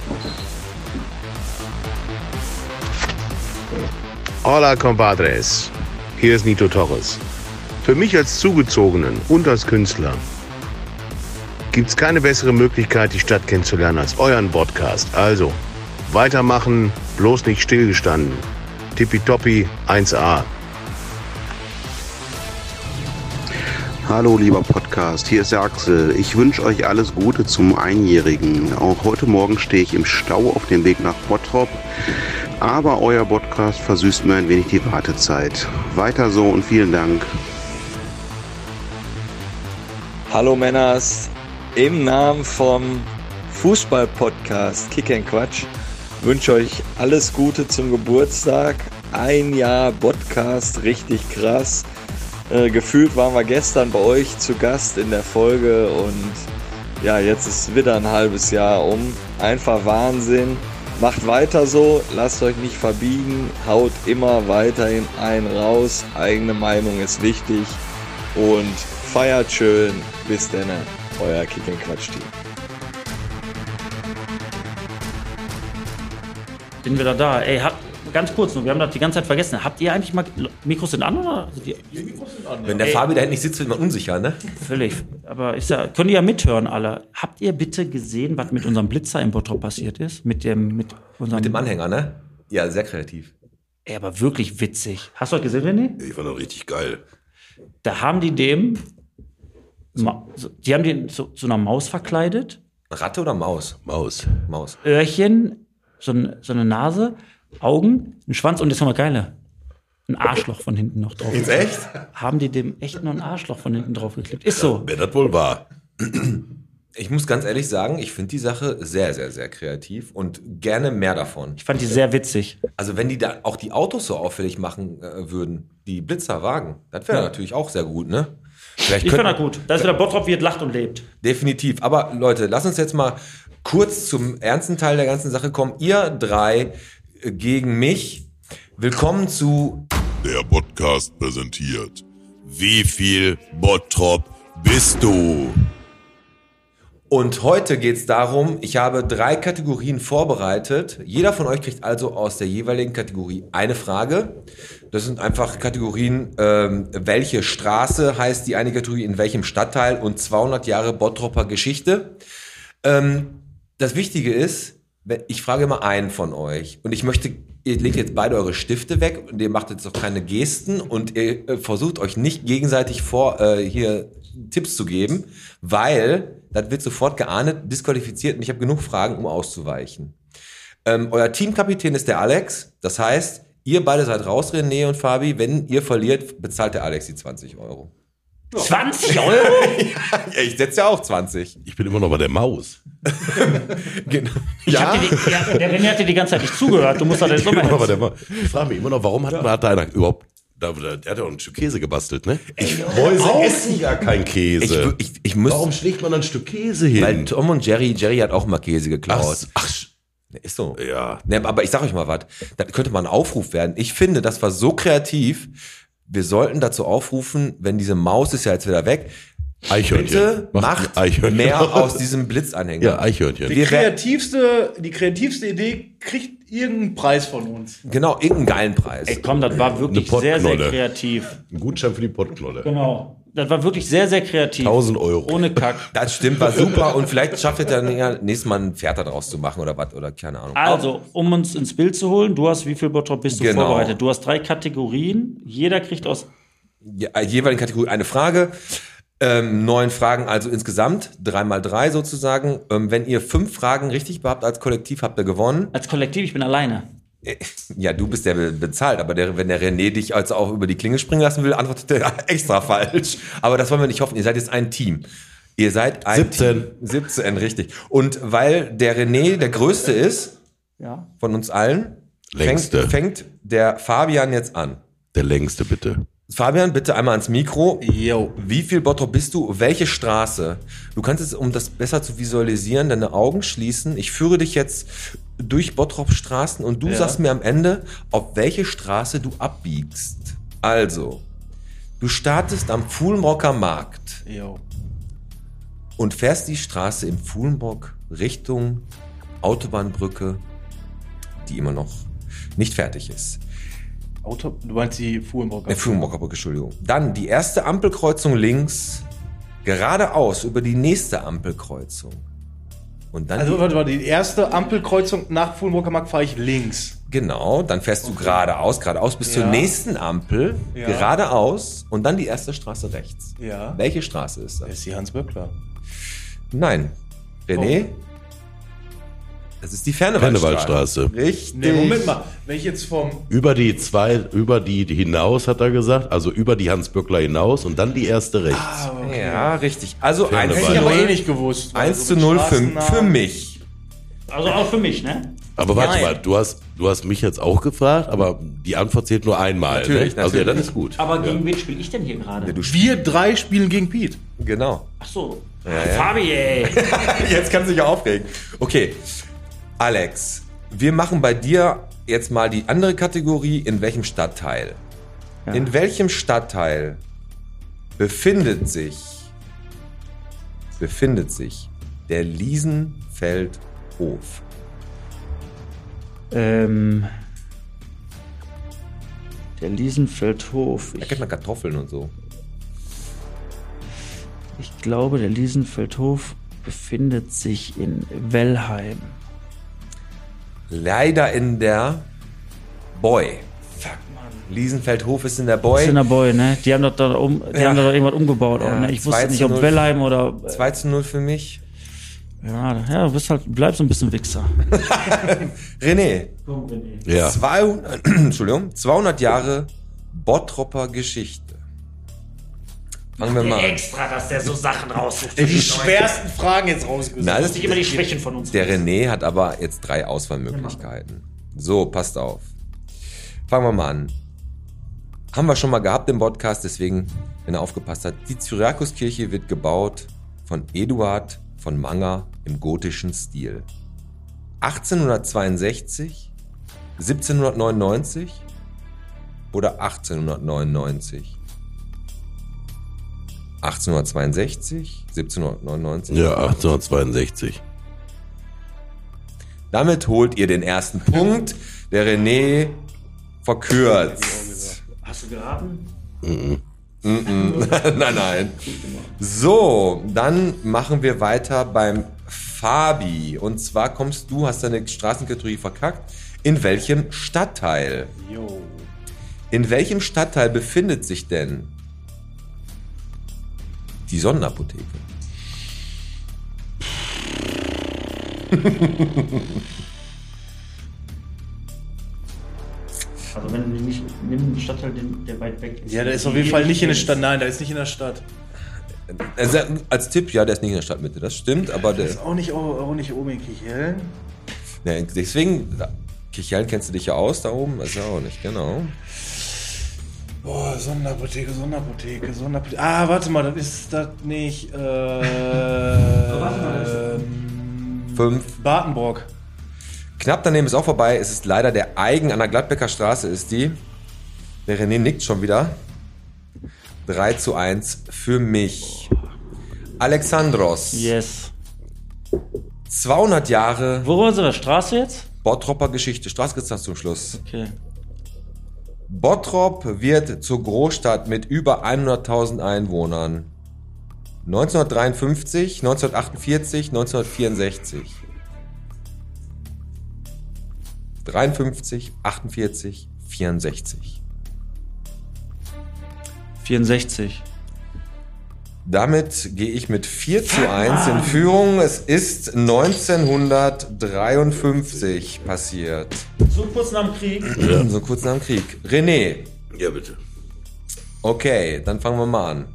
Hola, compadres. Hier ist Nito Torres. Für mich als Zugezogenen und als Künstler gibt es keine bessere Möglichkeit, die Stadt kennenzulernen als euren Podcast. Also, weitermachen, bloß nicht stillgestanden. Tippitoppi 1A. Hallo lieber Podcast, hier ist der Axel. Ich wünsche euch alles Gute zum Einjährigen. Auch heute Morgen stehe ich im Stau auf dem Weg nach Bottrop. Aber euer Podcast versüßt mir ein wenig die Wartezeit. Weiter so und vielen Dank. Hallo Männers, im Namen vom Fußball-Podcast Kick & Quatsch wünsche euch alles Gute zum Geburtstag. 1 Jahr Podcast, richtig krass. Gefühlt waren wir gestern bei euch zu Gast in der Folge und ja, jetzt ist wieder ein halbes Jahr um. Einfach Wahnsinn. Macht weiter so, lasst euch nicht verbiegen, haut immer weiterhin einen raus. Eigene Meinung ist wichtig und feiert schön. Bis dann, euer Kick-and-Quatsch-Team. Bin wieder da. Ey, ganz kurz nur, wir haben das die ganze Zeit vergessen. Habt ihr eigentlich mal... Mikros sind an, oder? Die Mikros sind an, ja. Wenn der Fabi da hinten nicht sitzt, wird man unsicher, ne? Völlig. Aber könnt ihr ja mithören, alle. Habt ihr bitte gesehen, was mit unserem Blitzer im Bottrop passiert ist? Mit dem Anhänger, ne? Ja, sehr kreativ. Ey, aber wirklich witzig. Hast du das gesehen, René? Ich fand das richtig geil. Da haben die dem... Die haben den zu einer Maus verkleidet. Ratte oder Maus? Maus. Öhrchen, so eine Nase, Augen, ein Schwanz und jetzt noch mal geile. Ein Arschloch von hinten noch drauf. Jetzt echt? Haben die dem echt noch ein Arschloch von hinten drauf geklebt? Ist so. Wer das wohl war. Ich muss ganz ehrlich sagen, ich finde die Sache sehr, sehr, sehr kreativ und gerne mehr davon. Ich fand die sehr witzig. Also wenn die da auch die Autos so auffällig machen würden, die Blitzerwagen, das wäre natürlich auch sehr gut, ne? Ich finde das gut. Da ist wieder Bottrop, wie es lacht und lebt. Definitiv. Aber Leute, lasst uns jetzt mal kurz zum ernsten Teil der ganzen Sache kommen. Ihr drei gegen mich. Willkommen zu... Der Podcast präsentiert. Wie viel Bottrop bist du? Und heute geht es darum, ich habe 3 Kategorien vorbereitet. Jeder von euch kriegt also aus der jeweiligen Kategorie eine Frage. Das sind einfach Kategorien, welche Straße heißt die eine Kategorie, in welchem Stadtteil und 200 Jahre Bottroper Geschichte. Das Wichtige ist, ich frage immer einen von euch und ich möchte, ihr legt jetzt beide eure Stifte weg und ihr macht jetzt auch keine Gesten und ihr versucht euch nicht gegenseitig hier Tipps zu geben, weil das wird sofort geahndet, disqualifiziert und ich habe genug Fragen, um auszuweichen. Euer Teamkapitän ist der Alex, das heißt, ihr beide seid raus, René und Fabi. Wenn ihr verliert, bezahlt der Alex die 20 Euro. 20 Euro? Ja, ich setze ja auch 20. Ich bin immer noch bei der Maus. Genau. Der René hat dir die ganze Zeit nicht zugehört. Du musst das jetzt nochmal helfen. Ich frage mich immer noch, warum hat da einer überhaupt... Der hat ja auch ein Stück Käse gebastelt, ne? Mäuse essen gar keinen Käse. Warum schlägt man ein Stück Käse hin? Weil Tom und Jerry hat auch mal Käse geklaut. Ist so. Ja. Ne, aber ich sag euch mal was, da könnte mal ein Aufruf werden. Ich finde, das war so kreativ. Wir sollten dazu aufrufen, wenn diese Maus ist ja jetzt wieder weg, Eichhörnchen. Bitte macht Eichhörnchen. mehr aus diesem Blitzanhänger. Ja, Eichhörnchen. Die kreativste Idee kriegt irgendeinen Preis von uns. Genau, irgendeinen geilen Preis. Ey, komm, das war wirklich sehr, sehr kreativ. Ein Gutschein für die Pottknolle. Genau. Das war wirklich sehr, sehr kreativ. 1.000 Euro. Ohne Kack. Das stimmt, war super. Und vielleicht schafft ihr dann ja nächstes Mal ein Pferd daraus zu machen oder was, oder keine Ahnung. Also, um uns ins Bild zu holen, du hast, wie viel Bottrop bist du vorbereitet? Du hast 3 Kategorien. Jeder kriegt aus jeweiligen Kategorie eine Frage. 9 Fragen, also insgesamt 3x3 sozusagen. Wenn ihr 5 Fragen richtig behabt als Kollektiv, habt ihr gewonnen. Als Kollektiv, ich bin alleine. Ja, du bist der bezahlt, aber wenn der René dich also auch über die Klinge springen lassen will, antwortet er extra falsch. Aber das wollen wir nicht hoffen. Ihr seid jetzt ein Team. Ihr seid ein 17. Team. 17, richtig. Und weil der René der Größte ist, von uns allen, fängt der Fabian jetzt an. Der Längste, bitte. Fabian, bitte einmal ans Mikro. Jo. Wie viel Bottrop bist du? Welche Straße? Du kannst es, um das besser zu visualisieren, deine Augen schließen. Ich führe dich jetzt durch Bottrop Straßen und du sagst mir am Ende, auf welche Straße du abbiegst. Also, du startest am Fuhlenbrocker Markt. Jo. Und fährst die Straße im Fuhlenbrock Richtung Autobahnbrücke, die immer noch nicht fertig ist. Du meinst die Fuhlenbrocker? Fuhlenbrocker Brücke, Entschuldigung. Dann die erste Ampelkreuzung links, geradeaus über die nächste Ampelkreuzung. Und dann warte, die erste Ampelkreuzung nach Fuhlenbrocker Markt fahre ich links. Genau, dann fährst du geradeaus bis zur nächsten Ampel, geradeaus und dann die erste Straße rechts. Ja. Welche Straße ist das? Das ist die Hans-Böckler. Nein. René? Das ist die Fernewaldstraße. Richtig. Nee, Moment mal, wenn ich jetzt über die hinaus, hat er gesagt, also über die Hans-Böckler hinaus und dann die erste rechts. Ah, okay. Ja, richtig. Also 1:0. Hätte ich aber eh nicht gewusst. 1:0 für mich. Also auch für mich, ne? Aber warte mal, du hast mich jetzt auch gefragt, aber die Antwort zählt nur einmal. Natürlich, ne? Also ja, dann ist gut. Aber gegen wen spiele ich denn hier gerade? Wir 3 spielen gegen Pete. Genau. Ach so. Ja. Fabi, ey. Jetzt kannst du dich ja aufregen. Okay. Alex, Wir machen bei dir jetzt mal die andere Kategorie, in welchem Stadtteil. Ja. In welchem Stadtteil befindet sich der Liesenfeldhof? Der Liesenfeldhof. Da kennt man Kartoffeln und so. Ich glaube, der Liesenfeldhof befindet sich in Wellheim. Leider in der Boy. Fuck, Mann. Liesenfeldhof ist in der Boy. Ist in der Boy, ne? Die haben doch da irgendwas umgebaut. Ja, auch, ne? Ich wusste nicht, ob Wellheim oder... 2:0 für mich. Ja, du bleibst ein bisschen Wichser. René. Komm, René. Ja. 200 Jahre Bottropper Geschichte. Fangen wir mal an. Extra, dass der so Sachen raussucht. Die schwersten Fragen jetzt rausgesucht. Na, das ist nicht immer die Schwächen von uns. Der René hat aber jetzt 3 Auswahlmöglichkeiten. So, passt auf. Fangen wir mal an. Haben wir schon mal gehabt im Podcast, deswegen, wenn er aufgepasst hat. Die Cyriakuskirche wird gebaut von Eduard von Manger im gotischen Stil. 1862, 1799 oder 1899? 1862, 1799? Ja, 1862. Damit holt ihr den ersten Punkt. Der René verkürzt. Hast du geraten? Nein. So, dann machen wir weiter beim Fabi. Und zwar hast deine Straßenkategorie verkackt. In welchem Stadtteil? In welchem Stadtteil befindet sich denn die Sonnenapotheke? Also wenn du nicht, nimm einen Stadtteil, der weit weg ist. Ja, der ist auf jeden Fall nicht in der Stadt. Nein, der ist nicht in der Stadt. Also als Tipp, ja, der ist nicht in der Stadtmitte, das stimmt, aber der ist auch nicht oben in Kichellen. Ja, deswegen, Kichellen kennst du dich ja aus da oben, ist ja auch nicht, genau. Boah, Sondenapotheke. Ah, warte mal, das ist das nicht. 5. Badenburg. Knapp daneben ist auch vorbei. Es ist leider der Eigen an der Gladbecker Straße ist die. Der René nickt schon wieder. 3:1 für mich. Alexandros. Yes. 200 Jahre. Wo war unsere Straße jetzt? Bottropper Geschichte. Straße gibt's das zum Schluss. Okay. Bottrop wird zur Großstadt mit über 100.000 Einwohnern. 1953, 1948, 1964. 53, 48, 64. 64. Damit gehe ich mit 4:1 in Führung. Es ist 1953 passiert. So kurz nach dem Krieg. Ja. So kurz nach dem Krieg. René. Ja, bitte. Okay, dann fangen wir mal an.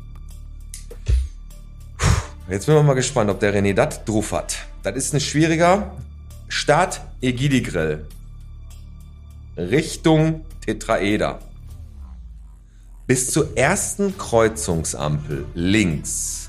Jetzt bin ich mal gespannt, ob der René das drauf hat. Das ist ein schwieriger. Start Egidi-Grill. Richtung Tetraeder. Bis zur ersten Kreuzungsampel links.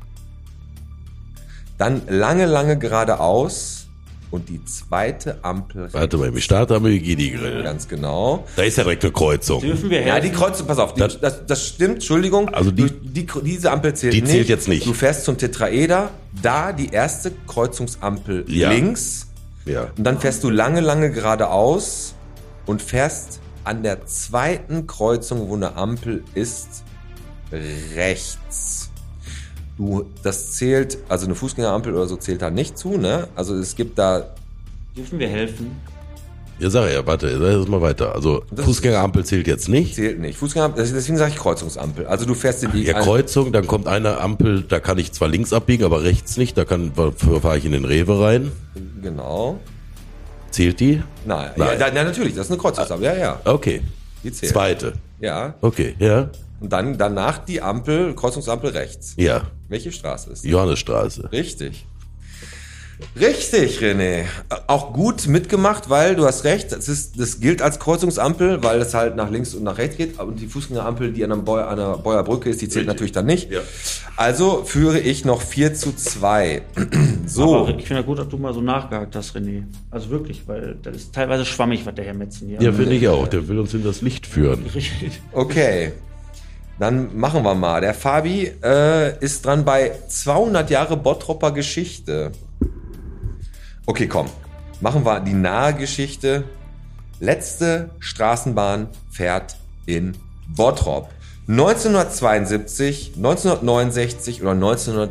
Dann lange geradeaus und die zweite Ampel rechts. Warte mal, im Start haben wir Egidi-Grill. Ganz genau. Da ist ja direkt eine Kreuzung. Dürfen wir helfen? Ja, die Kreuzung, pass auf, das stimmt, Entschuldigung. Also diese Ampel zählt nicht. Die zählt jetzt nicht. Du fährst zum Tetraeder, da die erste Kreuzungsampel links. Ja. Und dann fährst du lange geradeaus und fährst an der zweiten Kreuzung, wo eine Ampel ist, rechts. Das zählt, also eine Fußgängerampel oder so zählt da nicht zu, ne? Also es gibt da... Dürfen wir helfen? Ja, sag ja, warte, sag jetzt mal weiter. Also Fußgängerampel zählt jetzt nicht. Zählt nicht. Fußgängerampel, deswegen sage ich Kreuzungsampel. Also du fährst in die... Ja, Kreuzung, dann kommt eine Ampel, da kann ich zwar links abbiegen, aber rechts nicht. Da fahre ich in den Rewe rein. Genau. Zählt die? Nein. Ja, natürlich, das ist eine Kreuzungsampel, ja. Okay. Die zählt. Zweite. Ja. Okay, ja. Und dann danach die Ampel, Kreuzungsampel rechts. Ja. Welche Straße ist das? Johannesstraße. Richtig. Richtig, René. Auch gut mitgemacht, weil du hast recht, das gilt als Kreuzungsampel, weil es halt nach links und nach rechts geht. Und die Fußgängerampel, die an der Beuer Brücke ist, die zählt natürlich dann nicht. Ja. Also führe ich noch 4:2. So. Aber ich finde ja gut, dass du mal so nachgehakt hast, René. Also wirklich, weil das ist teilweise schwammig, was der Herr Metzen hier. Ja, finde ich auch. Der will uns in das Licht führen. Richtig. Okay. Dann machen wir mal. Der Fabi ist dran bei 200 Jahre Bottropper Geschichte. Okay, komm. Machen wir die nahe Geschichte. Letzte Straßenbahn fährt in Bottrop. 1972, 1969 oder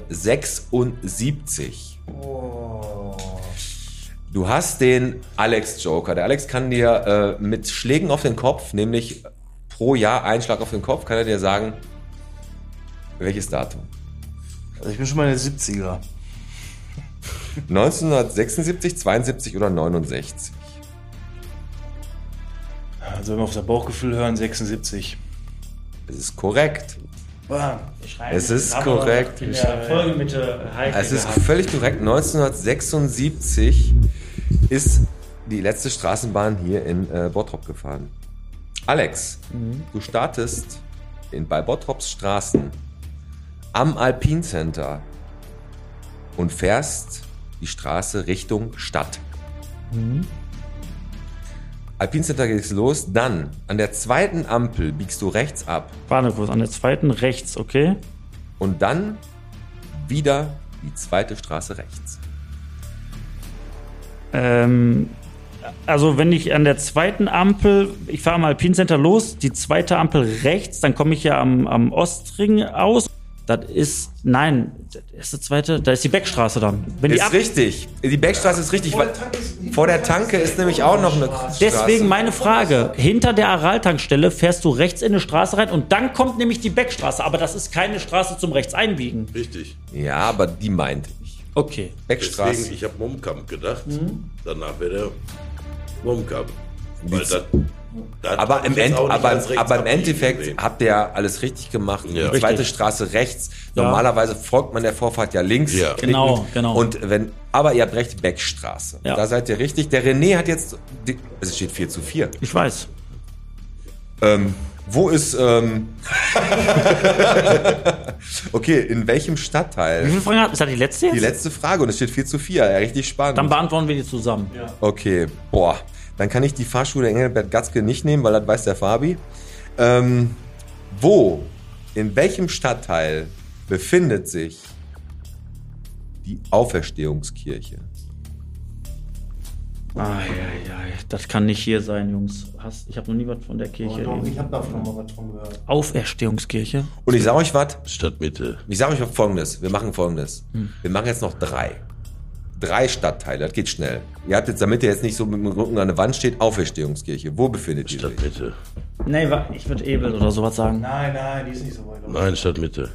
1976. Du hast den Alex Joker. Der Alex kann dir mit Schlägen auf den Kopf, nämlich pro Jahr einen Schlag auf den Kopf, kann er dir sagen, welches Datum? Also ich bin schon mal in den 70er. 1976, 72 oder 69? Also wenn wir auf das Bauchgefühl hören, 76. Es ist korrekt. Es ist haben korrekt. wir in der Folge mit Heike Es ist gehabt. völlig korrekt. 1976 ist die letzte Straßenbahn hier in Bottrop gefahren. Alex, du startest bei Bottrops Straßen am Alpine Center und fährst die Straße Richtung Stadt. Alpine Center geht's los, dann an der zweiten Ampel biegst du rechts ab. Warte kurz, an der zweiten rechts, okay? Und dann wieder die zweite Straße rechts. Also wenn ich an der zweiten Ampel, ich fahre am Alpine Center los, die zweite Ampel rechts, dann komme ich ja am Ostring aus. Das ist, nein, das ist die zweite, da ist die Beckstraße dann. Wenn Ist richtig. Die Beckstraße ist richtig, weil vor der Tanke ist nämlich auch noch eine Straße. Deswegen meine Frage, hinter der Aral-Tankstelle fährst du rechts in eine Straße rein und dann kommt nämlich die Beckstraße, aber das ist keine Straße zum Rechtseinbiegen. Richtig. Ja, aber die meinte ich. Okay. Beckstraße. Deswegen, ich habe Momkamp gedacht. Danach wäre der Momkamp. Weil Aber im Endeffekt habt ihr ja alles richtig gemacht. Ja. Die zweite Richtig. Straße rechts. Ja. Normalerweise folgt man der Vorfahrt ja links. Ja. Genau. Und aber ihr habt recht, Beckstraße. Ja. Da seid ihr richtig. Der René hat jetzt, es steht 4:4. Ich weiß. Wo ist, okay, in welchem Stadtteil? Wie viele Fragen hat? Ist das die letzte jetzt? Die letzte Frage und es steht 4:4. Ja, richtig spannend. Dann beantworten wir die zusammen. Ja. Okay, boah. Dann kann ich die Fahrschule Engelbert Gatzke nicht nehmen, weil das weiß der Fabi. Wo, in welchem Stadtteil befindet sich die Auferstehungskirche? Das kann nicht hier sein, Jungs. Ich habe noch nie was von der Kirche. Doch, ich habe davon mal was von gehört. Auferstehungskirche. Und ich sage euch was. Stadtmitte. Ich sage euch Folgendes. Wir machen Folgendes. Wir machen jetzt noch 3. 3 Stadtteile, das geht schnell. Ihr habt jetzt, damit ihr jetzt nicht so mit dem Rücken an der Wand steht, Auferstehungskirche. Wo befindet ihr euch? Stadtmitte. Nee, ich würde Ebel oder sowas sagen. Nein, die ist nicht so weit. Nein, Stadtmitte.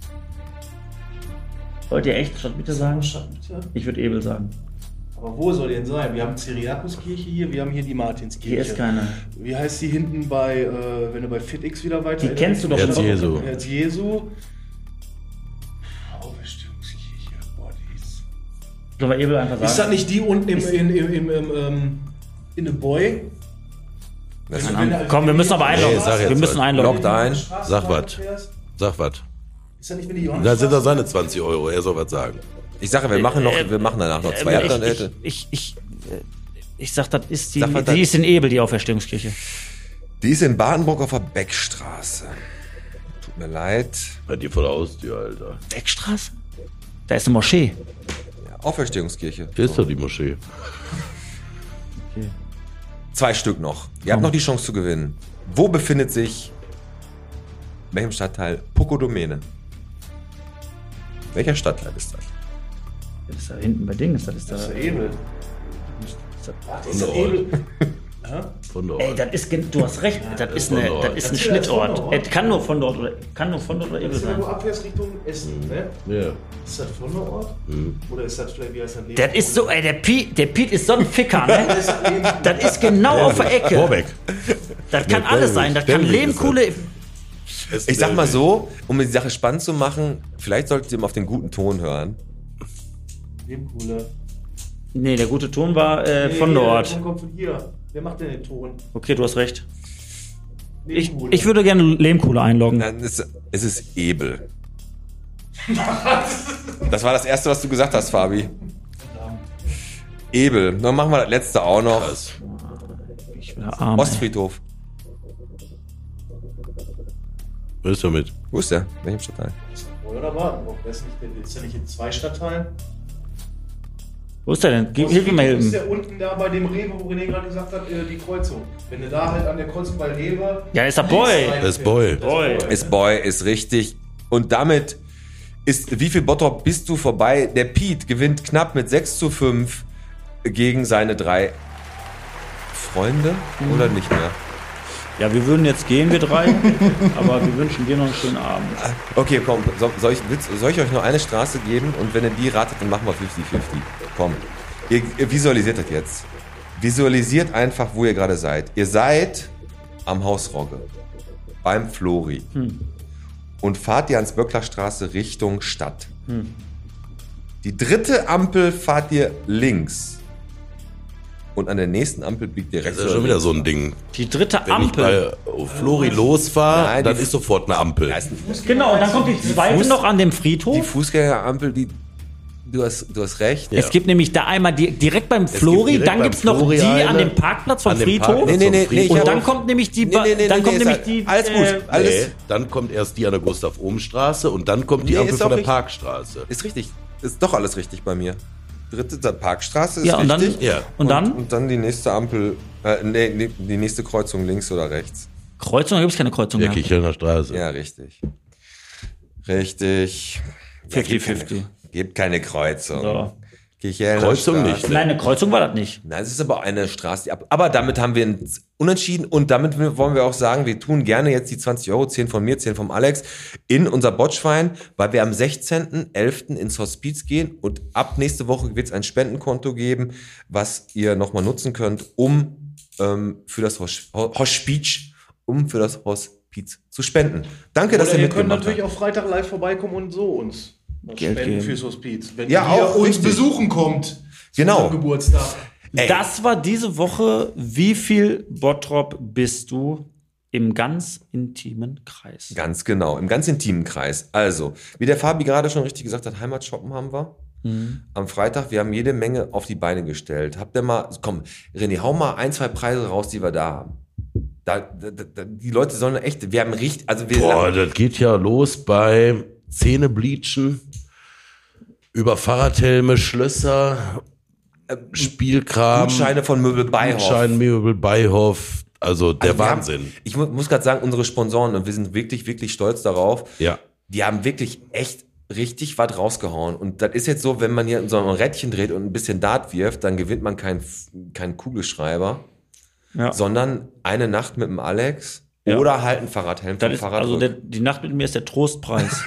Wollt ihr echt Stadtmitte sagen? Stadtmitte? Ich würde Ebel sagen. Aber wo soll die denn sein? Wir haben Cyriakuskirche hier, wir haben hier die Martinskirche. Hier ist keine. Wie heißt die hinten bei, wenn du bei FitX wieder weiter... Die kennst du doch Herz schon. Jesu. Herz Jesu. Auferstehungskirche. Boah, die ist... Sollen wir Ebel einfach sagen? Ist das nicht die unten in the Boy? Keine Ahnung. Komm, wir müssen aber einloggen. Nee, sag jetzt wir müssen was. einloggen. Loggt ein. Sag was. Sag was. Ist das nicht, wenn die Da sind doch seine 20 Euro. Er soll was sagen. Ich sage, wir machen danach noch 2 Jahre. Ich sag, das ist die. Sag mal, Die ist in Ebel, die Auferstehungskirche. Die ist in Badenburg auf der Beckstraße. Tut mir leid. Bei dir vor der Haustür, Alter. Beckstraße? Da ist eine Moschee. Ja, Auferstehungskirche. Hier ist doch die Moschee. 2 Stück noch. Ihr habt noch die Chance zu gewinnen. Wo befindet sich, in welchem Stadtteil, Pocodomene? Welcher Stadtteil ist das? Das ist da hinten bei Dings. Das ist da. Das ist Ebel. Von der Ort. Von der Ort. Ey, das ist, du hast recht, das ist ein Schnittort. Es kann nur von dort oder Ebel Wenn sein. du abfährst Richtung Essen, ne? Ja. Ist das von der Ort? Oder ist das vielleicht, wie heißt das? Das ist so, ey, der Piet ist so ein Ficker, ne? Das ist genau auf der Ecke. Vorbeck. Das kann alles sein. Das kann Lehmkuhle. Ich sag mal so, um die Sache spannend zu machen, vielleicht solltet ihr mal auf den guten Ton hören. Lehmkuhle. Nee, der gute Ton war von dort. Der Ton kommt von hier. Wer macht denn den Ton? Okay, du hast recht. Ich würde gerne Lehmkuhle einloggen. Es ist Ebel. Das war das Erste, was du gesagt hast, Fabi. Ebel. Dann machen wir das letzte auch noch. Ostfriedhof. Was ist damit? Wo ist der? Welchem Stadtteil? Oder Badenburg? Ist der nicht in 2 Stadtteilen? Wo ist der denn? Hilf mir mal Ist helfen. der unten da bei dem Rewe, wo René gerade gesagt hat, die Kreuzung. Wenn du da halt an der Kreuzung bei Rewe... Ja, ist der Boy. Das Boy. Ist Boy, ist richtig. Und damit ist, wie viel Bottrop bist du vorbei? Der Pete gewinnt knapp mit 6:5 gegen seine 3 Freunde oder nicht mehr? Ja, wir würden jetzt gehen, wir 3, aber wir wünschen dir noch einen schönen Abend. Okay, komm, soll ich euch noch eine Straße geben und wenn ihr die ratet, dann machen wir 50-50. Komm, ihr visualisiert das jetzt. Visualisiert einfach, wo ihr gerade seid. Ihr seid am Haus Rogge, beim Flori und fahrt ihr ans Böcklerstraße Richtung Stadt. Die 3. Ampel fahrt ihr links. Und an der nächsten Ampel biegt ihr rechts. Das ist schon wieder so ein Ding. Die 3. Wenn Ampel. ich bei Flori losfahre, dann ist sofort eine Ampel. Genau, und dann kommt die 2. noch an dem Friedhof. Die Fußgängerampel, du hast recht. Es gibt nämlich da einmal direkt beim Flori, dann gibt es noch die an dem Parkplatz vom Friedhof. Nee, und dann kommt nämlich die... Alles gut. Dann kommt erst die an der Gustav-Ohm-Straße und dann kommt die Ampel von der Parkstraße. Ist richtig. Ist doch alles richtig bei mir. 3. Parkstraße ist ja, und richtig. Dann, und dann die nächste Ampel, die nächste Kreuzung links oder rechts. Kreuzung? Da gibt es keine Kreuzung Ja, mehr. Kichelner Straße. Ja, richtig. Richtig. 50-50. Gibt keine Kreuzung. So. Kreuzung nicht. Nein, eine Kreuzung war das nicht. Nein, es ist aber eine Straße. Aber damit haben wir ein Unentschieden und damit wollen wir auch sagen, wir tun gerne jetzt die 20 €, 10 von mir, 10 vom Alex, in unser Botschwein, weil wir am 16.11. ins Hospiz gehen und ab nächste Woche wird es ein Spendenkonto geben, was ihr nochmal nutzen könnt, um für das Hospiz zu spenden. Danke, dass ihr mitgemacht habt. Ihr könnt natürlich auch Freitag live vorbeikommen und so uns Geld spenden geben. fürs Hospiz. Wenn Ja, ihr auch uns richtig. besuchen kommt. Genau. Zum Geburtstag. Ey. Das war diese Woche. Wie viel Bottrop bist du im ganz intimen Kreis? Ganz genau, im ganz intimen Kreis. Also, wie der Fabi gerade schon richtig gesagt hat, Heimatshoppen haben wir. Am Freitag, wir haben jede Menge auf die Beine gestellt. Habt ihr mal, komm, René, hau mal 1, 2 Preise raus, die wir da haben. Die Leute sollen echt, wir haben richtig, also wir... Boah, das geht ja los bei Zähnebleachen, über Fahrradhelme, Schlösser, Spielkram. Gutscheine von Möbel Beihoff. Möbel Beihoff. Also der Wahnsinn. Ich muss gerade sagen, unsere Sponsoren, und wir sind wirklich, wirklich stolz darauf, die haben wirklich echt richtig was rausgehauen. Und das ist jetzt so, wenn man hier so ein Rädchen dreht und ein bisschen Dart wirft, dann gewinnt man keinen Kugelschreiber, sondern eine Nacht mit dem Alex oder halt ein Fahrradhelm vom Fahrrad. Also die Nacht mit mir ist der Trostpreis.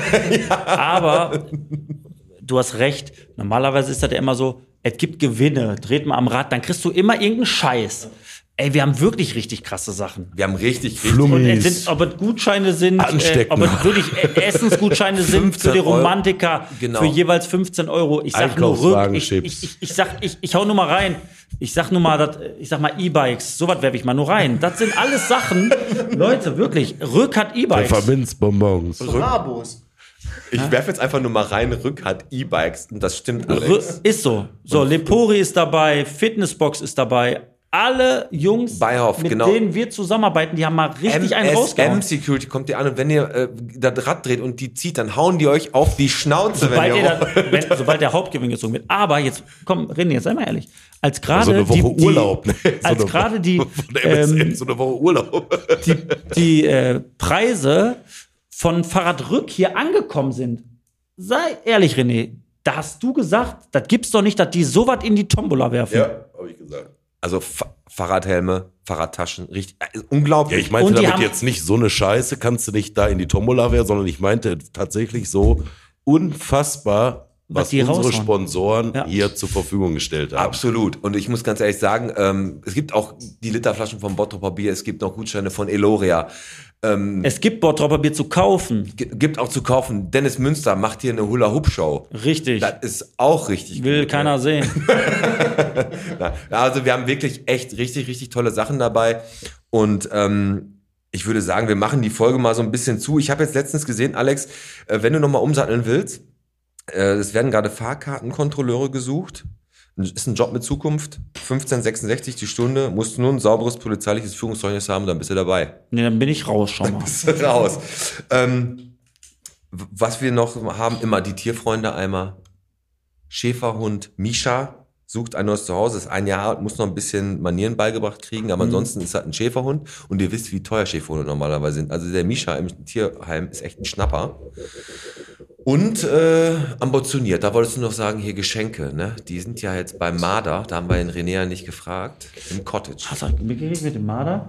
Aber du hast recht, normalerweise ist das ja immer so, es gibt Gewinne, dreht mal am Rad, dann kriegst du immer irgendeinen Scheiß. Ey, wir haben wirklich richtig krasse Sachen. Wir haben richtig Flummis. Ob es Gutscheine sind, ob es wirklich Essensgutscheine sind für die Romantiker, für jeweils 15 €. Ich sag nur ich hau nur mal rein. Ich sag mal E-Bikes, sowas werfe ich mal nur rein. Das sind alles Sachen, Leute, wirklich. Rück hat E-Bikes. Pfefferminzbonbons. Brabos. Ich werfe jetzt einfach nur mal rein, Rück hat E-Bikes und das stimmt, Alex. Ist so. So, Lepori ist dabei, Fitnessbox ist dabei. Alle Jungs, Beihoff, mit denen wir zusammenarbeiten, die haben mal richtig einen rausgehauen. M-Security kommt dir an und wenn ihr das Rad dreht und die zieht, dann hauen die euch auf die Schnauze, sobald der Hauptgewinn gezogen wird. Aber jetzt, komm, René, jetzt sei mal ehrlich. Als gerade so eine Woche Urlaub. Als gerade die so eine Woche Urlaub. die Preise von Fahrradrück hier angekommen sind, sei ehrlich, René, da hast du gesagt, das gibt's doch nicht, dass die sowas in die Tombola werfen. Ja, habe ich gesagt. Also Fahrradhelme, Fahrradtaschen, richtig, unglaublich. Ja, ich meinte damit jetzt nicht so eine Scheiße, kannst du nicht da in die Tombola werfen, sondern ich meinte tatsächlich so unfassbar was die unsere raushauen. Sponsoren hier zur Verfügung gestellt haben. Absolut. Und ich muss ganz ehrlich sagen, es gibt auch die Literflaschen vom Bottroper Bier, es gibt noch Gutscheine von Eloria. Es gibt Bottroper Bier zu kaufen. Gibt auch zu kaufen. Dennis Münster macht hier eine Hula-Hoop-Show. Richtig. Das ist auch richtig Will gut, keiner sehen. Ja, also wir haben wirklich echt richtig, richtig tolle Sachen dabei. Und ich würde sagen, wir machen die Folge mal so ein bisschen zu. Ich habe jetzt letztens gesehen, Alex, wenn du nochmal umsatteln willst, es werden gerade Fahrkartenkontrolleure gesucht. Ist ein Job mit Zukunft. 15,66 die Stunde. Musst du nur ein sauberes polizeiliches Führungszeugnis haben, dann bist du dabei. Nee, dann bin ich raus schon mal. Dann bist du raus. Was wir noch haben, immer die Tierfreunde-Eimer. Schäferhund Misha sucht ein neues Zuhause, ist 1 Jahr alt, muss noch ein bisschen Manieren beigebracht kriegen, aber ansonsten ist halt ein Schäferhund und ihr wisst, wie teuer Schäferhunde normalerweise sind. Also der Misha im Tierheim ist echt ein Schnapper. Und ambitioniert, da wolltest du noch sagen, hier Geschenke, ne? Die sind ja jetzt beim Marder, da haben wir den René ja nicht gefragt, im Cottage. Hast du mitgekriegt mit dem Marder?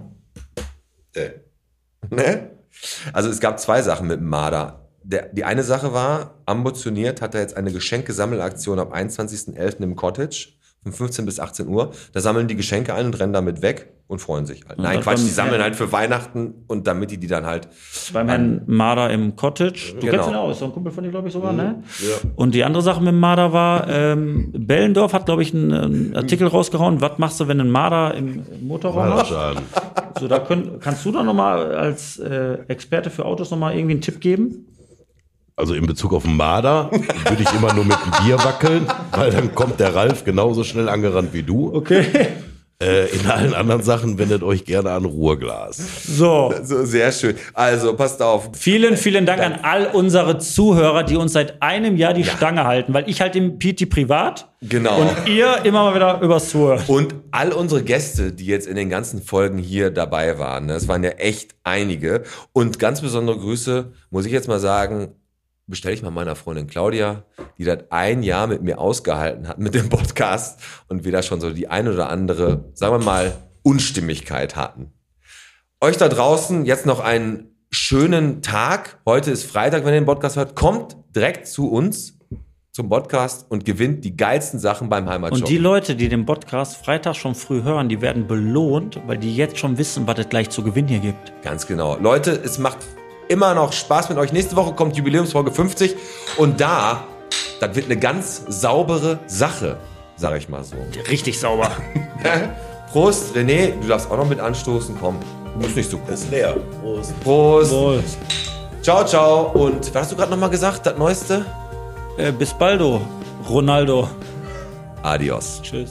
Ne? Also es gab 2 Sachen mit dem Marder. Die eine Sache war, ambitioniert hat er jetzt eine Geschenkesammelaktion am 21.11. im Cottage von 15 bis 18 Uhr. Da sammeln die Geschenke ein und rennen damit weg und freuen sich halt. Nein, Quatsch, die sammeln halt für Weihnachten und damit die dann halt... Beim Herrn Marder im Cottage. Du kennst ihn auch, ist doch ein Kumpel von dir, glaube ich, sogar, ne? Ja. Und die andere Sache mit dem Marder war, Bellendorf hat, glaube ich, einen Artikel rausgehauen. Was machst du, wenn ein Marder im Motorraum hast? So, da kannst du doch nochmal als Experte für Autos nochmal irgendwie einen Tipp geben? Also in Bezug auf den Marder würde ich immer nur mit dem Bier wackeln, weil dann kommt der Ralf genauso schnell angerannt wie du. Okay. In allen anderen Sachen wendet euch gerne an Ruhrglas. So, sehr schön. Also, passt auf. Vielen, vielen Dank an all unsere Zuhörer, die uns seit einem Jahr die Stange halten, weil ich halt den Piti privat. Genau. Und ihr immer mal wieder übers Zuhören. Und all unsere Gäste, die jetzt in den ganzen Folgen hier dabei waren, es waren ja echt einige. Und ganz besondere Grüße, muss ich jetzt mal sagen, bestelle ich mal meiner Freundin Claudia, die das 1 Jahr mit mir ausgehalten hat mit dem Podcast und wir da schon so die eine oder andere, sagen wir mal, Unstimmigkeit hatten. Euch da draußen jetzt noch einen schönen Tag. Heute ist Freitag, wenn ihr den Podcast hört. Kommt direkt zu uns zum Podcast und gewinnt die geilsten Sachen beim Heimatshop. Und die Leute, die den Podcast Freitag schon früh hören, die werden belohnt, weil die jetzt schon wissen, was es gleich zu gewinnen hier gibt. Ganz genau. Leute, es macht immer noch Spaß mit euch. Nächste Woche kommt Jubiläumsfolge 50 und das wird eine ganz saubere Sache, sag ich mal so. Richtig sauber. Prost, René, du darfst auch noch mit anstoßen, komm. Du musst nicht so gucken. Ist leer. Prost. Prost. Prost. Ciao, ciao. Und was hast du gerade nochmal gesagt, das Neueste? Bis baldo, Ronaldo. Adios. Tschüss.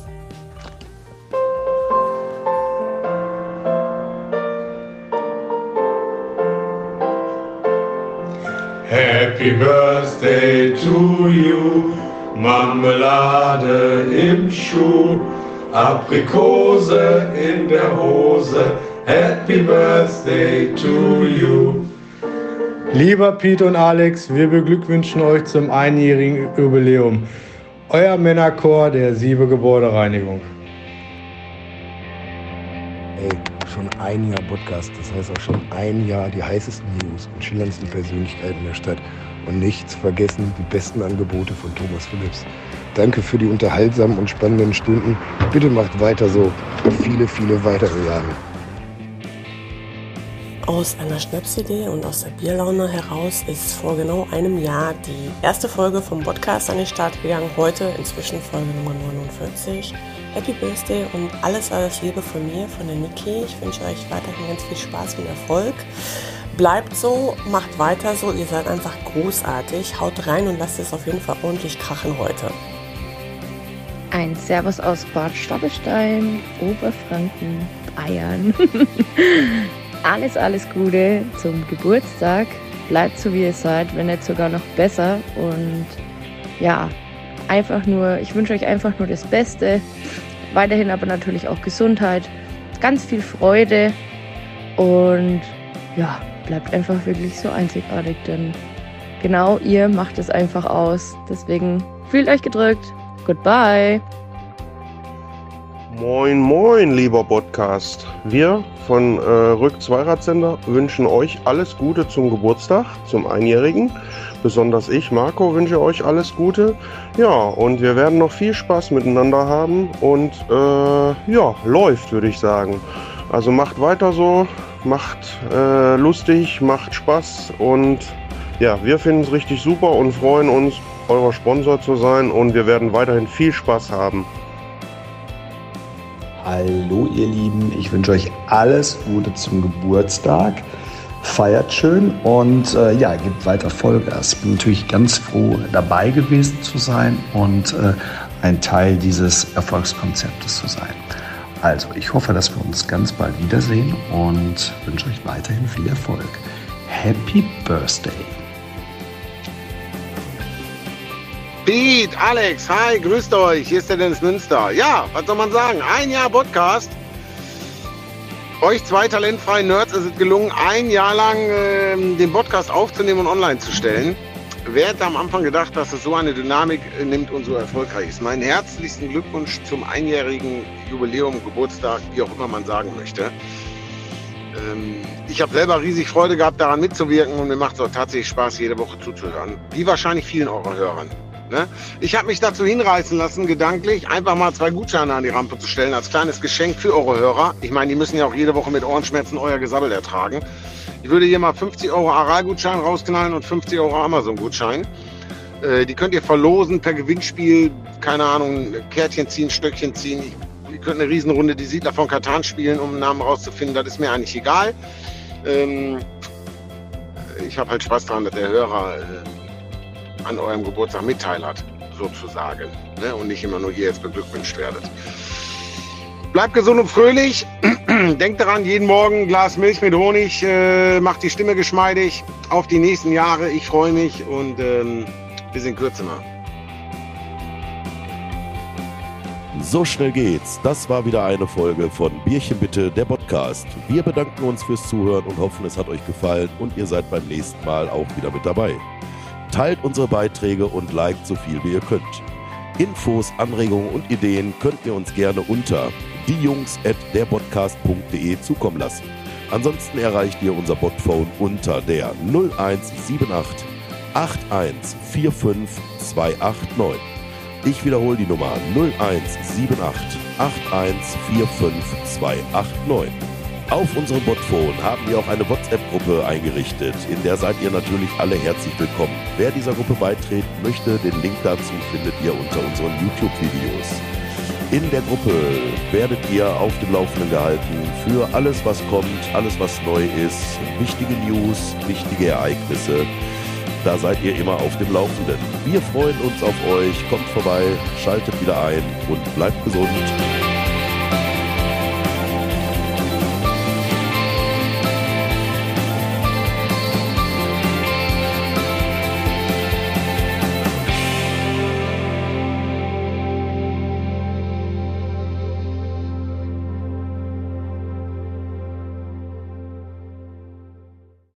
Happy Birthday to you, Marmelade im Schuh, Aprikose in der Hose. Happy Birthday to you. Lieber Pete und Alex, wir beglückwünschen euch zum 1-jährigen Jubiläum. Euer Männerchor der Siebe Gebäudereinigung. Ey, schon 1 Jahr Podcast, das heißt auch schon 1 Jahr die heißesten News und schillerndsten Persönlichkeiten der Stadt. Und nicht zu vergessen, die besten Angebote von Thomas Phillips. Danke für die unterhaltsamen und spannenden Stunden. Bitte macht weiter so. Viele, viele weitere Jahre. Aus einer Schnapsidee und aus der Bierlaune heraus ist vor genau einem Jahr die erste Folge vom Podcast an den Start gegangen. Heute inzwischen Folge Nummer 49. Happy Birthday und alles Liebe von mir, von der Niki. Ich wünsche euch weiterhin ganz viel Spaß und Erfolg. Bleibt so, macht weiter so, ihr seid einfach großartig. Haut rein und lasst es auf jeden Fall ordentlich krachen heute. Ein Servus aus Bad Staffelstein, Oberfranken, Bayern. Alles Gute zum Geburtstag. Bleibt so, wie ihr seid, wenn nicht sogar noch besser. Und ja, ich wünsche euch einfach nur das Beste. Weiterhin aber natürlich auch Gesundheit, ganz viel Freude und ja, bleibt einfach wirklich so einzigartig, denn genau ihr macht es einfach aus. Deswegen fühlt euch gedrückt. Goodbye. Moin, moin, lieber Podcast. Wir von Rück-Zweiradsender wünschen euch alles Gute zum Geburtstag, zum Einjährigen. Besonders ich, Marco, wünsche euch alles Gute. Ja, und wir werden noch viel Spaß miteinander haben und läuft, würde ich sagen. Also macht weiter so, macht lustig, macht Spaß und ja, wir finden es richtig super und freuen uns, euer Sponsor zu sein und wir werden weiterhin viel Spaß haben. Hallo ihr Lieben, ich wünsche euch alles Gute zum Geburtstag. Feiert schön und gebt weiter Vollgas. Bin natürlich ganz froh, dabei gewesen zu sein und ein Teil dieses Erfolgskonzeptes zu sein. Also, ich hoffe, dass wir uns ganz bald wiedersehen und wünsche euch weiterhin viel Erfolg. Happy Birthday! Pete, Alex, hi, grüßt euch, hier ist der Dennis Münster. Ja, was soll man sagen, 1 Jahr Podcast. Euch 2 talentfreien Nerds ist es gelungen, 1 Jahr lang den Podcast aufzunehmen und online zu stellen. Wer hätte am Anfang gedacht, dass es so eine Dynamik nimmt und so erfolgreich ist? Meinen herzlichsten Glückwunsch zum einjährigen Jubiläum, Geburtstag, wie auch immer man sagen möchte. Ich habe selber riesig Freude gehabt, daran mitzuwirken und mir macht es auch tatsächlich Spaß, jede Woche zuzuhören. Wie wahrscheinlich vielen eurer Hörern. Ne? Ich habe mich dazu hinreißen lassen, gedanklich einfach mal 2 Gutscheine an die Rampe zu stellen, als kleines Geschenk für eure Hörer. Ich meine, die müssen ja auch jede Woche mit Ohrenschmerzen euer Gesabbel ertragen. Ich würde hier mal 50 € Aral-Gutschein rausknallen und 50 € Amazon-Gutschein. Die könnt ihr verlosen per Gewinnspiel, keine Ahnung, Kärtchen ziehen, Stöckchen ziehen. Ihr könnt eine Riesenrunde die Siedler von Catan spielen, um einen Namen rauszufinden. Das ist mir eigentlich egal. Ich habe halt Spaß daran, dass der Hörer an eurem Geburtstag Mitteil hat, sozusagen. Ne? Und nicht immer nur hier jetzt beglückwünscht werdet. Bleibt gesund und fröhlich. Denkt daran, jeden Morgen ein Glas Milch mit Honig macht die Stimme geschmeidig. Auf die nächsten Jahre. Ich freue mich und bis in Kürze mal. So schnell geht's. Das war wieder eine Folge von Bierchen bitte, der Podcast. Wir bedanken uns fürs Zuhören und hoffen, es hat euch gefallen und ihr seid beim nächsten Mal auch wieder mit dabei. Teilt unsere Beiträge und liked so viel wie ihr könnt. Infos, Anregungen und Ideen könnt ihr uns gerne unter diejungs@derpodcast.de zukommen lassen. Ansonsten erreicht ihr unser Botphone unter der 0178 8145 289. Ich wiederhole die Nummer 0178 8145 289. Auf unserem Botphone haben wir auch eine WhatsApp-Gruppe eingerichtet, in der seid ihr natürlich alle herzlich willkommen. Wer dieser Gruppe beitreten möchte, den Link dazu findet ihr unter unseren YouTube-Videos. In der Gruppe werdet ihr auf dem Laufenden gehalten für alles, was kommt, alles, was neu ist, wichtige News, wichtige Ereignisse. Da seid ihr immer auf dem Laufenden. Wir freuen uns auf euch, kommt vorbei, schaltet wieder ein und bleibt gesund.